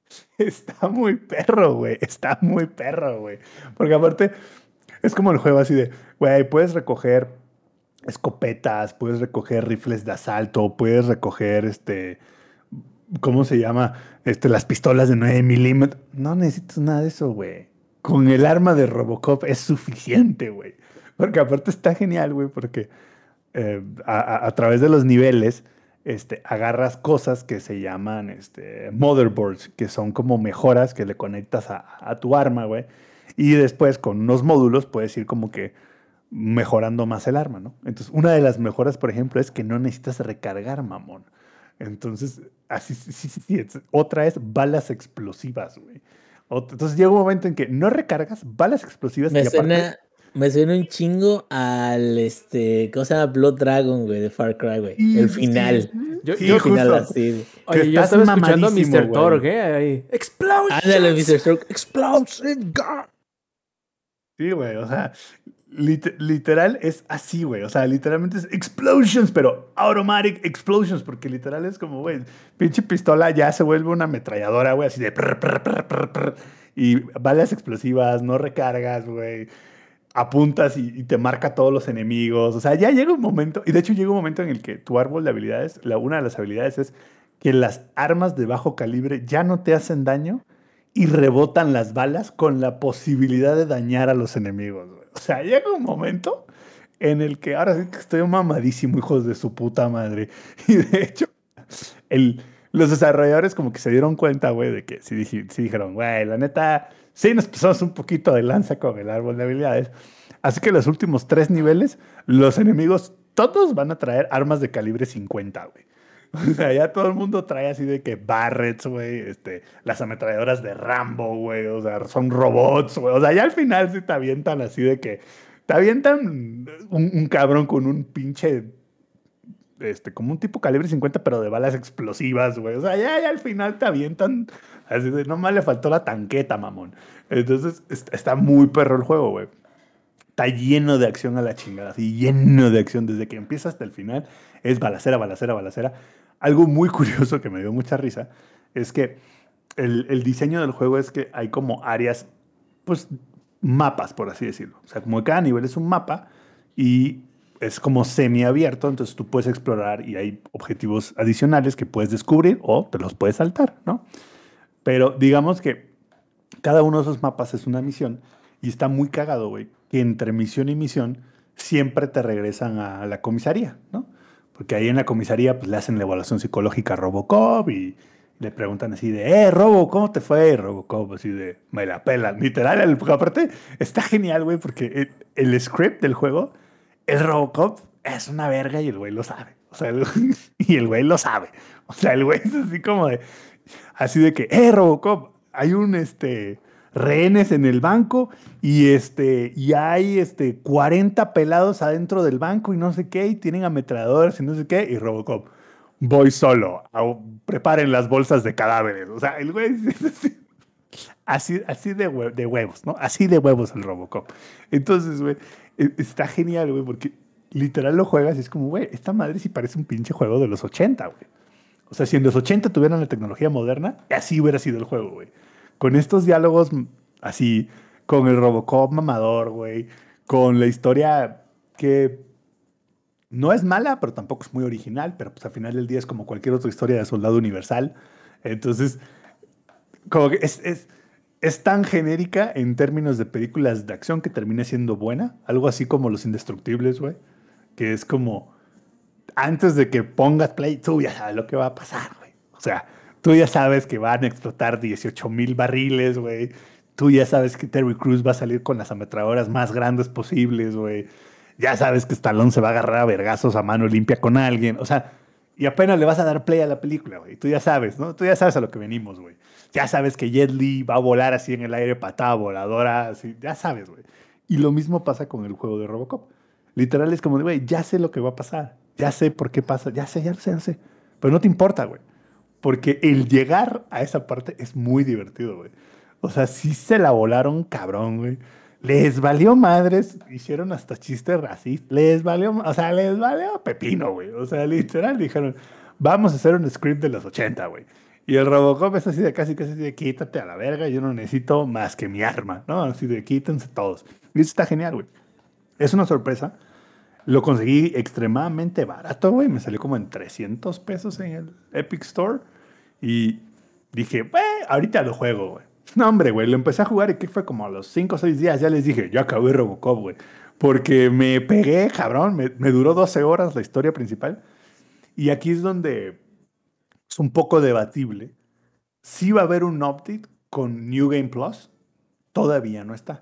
está muy perro, güey. Está muy perro, güey. Porque aparte es como el juego así de, güey, puedes recoger escopetas, puedes recoger rifles de asalto, puedes recoger este, ¿cómo se llama? Este, las pistolas de nueve milímetros. No necesitas nada de eso, güey. Con el arma de Robocop es suficiente, güey. Porque aparte está genial, güey, porque eh, a, a- a través de los niveles, este, agarras cosas que se llaman este, motherboards, que son como mejoras que le conectas a, a tu arma, güey. Y después con unos módulos puedes ir como que mejorando más el arma, ¿no? Entonces, una de las mejoras, por ejemplo, es que no necesitas recargar, mamón. Entonces, así, sí, sí, sí, sí, es- otra es balas explosivas, güey. Ot- Entonces llega un momento en que no recargas balas explosivas Me y aparte... suena, me suena un chingo al, este, ¿cómo se llama? Blood Dragon, güey, de Far Cry, güey. Sí, El sí, sí, final. Yo, sí, El yo, final justo. así. Que oye, yo estás estaba escuchando a mamadísimo, mister güey. Torg, ¿eh? Ahí. Ándale, ¡Explosions! mister Stroke. Explosive God. Sí, güey, o sea, lit- literal es así, güey. O sea, literalmente es explosions, pero automatic explosions, porque literal es como, güey, pinche pistola ya se vuelve una ametralladora, güey, así de prr, prr, prr, prr, prr, y balas explosivas, no recargas, güey, apuntas y, y te marca a todos los enemigos. O sea, ya llega un momento, y de hecho llega un momento en el que tu árbol de habilidades, la, una de las habilidades es que las armas de bajo calibre ya no te hacen daño y rebotan las balas con la posibilidad de dañar a los enemigos, güey. O sea, llega un momento en el que ahora sí que estoy mamadísimo, hijos de su puta madre. Y de hecho, el, los desarrolladores como que se dieron cuenta, güey, de que sí, dije- sí dijeron, güey, la neta, sí nos pasamos un poquito de lanza con el árbol de habilidades. Así que los últimos tres niveles, los enemigos todos van a traer armas de calibre cincuenta, güey. O sea, ya todo el mundo trae así de que Barretts, güey, este, las ametralladoras de Rambo, güey, o sea, son robots, güey. O sea, ya al final sí te avientan así de que te avientan un, un cabrón con un pinche, este, como un tipo calibre cincuenta, pero de balas explosivas, güey. O sea, ya, ya al final te avientan así de, nomás le faltó la tanqueta, mamón. Entonces, est- está muy perro el juego, güey. Está lleno de acción a la chingada, así lleno de acción desde que empieza hasta el final. Es balacera, balacera, balacera. Algo muy curioso que me dio mucha risa es que el, el diseño del juego es que hay como áreas, pues mapas, por así decirlo. O sea, como que cada nivel es un mapa y es como semiabierto, entonces tú puedes explorar y hay objetivos adicionales que puedes descubrir o te los puedes saltar, ¿no? Pero digamos que cada uno de esos mapas es una misión y está muy cagado, güey, que entre misión y misión siempre te regresan a la comisaría, ¿no? Porque ahí en la comisaría pues, le hacen la evaluación psicológica a Robocop y le preguntan así de, eh, Robo, ¿cómo te fue? Y Robocop así de, me la pelan. Literal, el- porque aparte está genial, güey, porque el, el script del juego, el Robocop es una verga y el güey lo sabe. O sea, el- y el güey lo sabe. O sea, el güey es así como de, así de que, eh, Robocop, hay un, este, rehenes en el banco y, este, y hay, este, cuarenta pelados adentro del banco y no sé qué, y tienen ametralladoras y no sé qué, y Robocop, voy solo, a- preparen las bolsas de cadáveres. O sea, el güey, Así, así de, hue- de huevos, ¿no? Así de huevos el Robocop. Entonces, güey, e- está genial, güey, porque literal lo juegas y es como, güey, esta madre sí parece un pinche juego de los ochenta, güey. O sea, si en los ochenta tuvieran la tecnología moderna, así hubiera sido el juego, güey. Con estos diálogos mm, así, con el Robocop mamador, güey, con la historia que no es mala, pero tampoco es muy original, pero pues al final del día es como cualquier otra historia de Soldado Universal. Entonces, como que es, es, es tan genérica en términos de películas de acción que termina siendo buena. Algo así como Los Indestructibles, güey. Que es como, antes de que pongas play, tú ya sabes lo que va a pasar, güey. O sea, tú ya sabes que van a explotar dieciocho mil barriles, güey. Tú ya sabes que Terry Crews va a salir con las ametralladoras más grandes posibles, güey. Ya sabes que Stallone se va a agarrar a vergazos a mano limpia con alguien. O sea, y apenas le vas a dar play a la película, güey. Tú ya sabes, ¿no? Tú ya sabes a lo que venimos, güey. Ya sabes que Jet Li va a volar así en el aire, patada voladora, así. Ya sabes, güey. Y lo mismo pasa con el juego de Robocop. Literal es como, de, güey, ya sé lo que va a pasar. Ya sé por qué pasa. Ya sé, ya lo sé, ya lo sé. Pero no te importa, güey. Porque el llegar a esa parte es muy divertido, güey. O sea, sí se la volaron cabrón, güey. Les valió madres, hicieron hasta chistes racistas. Les valió, o sea, les valió pepino, güey. O sea, literal dijeron, vamos a hacer un script de los ochenta, güey. Y el Robocop es así de casi, casi así de quítate a la verga, yo no necesito más que mi arma, ¿no? Así de quítense todos. Y eso está genial, güey. Es una sorpresa. Lo conseguí extremadamente barato, güey. Me salió como en trescientos pesos en el Epic Store. Y dije, güey, ahorita lo juego, güey. No, hombre, güey. Lo empecé a jugar y que fue como a los cinco o seis días. Ya les dije, yo acabé Robocop, güey. Porque me pegué, cabrón. Me, me duró doce horas la historia principal. Y aquí es donde es un poco debatible. Sí va a haber un update con New Game Plus. Todavía no está.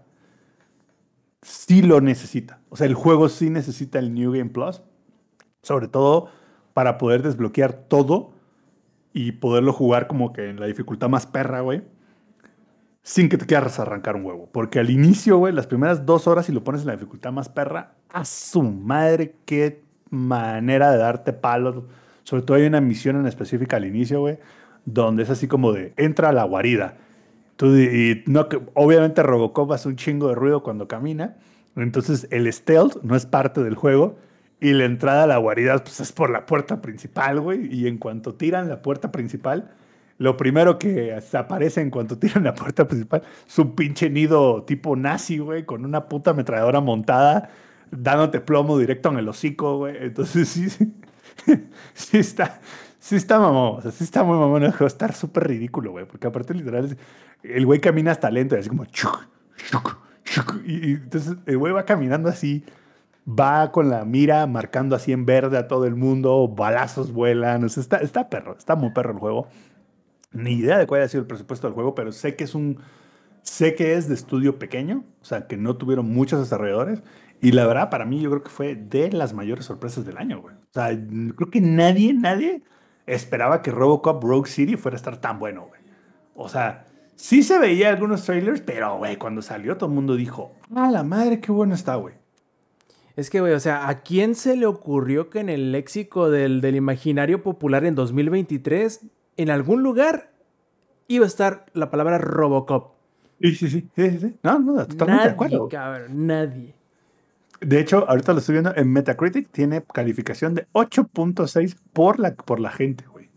Sí lo necesita. O sea, el juego sí necesita el New Game Plus. Sobre todo para poder desbloquear todo y poderlo jugar como que en la dificultad más perra, güey. Sin que te quieras arrancar un huevo. Porque al inicio, güey, las primeras dos horas, si lo pones en la dificultad más perra, a su madre, qué manera de darte palos. Sobre todo hay una misión en específica al inicio, güey, donde es así como de entra a la guarida. Tú, y no, que- obviamente Robocop hace un chingo de ruido cuando camina. Entonces el stealth no es parte del juego. Y la entrada a la guarida pues, es por la puerta principal, güey. Y en cuanto tiran la puerta principal, lo primero que se aparece en cuanto tiran la puerta principal es un pinche nido tipo nazi, güey, con una puta ametralladora montada, dándote plomo directo en el hocico, güey. Entonces sí, sí, sí está, sí está mamón. O sea, sí está muy mamón el juego. Está súper ridículo, güey. Porque aparte, literal, es- el güey camina hasta lento, y así como chuc, chuc, chuc, y, y entonces el güey va caminando así, va con la mira marcando así en verde a todo el mundo, balazos vuelan. O sea, está, está perro, está muy perro el juego. Ni idea de cuál haya sido el presupuesto del juego, pero sé que es un, sé que es de estudio pequeño, o sea, que no tuvieron muchos desarrolladores. Y la verdad, para mí, yo creo que fue de las mayores sorpresas del año, güey. O sea, n- creo que nadie, nadie esperaba que Robocop Rogue City fuera a estar tan bueno, güey. O sea, sí se veía algunos trailers, pero, güey, cuando salió todo el mundo dijo, ¡ah, la madre, qué bueno está, güey! Es que, güey, o sea, ¿a quién se le ocurrió que en el léxico del, del imaginario popular en dos mil veintitrés, en algún lugar, iba a estar la palabra Robocop? Sí, sí, sí, sí, sí, sí. No, no, totalmente de Nadie, acuerdo. cabrón, nadie. De hecho, ahorita lo estoy viendo en Metacritic, tiene calificación de ocho punto seis por la, por la gente, güey.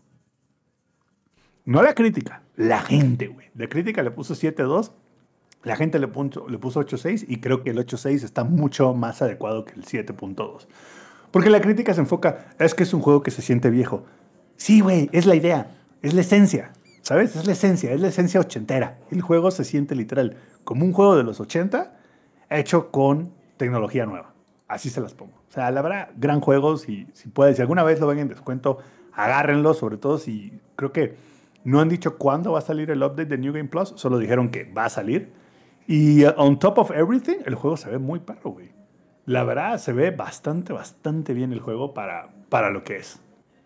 No la crítica, la gente, güey. La crítica le puso siete punto dos, la gente le puso, le puso ocho punto seis y creo que el ocho punto seis está mucho más adecuado que el siete punto dos. Porque la crítica se enfoca, es que es un juego que se siente viejo. Sí, güey, es la idea, es la esencia, ¿sabes? Es la esencia, es la esencia ochentera. El juego se siente literal como un juego de los ochenta hecho con tecnología nueva. Así se las pongo. O sea, la verdad, gran juego. Si, si pueden, si alguna vez lo ven en descuento, agárrenlo. Sobre todo si creo que no han dicho cuándo va a salir el update de New Game Plus. Solo dijeron que va a salir. Y uh, on top of everything, el juego se ve muy perro, güey. La verdad, se ve bastante, bastante bien el juego para, para lo que es.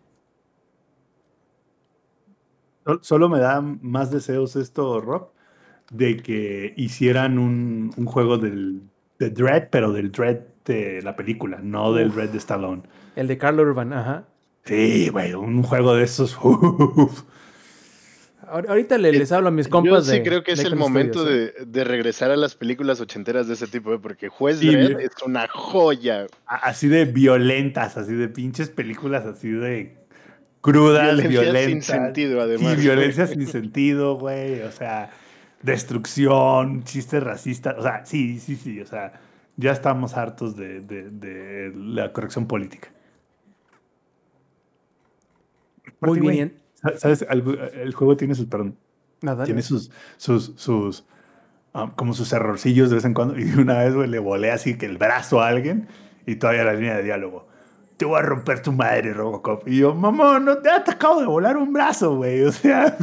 Sol- Solo me da más deseos esto, Rob, de que hicieran un, un juego del, de Dread, pero del Dread de la película, no del Uf, Dread de Stallone. el de Carl Urban, ajá. Sí, güey, un juego de esos. Uf. Ahorita le, les hablo a mis compas. Yo sí de, creo que es el momento de, de regresar a las películas ochenteras de ese tipo, ¿eh? Porque Juez Sí, Dredd bien. es una joya. Así de violentas, así de pinches películas, así de crudas, Violencia violentas. sin sentido, además. Sí, violencia sin sentido, güey. O sea, destrucción, chistes racistas. O sea, sí, sí, sí. O sea, ya estamos hartos de, de, de la corrección política. Muy Aparte, bien. güey, ¿sabes? Algo- El juego tiene sus, perdón, Nada, tiene sus, sus, sus, um, como sus errorcillos de vez en cuando. Y una vez, güey, le volé así que el brazo a alguien y todavía la línea de diálogo. Te voy a romper tu madre, Robocop. Y yo, mamón, no te te acabo de volar un brazo, güey. O sea,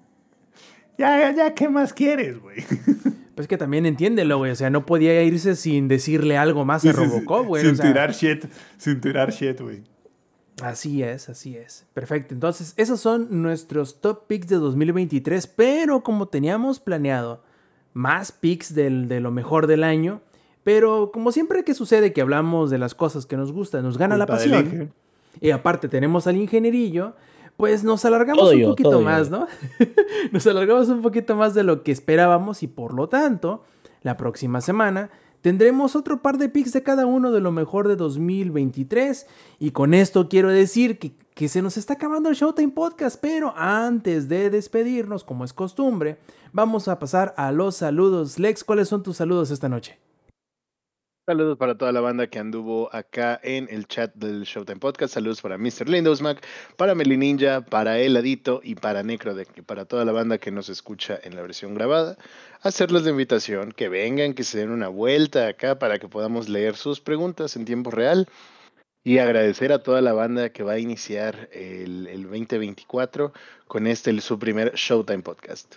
ya, ya, ¿qué más quieres, güey? Pues que también entiéndelo, güey. O sea, no podía irse sin decirle algo más Sí, a sí, sí. Robocop, güey. Sin O sea, tirar shit, sin tirar shit, güey. así es, así es. Perfecto. Entonces, esos son nuestros top picks de dos mil veintitrés. Pero como teníamos planeado, más picks del, de lo mejor del año. Pero como siempre que sucede que hablamos de las cosas que nos gustan, nos gana la Culpa del pasión. Inge. Y aparte tenemos al ingenierillo, pues nos alargamos Todo un yo, poquito todo más, yo. ¿no? Nos alargamos un poquito más de lo que esperábamos y por lo tanto, la próxima semana tendremos otro par de picks de cada uno de lo mejor de dos mil veintitrés. Y con esto quiero decir que, que se nos está acabando el Showtime Podcast, pero antes de despedirnos, como es costumbre, vamos a pasar a los saludos. Lex, ¿cuáles son tus saludos esta noche? Saludos para toda la banda que anduvo acá en el chat del Showtime Podcast. Saludos para mister Lindosmack, para Meli Ninja, para Heladito y para Necrodeck. Y para toda la banda que nos escucha en la versión grabada. Hacerles la invitación que vengan, que se den una vuelta acá para que podamos leer sus preguntas en tiempo real. Y agradecer a toda la banda que va a iniciar el, el veinte veinticuatro con este, el, su primer Showtime Podcast.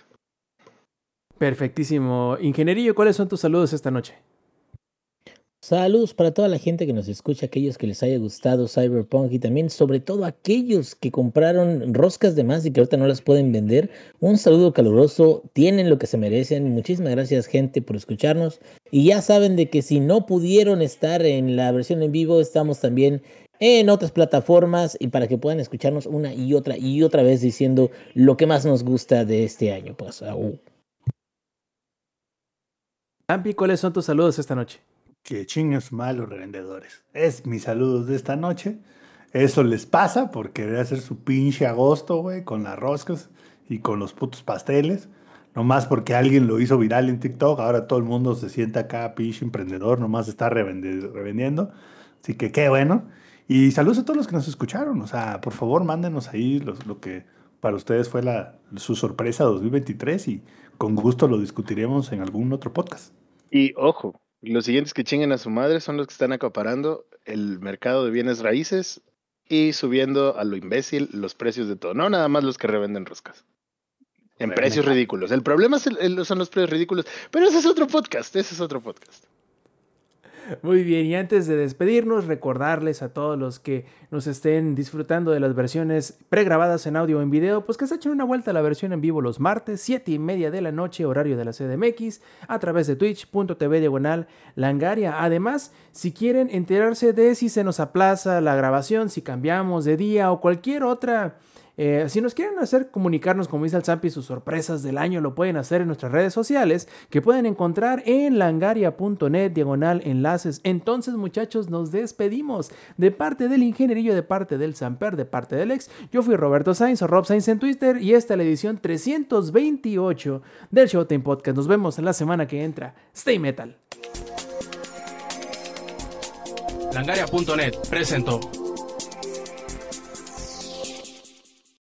Perfectísimo. Ingenierillo, ¿cuáles son tus saludos esta noche? Saludos para toda la gente que nos escucha, aquellos que les haya gustado Cyberpunk y también sobre todo aquellos que compraron roscas de más y que ahorita no las pueden vender. Un saludo caluroso, tienen lo que se merecen. Muchísimas gracias, gente, por escucharnos. Y ya saben de que si no pudieron estar en la versión en vivo, estamos también en otras plataformas y para que puedan escucharnos una y otra y otra vez diciendo lo que más nos gusta de este año. Pues, uh. Ampi, ¿cuáles son tus saludos esta noche? Que chingues mal los revendedores. Es mis saludos de esta noche. Eso les pasa por querer hacer su pinche agosto, güey, con las roscas y con los putos pasteles. Nomás porque alguien lo hizo viral en TikTok. Ahora todo el mundo se sienta acá, pinche emprendedor, nomás está revende- revendiendo. Así que qué bueno. Y saludos a todos los que nos escucharon. O sea, por favor, mándenos ahí los- lo que para ustedes fue la, su sorpresa dos mil veintitrés y con gusto lo discutiremos en algún otro podcast. Y ojo, los siguientes que chinguen a su madre son los que están acaparando el mercado de bienes raíces y subiendo a lo imbécil los precios de todo. No nada más los que revenden roscas. En Bueno, precios me- ridículos. El problema es el- el- son los precios ridículos. Pero ese es otro podcast. Ese es otro podcast. Muy bien, y antes de despedirnos, recordarles a todos los que nos estén disfrutando de las versiones pregrabadas en audio o en video, pues que se echen una vuelta a la versión en vivo los martes, siete y media de la noche, horario de la C D M X, a través de twitch.tv diagonal Langaria. Además, si quieren enterarse de si se nos aplaza la grabación, si cambiamos de día o cualquier otra... Eh, si nos quieren hacer comunicarnos, como dice el Zampi, sus sorpresas del año, lo pueden hacer en nuestras redes sociales, que pueden encontrar en langaria.net, diagonal enlaces. Entonces, muchachos, nos despedimos. De parte del ingenierillo, de parte del Samper, de parte del ex. Yo fui Roberto Sainz o Rob Sainz en Twitter y esta es la edición trescientos veintiocho del Showtime Podcast. Nos vemos en la semana que entra. Stay Metal. Langaria punto net presentó